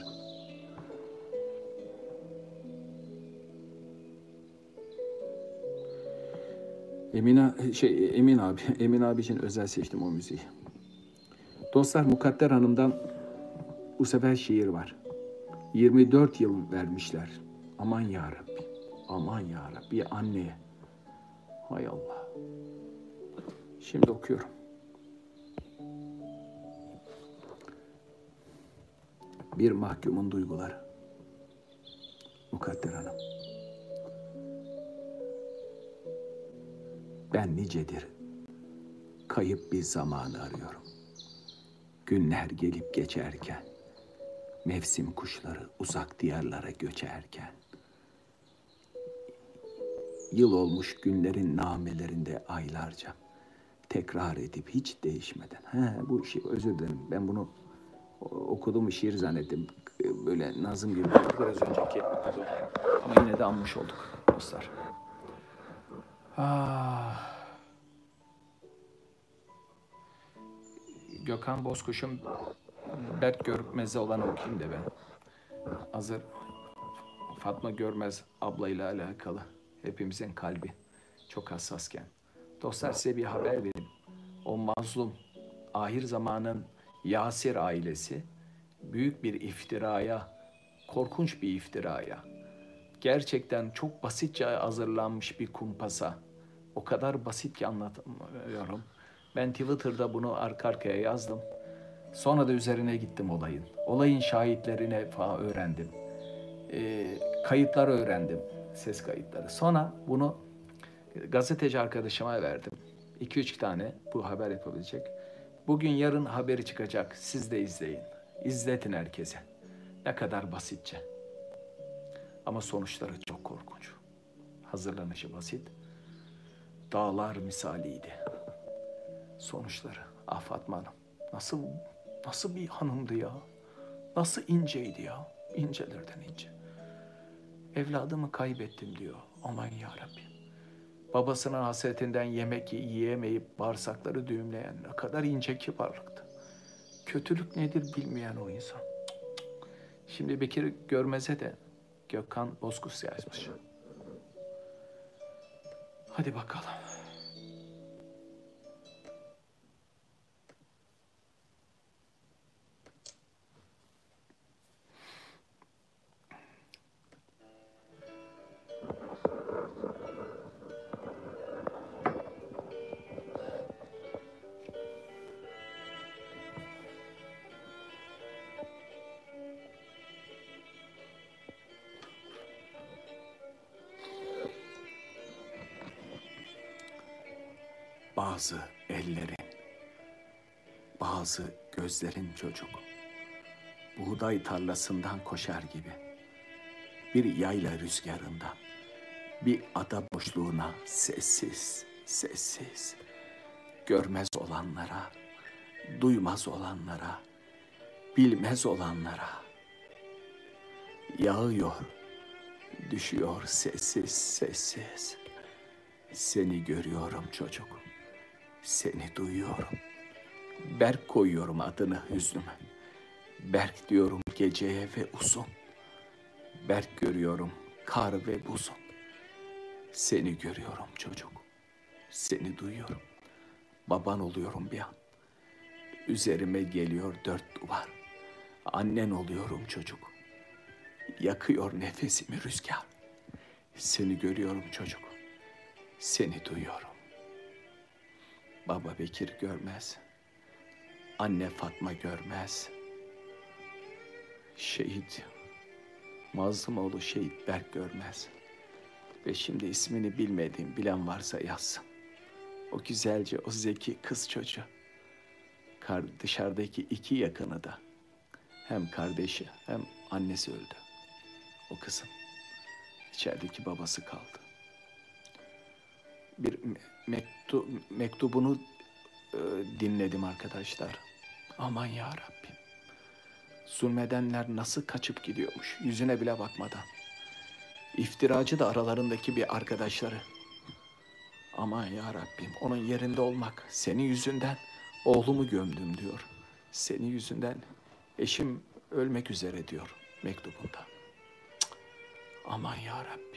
Emin, şey, Emin abi, Emin abi için özel seçtim o müziği. Dostlar, Mukadder Hanım'dan bu sefer şiir var. yirmi dört yıl vermişler. Aman ya Rabbi, aman ya Rabbi, anneye. Hay Allah. Şimdi okuyorum. Bir mahkumun duyguları. Mukadder Hanım. Ben nicedir kayıp bir zamanı arıyorum. Günler gelip geçerken, mevsim kuşları uzak diyarlara göçerken, yıl olmuş günlerin namelerinde aylarca tekrar edip hiç değişmeden. He, bu şey, özür dilerim, ben bunu okuduğum şiir zannettim. Böyle Nazım gibi biraz önceki okudum. Ama yine de anmış olduk dostlar. Ah. Gökhan Bozkuş'un Dert Görmez'e olan okuyayım da ben. Hazır Fatma Görmez ablayla alakalı. Hepimizin kalbi çok hassasken. Dostlar, size bir haber vereyim. O mazlum ahir zamanın Yasir ailesi büyük bir iftiraya, korkunç bir iftiraya, gerçekten çok basitçe hazırlanmış bir kumpasa, o kadar basit ki anlatamıyorum. Ben Twitter'da bunu arka arkaya yazdım. Sonra da üzerine gittim olayın. Olayın şahitlerine falan öğrendim. E, kayıtları öğrendim, ses kayıtları. Sonra bunu gazeteci arkadaşıma verdim. iki üç tane bu haber yapabilecek. Bugün yarın haberi çıkacak. Siz de izleyin. İzletin herkese. Ne kadar basitçe. Ama sonuçları çok korkunç. Hazırlanışı basit. Dağlar misaliydi. Sonuçları. Ah Fatma Hanım. Nasıl, nasıl bir hanımdı ya? Nasıl inceydi ya? İncelerden ince. Evladımı kaybettim diyor. Aman yarabbim. Babasının hasretinden yemek yiyemeyip bağırsakları düğümleyen ne kadar ince kibarlıktı. Kötülük nedir bilmeyen o insan. Şimdi Bekir Görmez'e de Gökhan Bozkuş yazmış. Hadi bakalım. Bazı ellerin, bazı gözlerin çocuk, buğday tarlasından koşar gibi, bir yayla rüzgarından, bir ada boşluğuna sessiz, sessiz, görmez olanlara, duymaz olanlara, bilmez olanlara, yağıyor, düşüyor sessiz, sessiz. Seni görüyorum çocuk. Seni duyuyorum. Berk koyuyorum adını hüznüme. Berk diyorum geceye ve uzun. Berk görüyorum kar ve buzun. Seni görüyorum çocuk. Seni duyuyorum. Baban oluyorum bir an. Üzerime geliyor dört duvar. Annen oluyorum çocuk. Yakıyor nefesimi rüzgar. Seni görüyorum çocuk. Seni duyuyorum. Baba Bekir Görmez, anne Fatma Görmez, şehit Mazlumoğlu şehit Berk Görmez ve şimdi ismini bilmediğim bilen varsa yazsın. O güzelce, o zeki kız çocuğu, Kar, dışarıdaki iki yakını da, hem kardeşi hem annesi öldü. O kızın içerideki babası kaldı. Bir mektu, mektubunu e, dinledim arkadaşlar. Aman ya Rabbim. Zulmedenler nasıl kaçıp gidiyormuş yüzüne bile bakmadan. İftiracı da aralarındaki bir arkadaşları. Aman ya Rabbim, onun yerinde olmak. Senin yüzünden oğlumu gömdüm diyor. Senin yüzünden eşim ölmek üzere diyor mektubunda. Cık, aman ya Rabbim.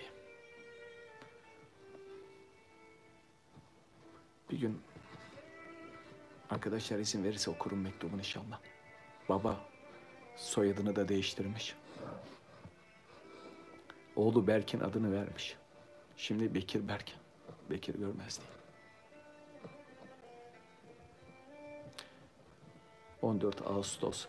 Bir gün arkadaşlar izin verirse okurum mektubunu inşallah. Baba soyadını da değiştirmiş. Oğlu Berk'in adını vermiş. Şimdi Bekir Berk. Bekir Görmez değil. on dört Ağustos.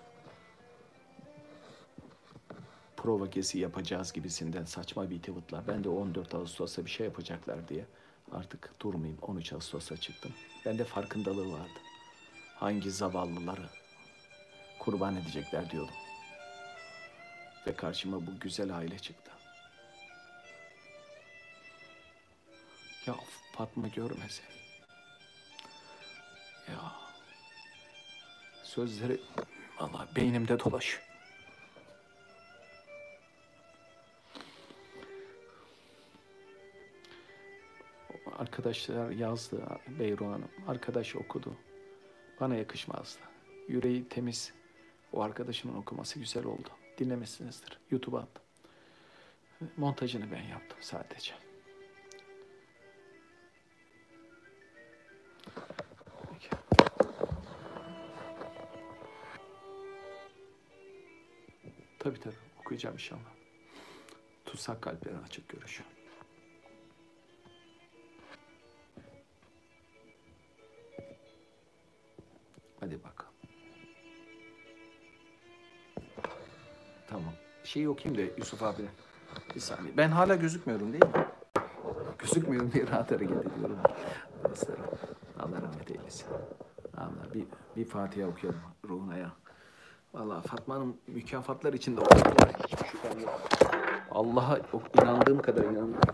Prova gezi yapacağız gibisinden saçma bir tweetla. Ben de on dört Ağustos'ta bir şey yapacaklar diye artık durmayayım. on üç Ağustos'a çıktım. Bende farkındalığı vardı. Hangi zavallıları kurban edecekler diyordum. Ve karşıma bu güzel aile çıktı. Ya Fatma Görmez'i. Ya sözleri vallahi beynimde dolaşıyor. Arkadaşlar yazdı Beyru Hanım. Arkadaş okudu. Bana yakışmazdı. Yüreği temiz. O arkadaşımın okuması güzel oldu. Dinlemişsinizdir. YouTube'a attım. Montajını ben yaptım sadece. Peki. Tabii tabii okuyacağım inşallah. Tutsak kalplerin açık görüşü. Hadi bakalım. Tamam. Şeyi okuyayım da Yusuf abi. Bir saniye. Ben hala gözükmüyorum değil mi? Gözükmüyorum diye rahat hareket ediyorum. Dostlarım. Allah rahmet eylesin. Allah bir, bir Fatiha okuyalım ruhuna ya. Vallahi Fatma'nın mükafatlar içinde okudular. Hiçbir şüphem yok. Allah'a inandığım kadar inanıyorum.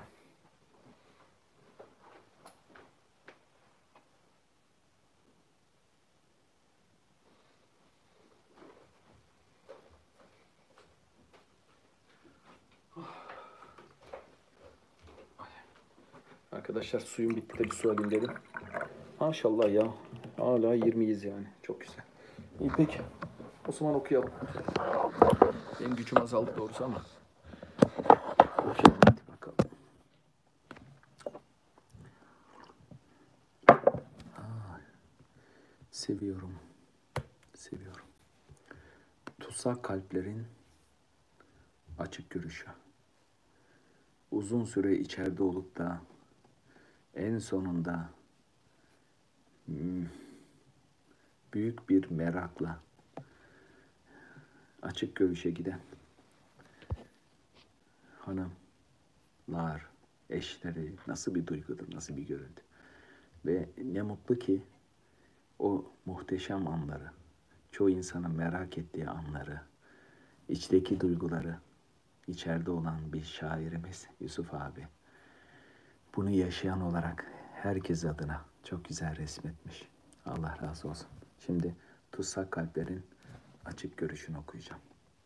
Arkadaşlar suyum bitti de bir su alayım dedim. Maşallah ya. Hala yirmiyiz yani. Çok güzel. İyi peki. O zaman okuyalım. Benim gücüm azaldı doğrusu ama. Okuyalım hadi bakalım. Aa, seviyorum. Seviyorum. Tutsak kalplerin açık görüşü. Uzun süre içeride olup da en sonunda hmm, büyük bir merakla açık görüşe giden hanımlar, eşleri nasıl bir duygudur, nasıl bir görüntü. Ve ne mutlu ki o muhteşem anları, çoğu insanın merak ettiği anları, içteki duyguları içeride olan bir şairimiz Yusuf abi. Bunu yaşayan olarak herkes adına çok güzel resmetmiş. Allah razı olsun. Şimdi Tutsak Kalpler'in açık görüşünü okuyacağım.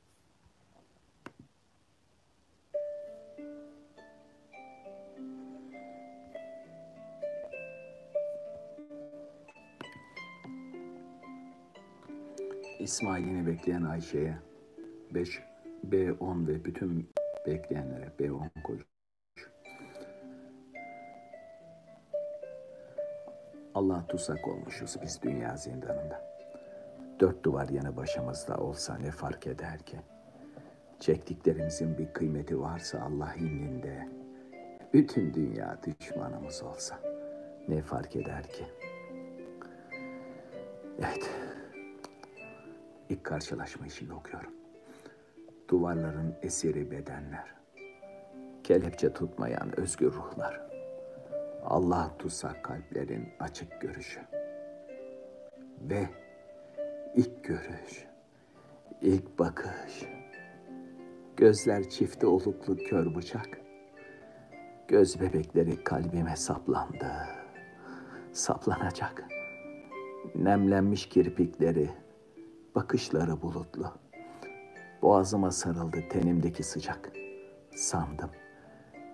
İsmail'ini bekleyen Ayşe'ye, beş B on ve bütün bekleyenlere B on koş. Allah tutsak olmuşuz biz dünya zindanında. Dört duvar yanı başımızda olsa ne fark eder ki? Çektiklerimizin bir kıymeti varsa Allah indinde, bütün dünya düşmanımız olsa ne fark eder ki? Evet, ilk karşılaşmayı şimdi okuyorum. Duvarların esiri bedenler, kelepçe tutmayan özgür ruhlar, Allah tutsak kalplerin açık görüşü ve ilk görüş, ilk bakış, gözler çifte oluklu kör bıçak, göz bebekleri kalbime saplandı, saplanacak, nemlenmiş kirpikleri, bakışları bulutlu, boğazıma sarıldı tenimdeki sıcak, sandım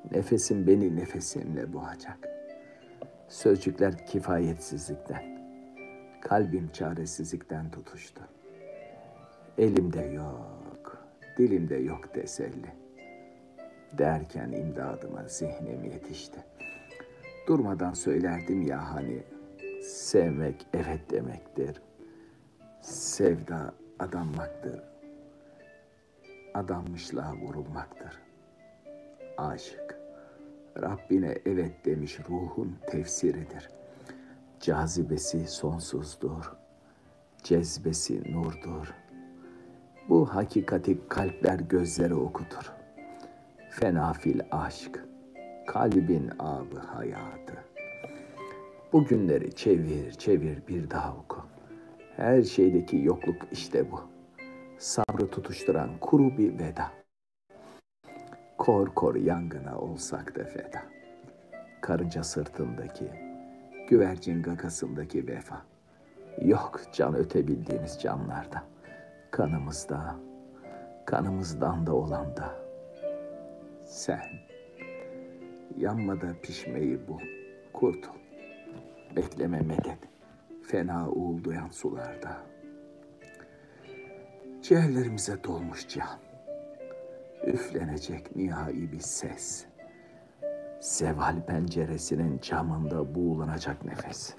Nefesim beni nefesimle boğacak. Sözcükler kifayetsizlikten, kalbim çaresizlikten tutuştu. Elimde yok, dilimde yok teselli. Derken imdadıma zihnim yetişti. Durmadan söylerdim ya hani, sevmek evet demektir. Sevda adanmaktır. Adanmışlığa vurulmaktır. Aşık, Rabbine evet demiş ruhun tefsiridir. Cazibesi sonsuzdur, cezbesi nurdur. Bu hakikati kalpler gözleri okutur. Fenafil aşk, kalbin abı hayatı. Bu günleri çevir çevir bir daha oku. Her şeydeki yokluk işte bu. Sabrı tutuşturan kuru bir veda. Kor kor yangına olsak da feda. Karınca sırtındaki, güvercin gagasındaki vefa. Yok can ötebildiğimiz canlarda. Kanımızda, kanımızdan da olan da. Sen, yanmada pişmeyi bul, kurtul. Bekleme medet, fena uğulduyan sularda. Ciğerlerimize dolmuş can. Üflenecek nihai bir ses. Zeval penceresinin camında buğulanacak nefes.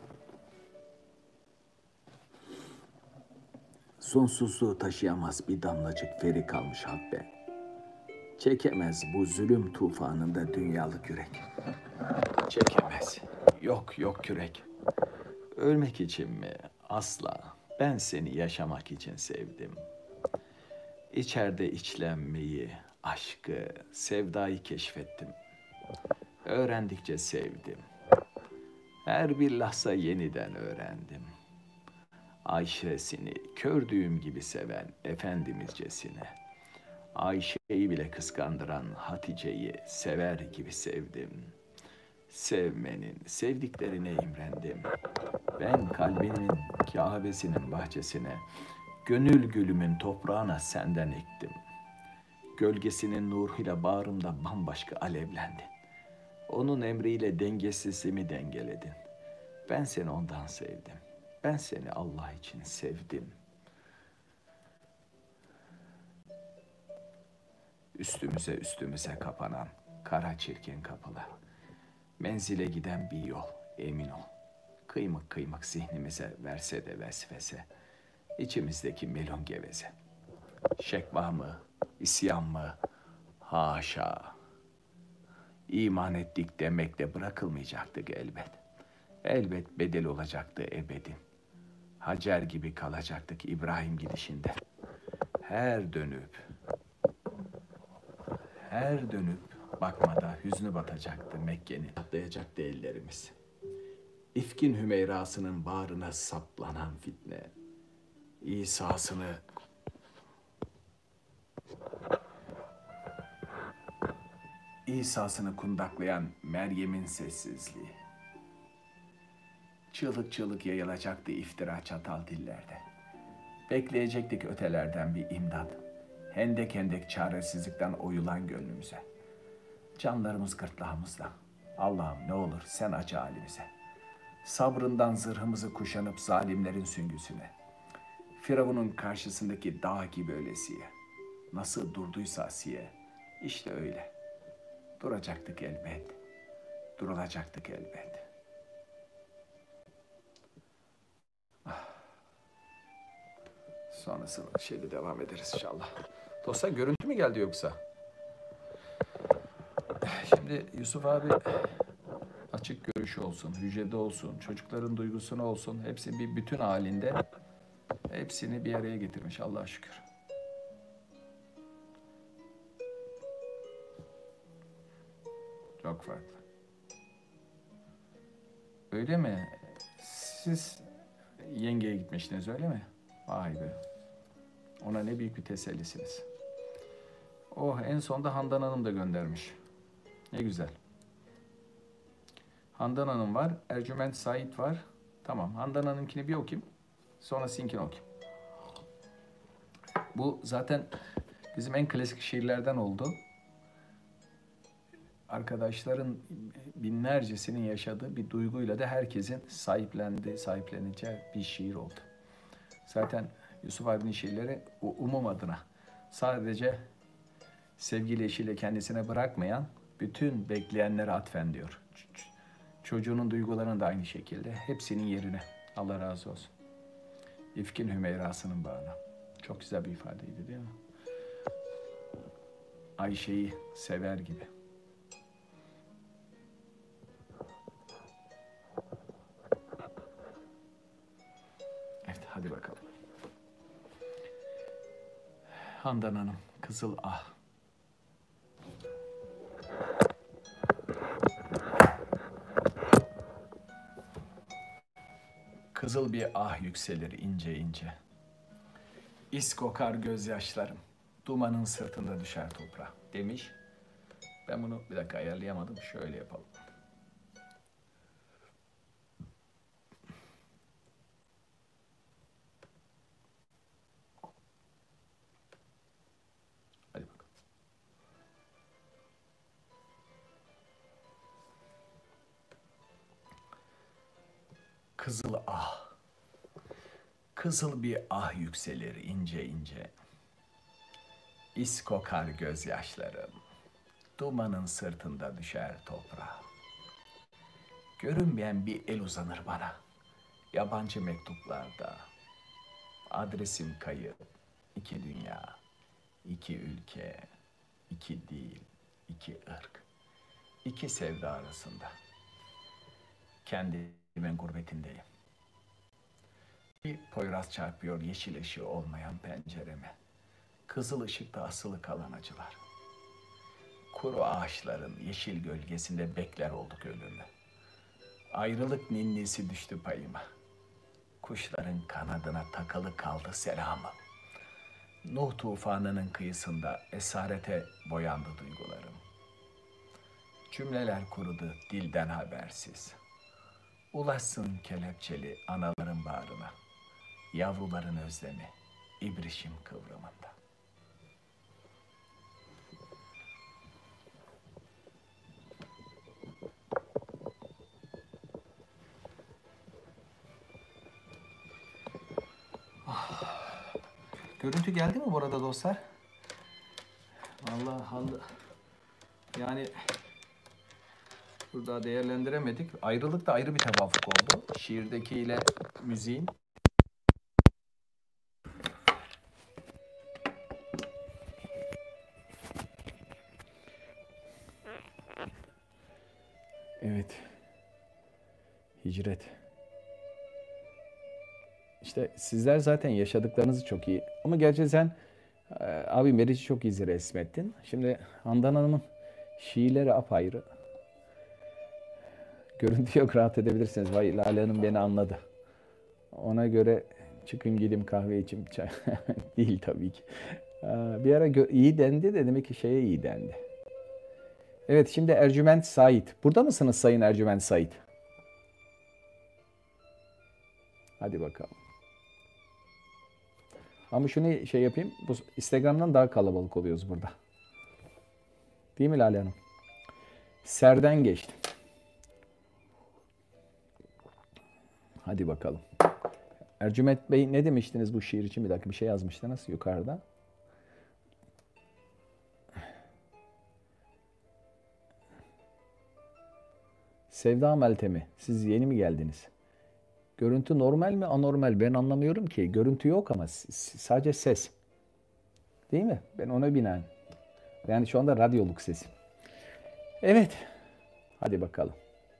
Sonsuzluğu taşıyamaz bir damlacık feri kalmış habbe. Çekemez bu zulüm tufanında dünyalık yürek. Çekemez. Yok yok yürek. Ölmek için mi? Asla. Ben seni yaşamak için sevdim. İçeride içlenmeyi, aşkı, sevdayı keşfettim. Öğrendikçe sevdim. Her bir lahza yeniden öğrendim. Ayşe'sini kördüğüm gibi seven Efendimizcesine, Ayşe'yi bile kıskandıran Hatice'yi sever gibi sevdim. Sevmenin, sevdiklerine imrendim. Ben kalbimin Kâbesinin bahçesine, gönül gülümün toprağına senden ektim. Gölgesinin nuruyla bağrımda bambaşka alevlendin. Onun emriyle dengesizliğimi dengeledin. Ben seni ondan sevdim. Ben seni Allah için sevdim. Üstümüze üstümüze kapanan kara çirkin kapılar. Menzile giden bir yol, emin ol. Kıymık kıymık zihnimize verse de vesvese. İçimizdeki melon geveze. Şekva mı, isyan mı? Haşa. İman ettik demekle bırakılmayacaktık elbet. Elbet bedel olacaktı ebedin. Hacer gibi kalacaktık İbrahim gidişinde. Her dönüp, her dönüp bakmada hüznü batacaktı Mekke'nin. Atlayacaktı ellerimiz. İfkin Hümeyrası'nın bağrına saplanan fitne. İsa'sını İsa'sını kundaklayan Meryem'in sessizliği. Çığlık çığlık yayılacaktı iftira çatal dillerde. Bekleyecektik ötelerden bir imdat. Hendek hendek çaresizlikten oyulan gönlümüze. Canlarımız gırtlağımızda. Allah'ım ne olur sen acı halimize. Sabrından zırhımızı kuşanıp zalimlerin süngüsüne. Firavun'un karşısındaki dağ gibi öylesiye. Nasıl durduysa Asiye, işte öyle. Duracaktık elbet. Durulacaktık elbet. Ah. Sonrasını şeyde devam ederiz inşallah. Dostlar görüntü mü geldi yoksa? Şimdi Yusuf abi açık görüşü olsun, hücrede olsun, çocukların duygusunu olsun, hepsi bir bütün halinde hepsini bir araya getirmiş Allah'a şükür. Çok farklı. Öyle mi? Siz yengeye gitmiştiniz öyle mi? Vay be. Ona ne büyük bir tesellisiniz. Oh en sonunda Handan Hanım da göndermiş. Ne güzel. Handan Hanım var, Ercüment Sait var. Tamam, Handan Hanım'kini bir okuyayım. Sonra sizinkini okuyayım. Bu zaten bizim en klasik şiirlerden oldu. arkadaşların binlercesinin yaşadığı bir duyguyla da herkesin sahiplendiği, sahipleneceği bir şiir oldu. Zaten Yusuf abinin şiirleri umum adına sadece sevgili eşiyle kendisine bırakmayan bütün bekleyenlere atfen diyor. Çocuğunun duygularını da aynı şekilde hepsinin yerine. Allah razı olsun. İfkin Hümeyra'sının bağına. Çok güzel bir ifadeydi değil mi? Ayşe'yi sever gibi. Evet, hadi bakalım. Handan Hanım, Kızıl Ah. Kızıl bir ah yükselir ince ince. İs kokar gözyaşlarım. Dumanın sırtında düşer toprağa demiş. Ben bunu bir dakika ayarlayamadım. Şöyle yapalım. Hadi bakalım. Kızıl ah. Kızıl bir ah yükselir ince ince. İs kokar gözyaşlarım. Dumanın sırtında düşer toprağa. Görünmeyen bir el uzanır bana. Yabancı mektuplarda. Adresim kayıp. İki dünya, iki ülke, iki dil, iki ırk, iki sevda arasında. Kendimin gurbetindeyim. Bir Poyraz çarpıyor yeşil ışığı olmayan pencereme. Kızıl ışıkta asılı kalan acılar. Kuru ağaçların yeşil gölgesinde bekler olduk ölümü. Ayrılık ninnisi düştü payıma. Kuşların kanadına takılı kaldı selamı. Nuh tufanının kıyısında esarete boyandı duygularım. Cümleler kurudu dilden habersiz. Ulaşsın kelepçeli anaların bağrına. Yavruların özlemi ibrişim kıvrımında. Görüntü geldi mi bu arada dostlar? Vallahi Allah. Yani burada değerlendiremedik. Ayrılık da ayrı bir tevafuk oldu. Şiirdekiyle müziğin. Evet. Hicret. İşte sizler zaten yaşadıklarınızı çok iyi. Ama gerçi sen e, abi Meriç'i çok iyi resmettin. Şimdi Handan Hanım'ın şiirleri apayrı. Görüntü yok, rahat edebilirsiniz. Vay Lale Hanım beni anladı. Ona göre çıkın gidin kahve içim çay. Değil tabii ki. Bir ara iyi dendi de demek ki şeye iyi dendi. Evet, şimdi Ercüment Sait. Burada mısınız Sayın Ercüment Sait? Hadi bakalım. Ama şunu şey yapayım. Bu Instagram'dan daha kalabalık oluyoruz burada. Değil mi Lale Hanım? Serden geçtim. Hadi bakalım. Ercüment Bey ne demiştiniz bu şiir için? Bir dakika bir şey yazmıştınız yukarıda. Sevda Meltemi, siz yeni mi geldiniz? Görüntü normal mi anormal? Ben anlamıyorum ki. Görüntü yok ama sadece ses. Değil mi? Ben ona binaen. Yani şu anda radyoluk sesim. Evet. Hadi bakalım.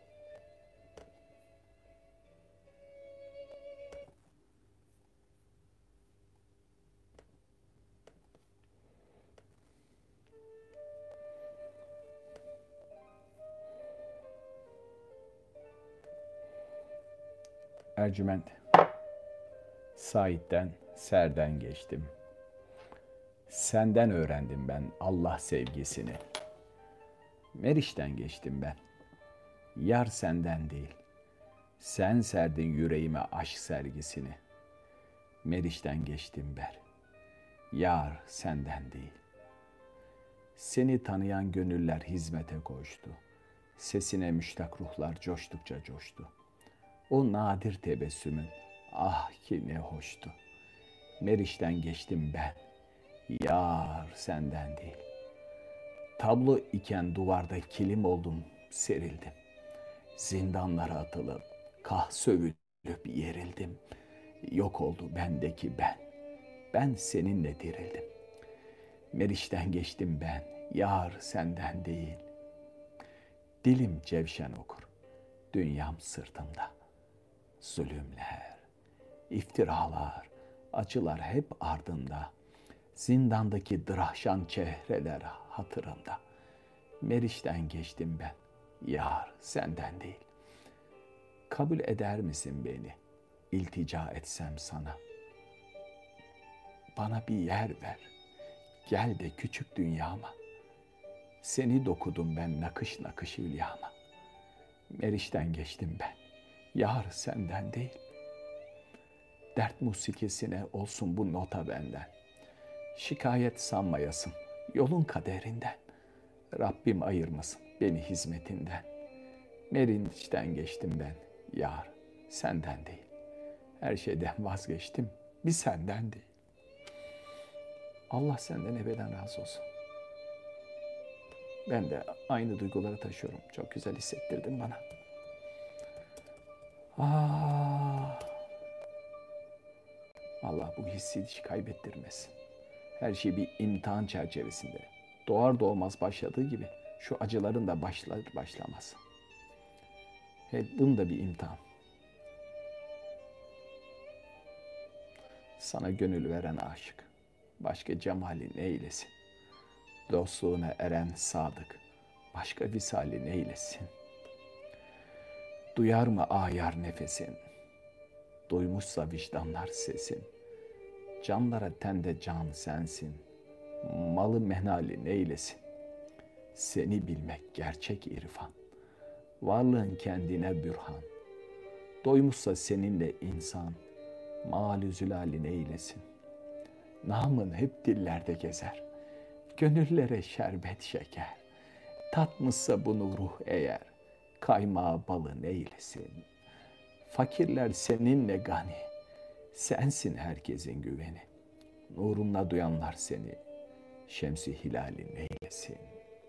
Ercüment. Sait'ten, Ser'den geçtim. Senden öğrendim ben Allah sevgisini. Meriç'ten geçtim ben. Yar senden değil. Sen serdin yüreğime aşk sergisini. Meriç'ten geçtim ber. Yar senden değil. Seni tanıyan gönüller hizmete koştu. Sesine müştak ruhlar coştukça coştu. O nadir tebessümün ah ki ne hoştu. Meriç'ten geçtim ben, yar senden değil. Tablo iken duvarda kilim oldum, serildim. Zindanlara atılıp, kah sövülüp yerildim. Yok oldu bendeki ben, ben seninle dirildim. Meriç'ten geçtim ben, yar senden değil. Dilim cevşen okur, dünyam sırtımda. Zulümler, iftiralar, acılar hep ardında. Zindandaki drahşan çehreler hatırımda. Meriç'ten geçtim ben, yar senden değil. Kabul eder misin beni, iltica etsem sana? Bana bir yer ver, gel de küçük dünyama. Seni dokudum ben nakış nakış hülyama. Meriç'ten geçtim ben, yar senden değil. Dert musikesine olsun bu nota benden. Şikayet sanmayasın yolun kaderinden. Rabbim ayırmasın beni hizmetinden. Meriç'ten geçtim ben, yar senden değil. Her şeyden vazgeçtim, bir senden değil. Allah senden ebeden razı olsun. Ben de aynı duyguları taşıyorum. Çok güzel hissettirdin bana. Ah, Allah bu hissi hiç kaybettirmesin. Her şey bir imtihan çerçevesinde. Doğar doğmaz başladığı gibi şu acıların da başlar başlamaz. Hep bunun da bir imtihan. Sana gönül veren aşık, başka cemalin eylesin. Dostluğuna eren sadık, başka visalin eylesin. Duyar mı ayar nefesin, duymuşsa vicdanlar sesin. Canlara tende can sensin, malı menalin eylesin. Seni bilmek gerçek irfan, varlığın kendine bürhan. Doymuşsa seninle insan, mal-i zülalin eylesin. Namın hep dillerde gezer, gönüllere şerbet şeker. Tatmışsa bunu ruh eğer, kaymağı balın eylesin. Fakirler seninle gani, sensin herkesin güveni. Nurunla duyanlar seni, şemsi hilalin eylesin.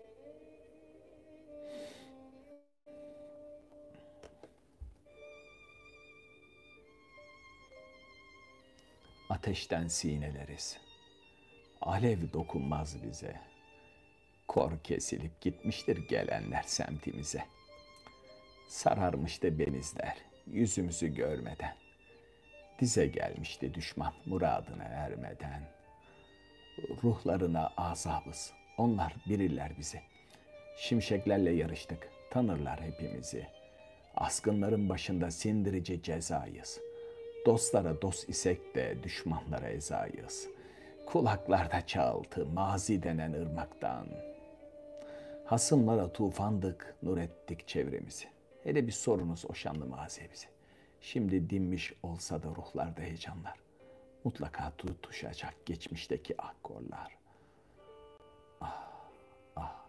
Ateşten sineleriz, alev dokunmaz bize. Kor kesilip gitmiştir gelenler semtimize. Sararmıştı benizler yüzümüzü görmeden. Dize gelmişti düşman muradına ermeden. Ruhlarına azabız, onlar bilirler bizi. Şimşeklerle yarıştık, tanırlar hepimizi. Askınların başında sindirici cezayız. Dostlara dost isek de düşmanlara ezayız. Kulaklarda çağıltı mazi denen ırmaktan. Hasımlara tufandık, nur ettik çevremizi. Hele bir sorunuz o şanlı mazi bizi. Şimdi dinmiş olsa da ruhlarda heyecanlar. Mutlaka tutuşacak geçmişteki akkorlar. Ah, ah.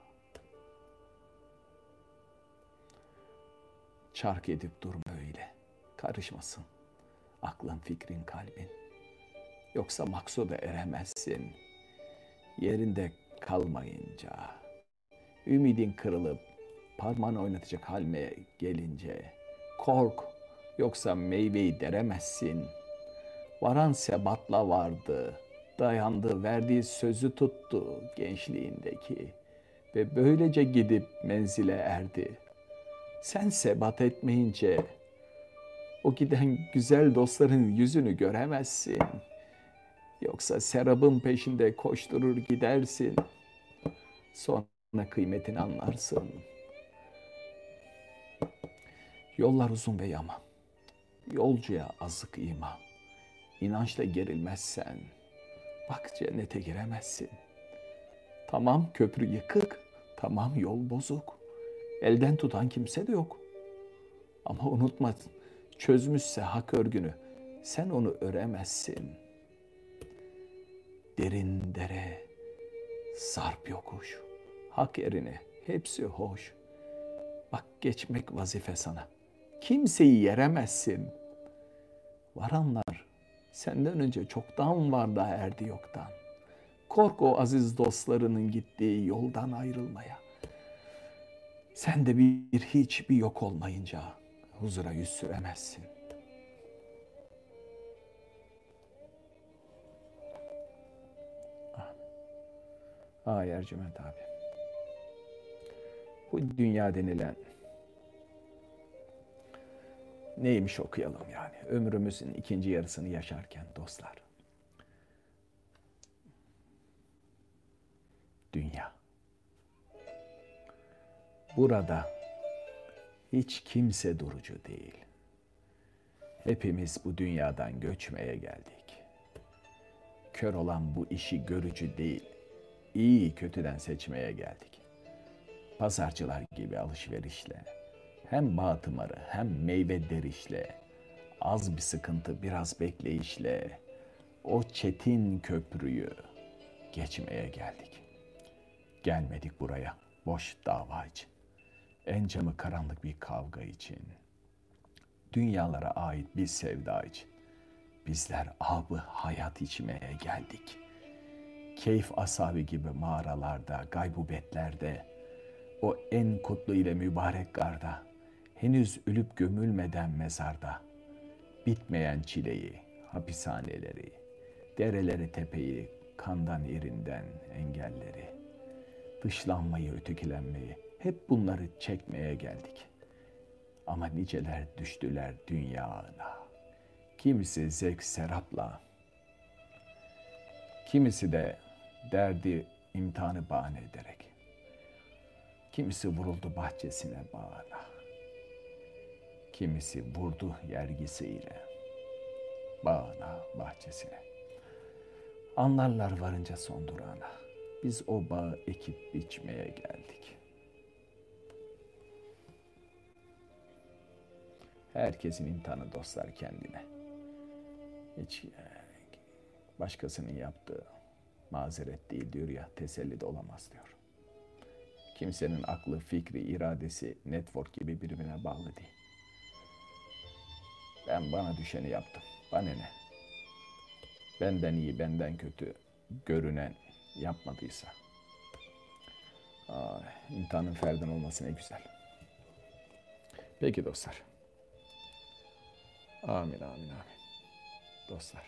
Çark edip durma öyle. Karışmasın aklın, fikrin, kalbin. Yoksa maksuda eremezsin. Yerinde kalmayınca, ümidin kırılıp parmağını oynatacak halime gelince, kork, yoksa meyveyi deremezsin. Varan sebatla vardı, dayandı, verdiği sözü tuttu gençliğindeki ve böylece gidip menzile erdi. Sen sebat etmeyince o giden güzel dostların yüzünü göremezsin. Yoksa serabın peşinde koşturur gidersin. Sonra kıymetini anlarsın. Yollar uzun ve yaman. Yolcuya azık iman. İnançla gerilmezsen bak cennete giremezsin. Tamam köprü yıkık, tamam yol bozuk. Elden tutan kimse de yok. Ama unutma, çözmüşse hak örgünü sen onu öremezsin. Derin dere, sarp yokuş, hak erini, hepsi hoş. Bak geçmek vazife sana. Kimseyi yeremezsin. Varanlar senden önce çoktan var da erdi yoktan. Kork o aziz dostlarının gittiği yoldan ayrılmaya. Sen de bir hiç bir yok olmayınca huzura yüz süremezsin. Ah, ah Ercüment abi. Bu dünya denilen neymiş okuyalım yani. Ömrümüzün ikinci yarısını yaşarken dostlar. Dünya. Burada hiç kimse durucu değil. Hepimiz bu dünyadan göçmeye geldik. Kör olan bu işi görücü değil, iyi kötüden seçmeye geldik. Pazarcılar gibi alışverişle, hem bağ tımarı hem meyve derişle, az bir sıkıntı biraz bekleyişle, o çetin köprüyü geçmeye geldik. Gelmedik buraya boş dava için, en camı karanlık bir kavga için, dünyalara ait bir sevda için. Bizler abı hayat içmeye geldik. Keyif asabi gibi mağaralarda, gaybubetlerde, o en kutlu ile mübarek garda, henüz ölüp gömülmeden mezarda, bitmeyen çileyi, hapishaneleri, dereleri tepeyi, kandan irinden engelleri, dışlanmayı, ötekilenmeyi, hep bunları çekmeye geldik. Ama niceler düştüler dünyana. Kimisi zevk serapla, kimisi de derdi imtihanı bahane ederek, kimisi vuruldu bahçesine bağına, kimisi vurdu yergisiyle bağına, bahçesine. Anlarlar varınca son durağına, biz o bağı ekip biçmeye geldik. Herkesin imtihanı dostlar kendine. Hiç başkasının yaptığı mazeret değil diyor ya, teselli de olamaz diyor. Kimsenin aklı, fikri, iradesi network gibi birbirine bağlı değil. Ben bana düşeni yaptım. Bana ne? Benden iyi, benden kötü görünen yapmadıysa. Aa, imtihanın ferden olması ne güzel. Peki dostlar. Amin, amin, amin. Dostlar.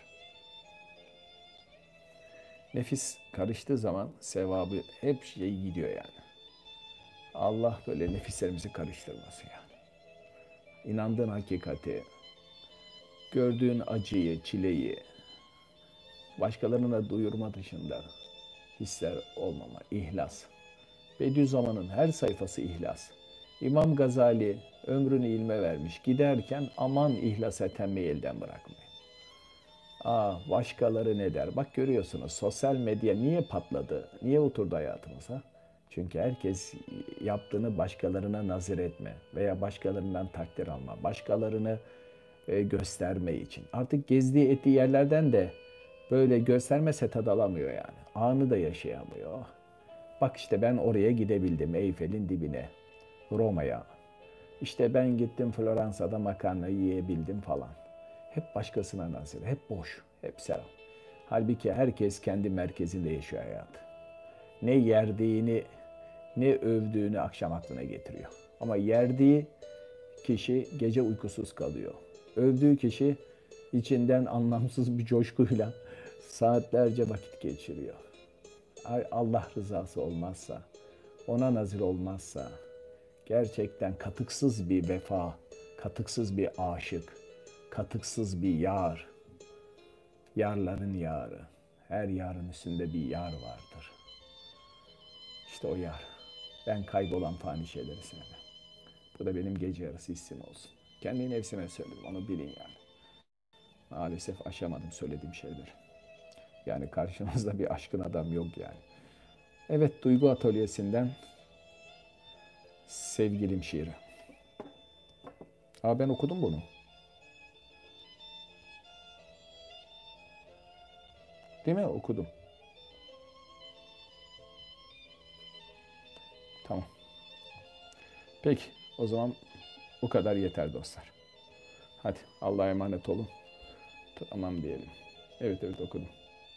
Nefis karıştığı zaman sevabı hep şey gidiyor yani. Allah böyle nefislerimizi karıştırmasın yani. İnandığın hakikati, gördüğün acıyı, çileyi, başkalarına duyurma dışında hisler olmama, ihlas. Bediüzzaman'ın her sayfası ihlas. İmam Gazali ömrünü ilme vermiş. Giderken aman ihlasa temmeyi elden bırakmayın. Aa, başkaları ne der? Bak görüyorsunuz sosyal medya niye patladı? Niye oturdu hayatımıza? Çünkü herkes yaptığını başkalarına nazir etme veya başkalarından takdir alma, başkalarını e, gösterme için. Artık gezdiği ettiği yerlerden de böyle göstermese tad alamıyor yani. Anı da yaşayamıyor. Bak işte ben oraya gidebildim, Eyfel'in dibine, Roma'ya. İşte ben gittim Floransa'da makarna yiyebildim falan. Hep başkasına nazır, hep boş, hep serap. Halbuki herkes kendi merkezinde yaşıyor hayatı. Ne yerdiğini, ne övdüğünü akşam aklına getiriyor. Ama yerdiği kişi gece uykusuz kalıyor. Övdüğü kişi içinden anlamsız bir coşkuyla saatlerce vakit geçiriyor. Allah rızası olmazsa, ona nazır olmazsa, gerçekten katıksız bir vefa, katıksız bir aşık, katıksız bir yar, yarların yarı, her yarın üstünde bir yar vardır. İşte o yar. Ben kaybolan fani şeyleri sevmem. Bu da benim gece yarısı hissim olsun. Kendi nefsime söyledim, onu bilin yani. Maalesef aşamadım söylediğim şeyleri. Yani karşınızda bir aşkın adam yok yani. Evet, Duygu Atölyesi'nden Sevgilim şiiri. Aa, ben okudum bunu. Değil mi? Okudum. Tamam. Peki o zaman bu kadar yeter dostlar. Hadi Allah'a emanet olun. Tamam diyelim. Evet evet okudum.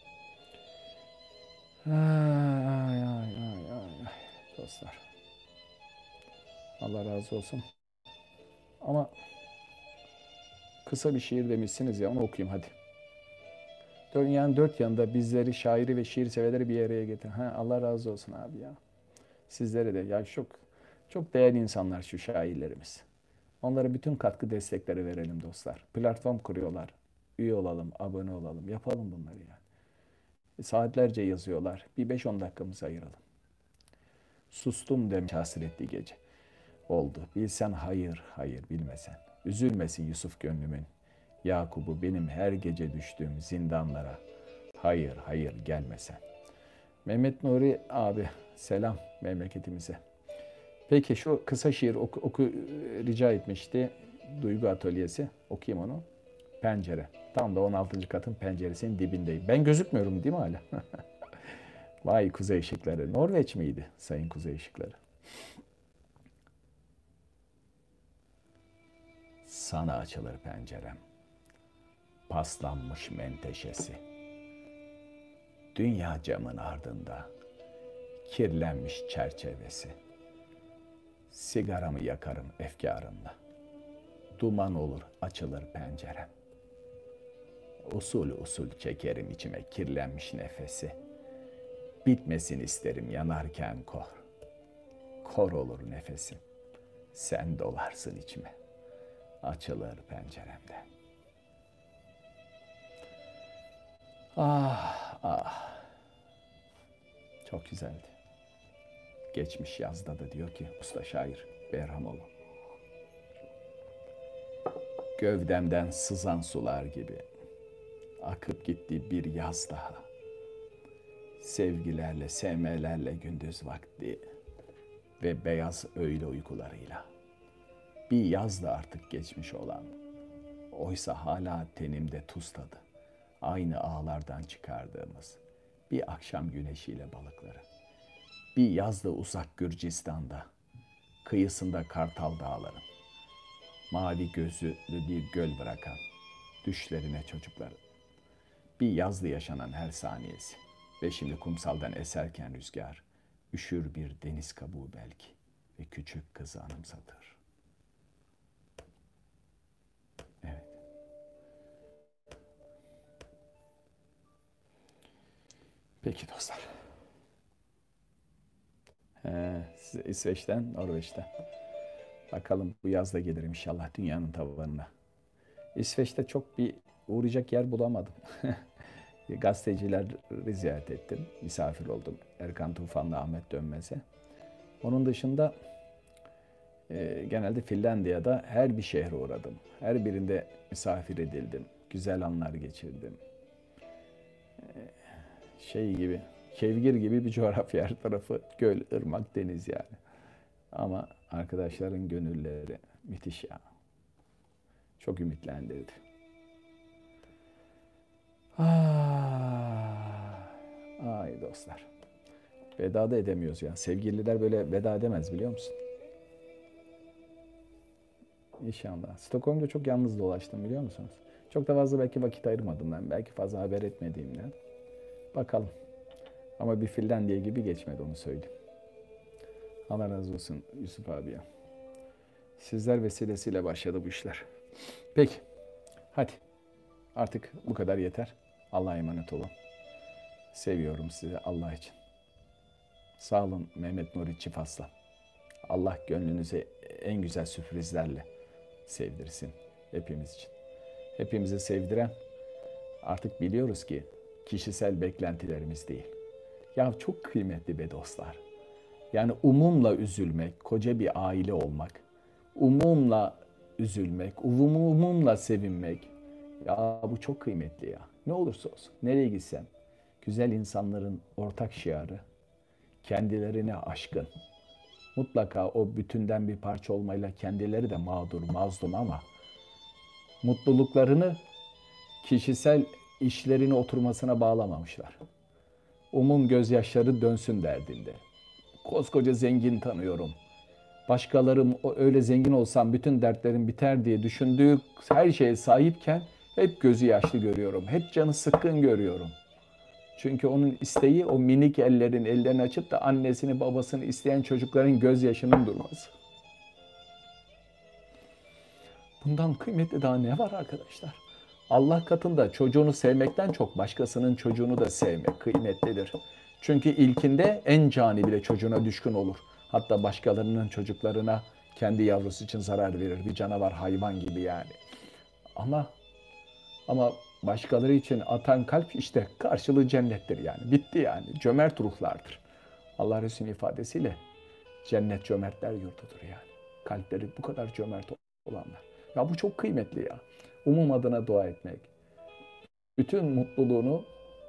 Ay ay ay ay ay dostlar. Allah razı olsun. Ama kısa bir şiir demişsiniz ya, onu okuyayım hadi. Dünyanın dört yanında bizleri, şairi ve şiir severleri bir araya getir. Ha, Allah razı olsun abi ya. Sizlere de. Ya çok çok değerli insanlar şu şairlerimiz. Onlara bütün katkı destekleri verelim dostlar. Platform kuruyorlar. Üye olalım, abone olalım. Yapalım bunları yani. E, saatlerce yazıyorlar. Bir beş on dakikamızı ayıralım. Sustum demiş hasretli gece. Oldu. Bilsen hayır, hayır bilmesen. Üzülmesin Yusuf gönlümün. Yakup'u benim her gece düştüğüm zindanlara. Hayır, hayır gelmesen. Mehmet Nuri abi selam memleketimize. Peki şu kısa şiir oku, oku rica etmişti Duygu Atölyesi. Okuyayım onu. Pencere. Tam da on altıncı katın penceresinin dibindeyim. Ben gözükmüyorum değil mi hala? Vay kuzey ışıkları. Norveç miydi sayın kuzey ışıkları? Sana açılır pencerem. Paslanmış menteşesi. Dünya camın ardında kirlenmiş çerçevesi. Sigaramı yakarım efkarımla. Duman olur açılır pencerem. Usul usul çekerim içime kirlenmiş nefesi. Bitmesin isterim yanarken kor. Kor olur nefesim. Sen dolarsın içime. Açılır penceremden. Ah ah. Çok güzeldi. Geçmiş yazda da diyor ki usta şair Behramoğlu. Gövdemden sızan sular gibi akıp gitti bir yaz daha. Sevgilerle, sevmelerle gündüz vakti ve beyaz öğle uykularıyla. Bir yaz da artık geçmiş olan. Oysa hala tenimde tuz tadı. Aynı ağlardan çıkardığımız bir akşam güneşiyle balıkları. Bir yazda uzak Gürcistan'da, kıyısında Kartal Dağları, mavi gözlü bir göl bırakan düşlerine çocukları. Bir yazda yaşanan her saniyesi ve şimdi kumsaldan eserken rüzgar, üşür bir deniz kabuğu belki ve küçük kızı anımsatır. Evet. Peki dostlar. He, İsveç'ten, Norveç'ten. Bakalım bu yaz da gelirim inşallah dünyanın tavanına. İsveç'te çok bir uğrayacak yer bulamadım. Gazetecileri ziyaret ettim. Misafir oldum. Erkan Tufan'la Ahmet Dönmez'e. Onun dışında e, genelde Finlandiya'da her bir şehre uğradım. Her birinde misafir edildim. Güzel anlar geçirdim. E, şey gibi, Kevgir gibi bir coğrafya, her tarafı göl, ırmak, deniz yani. Ama arkadaşların gönülleri müthiş ya. Çok ümitlendirdi. Ah, ay dostlar. Veda da edemiyoruz ya. Sevgililer böyle veda edemez biliyor musun? İnşallah. Stockholm'da çok yalnız dolaştım biliyor musunuz? Çok da fazla belki vakit ayırmadım ben. Belki fazla haber etmediğimden. Bakalım. Ama bir Finlandiya gibi geçmedi onu söyleyeyim. Allah razı olsun Yusuf abi ya. Sizler vesilesiyle başladı bu işler. Peki. Hadi. Artık bu kadar yeter. Allah'a emanet olun. Seviyorum sizi Allah için. Sağ olun Mehmet Nuri Çifaslan. Allah gönlünüze en güzel sürprizlerle sevdirsin hepimiz için. Hepimizi sevdiren artık biliyoruz ki kişisel beklentilerimiz değil. Ya çok kıymetli be dostlar. Yani umumla üzülmek, koca bir aile olmak, umumla üzülmek, umumla sevinmek. Ya bu çok kıymetli ya. Ne olursa olsun, nereye gitsem, güzel insanların ortak şiarı, kendilerine aşkın. Mutlaka o bütünden bir parça olmayla kendileri de mağdur, mazlum ama mutluluklarını kişisel işlerine oturmasına bağlamamışlar. Umum gözyaşları dönsün derdinde. koskoca zengin tanıyorum. Başkalarım öyle zengin olsam bütün dertlerim biter diye düşündüğü her şeye sahipken hep gözü yaşlı görüyorum. Hep canı sıkkın görüyorum. Çünkü onun isteği o minik ellerin ellerini açıp da annesini babasını isteyen çocukların gözyaşının durması. Bundan kıymetli daha ne var arkadaşlar? Allah katında çocuğunu sevmekten çok başkasının çocuğunu da sevmek kıymetlidir. Çünkü ilkinde en cani bile çocuğuna düşkün olur. Hatta başkalarının çocuklarına kendi yavrusu için zarar verir. Bir canavar, hayvan gibi yani. Ama ama başkaları için atan kalp işte karşılığı cennettir yani. Bitti yani. Cömert ruhlardır. Allah Resulü'nün ifadesiyle cennet cömertler yurdudur yani. Kalpleri bu kadar cömert olanlar. Ya bu çok kıymetli ya. Umum adına dua etmek. Bütün mutluluğunu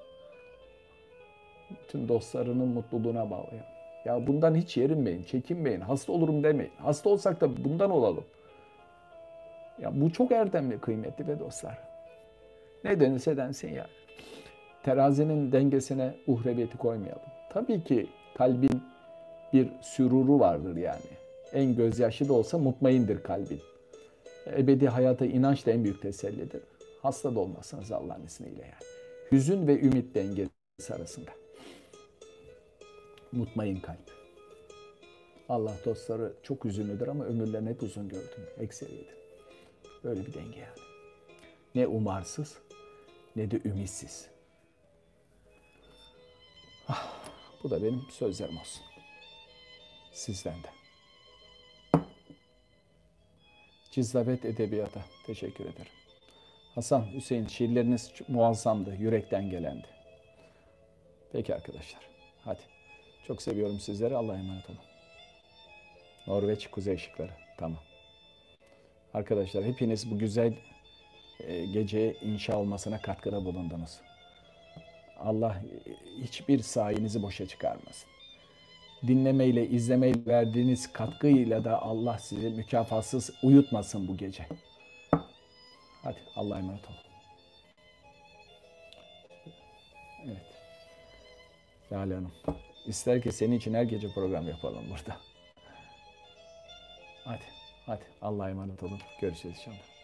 bütün dostlarının mutluluğuna bağlayan. Ya bundan hiç yerinmeyin, çekinmeyin, hasta olurum demeyin. Hasta olsak da bundan olalım. Ya bu çok erdemli, kıymetli ve dostlar. Ne denirse densin yani. Terazinin dengesine uhreviyeti koymayalım. Tabii ki kalbin bir süruru vardır yani. En gözyaşı da olsa mutmaindir kalbin. Ebedi hayata inanç da en büyük tesellidir. Hasta da olmazsınız Allah'ın izniyle yani. Hüzün ve ümit dengesi arasında. Mutmain kalp. Allah dostları çok hüzünlüdür ama ömürlerini hep uzun gördüm. Ekseridir. Böyle bir denge yani. Ne umarsız ne de ümitsiz. Ah, bu da benim sözlerim olsun. Sizden de. Cizabet Edebiyat'a teşekkür ederim. Hasan, Hüseyin, şiirleriniz muazzamdı, yürekten gelendi. Peki arkadaşlar, hadi. Çok seviyorum sizleri, Allah'a emanet olun. Norveç Kuzey Işıkları, tamam. Arkadaşlar hepiniz bu güzel geceye inşa olmasına katkıda bulundunuz. Allah hiçbir sayenizi boşa çıkarmasın. Dinlemeyle, izlemeyle verdiğiniz katkıyla da Allah sizi mükafatsız uyutmasın bu gece. Hadi Allah'a emanet olun. Evet. Lale Hanım. İster ki senin için her gece program yapalım burada. Hadi, hadi Allah'a emanet olun. Görüşürüz inşallah.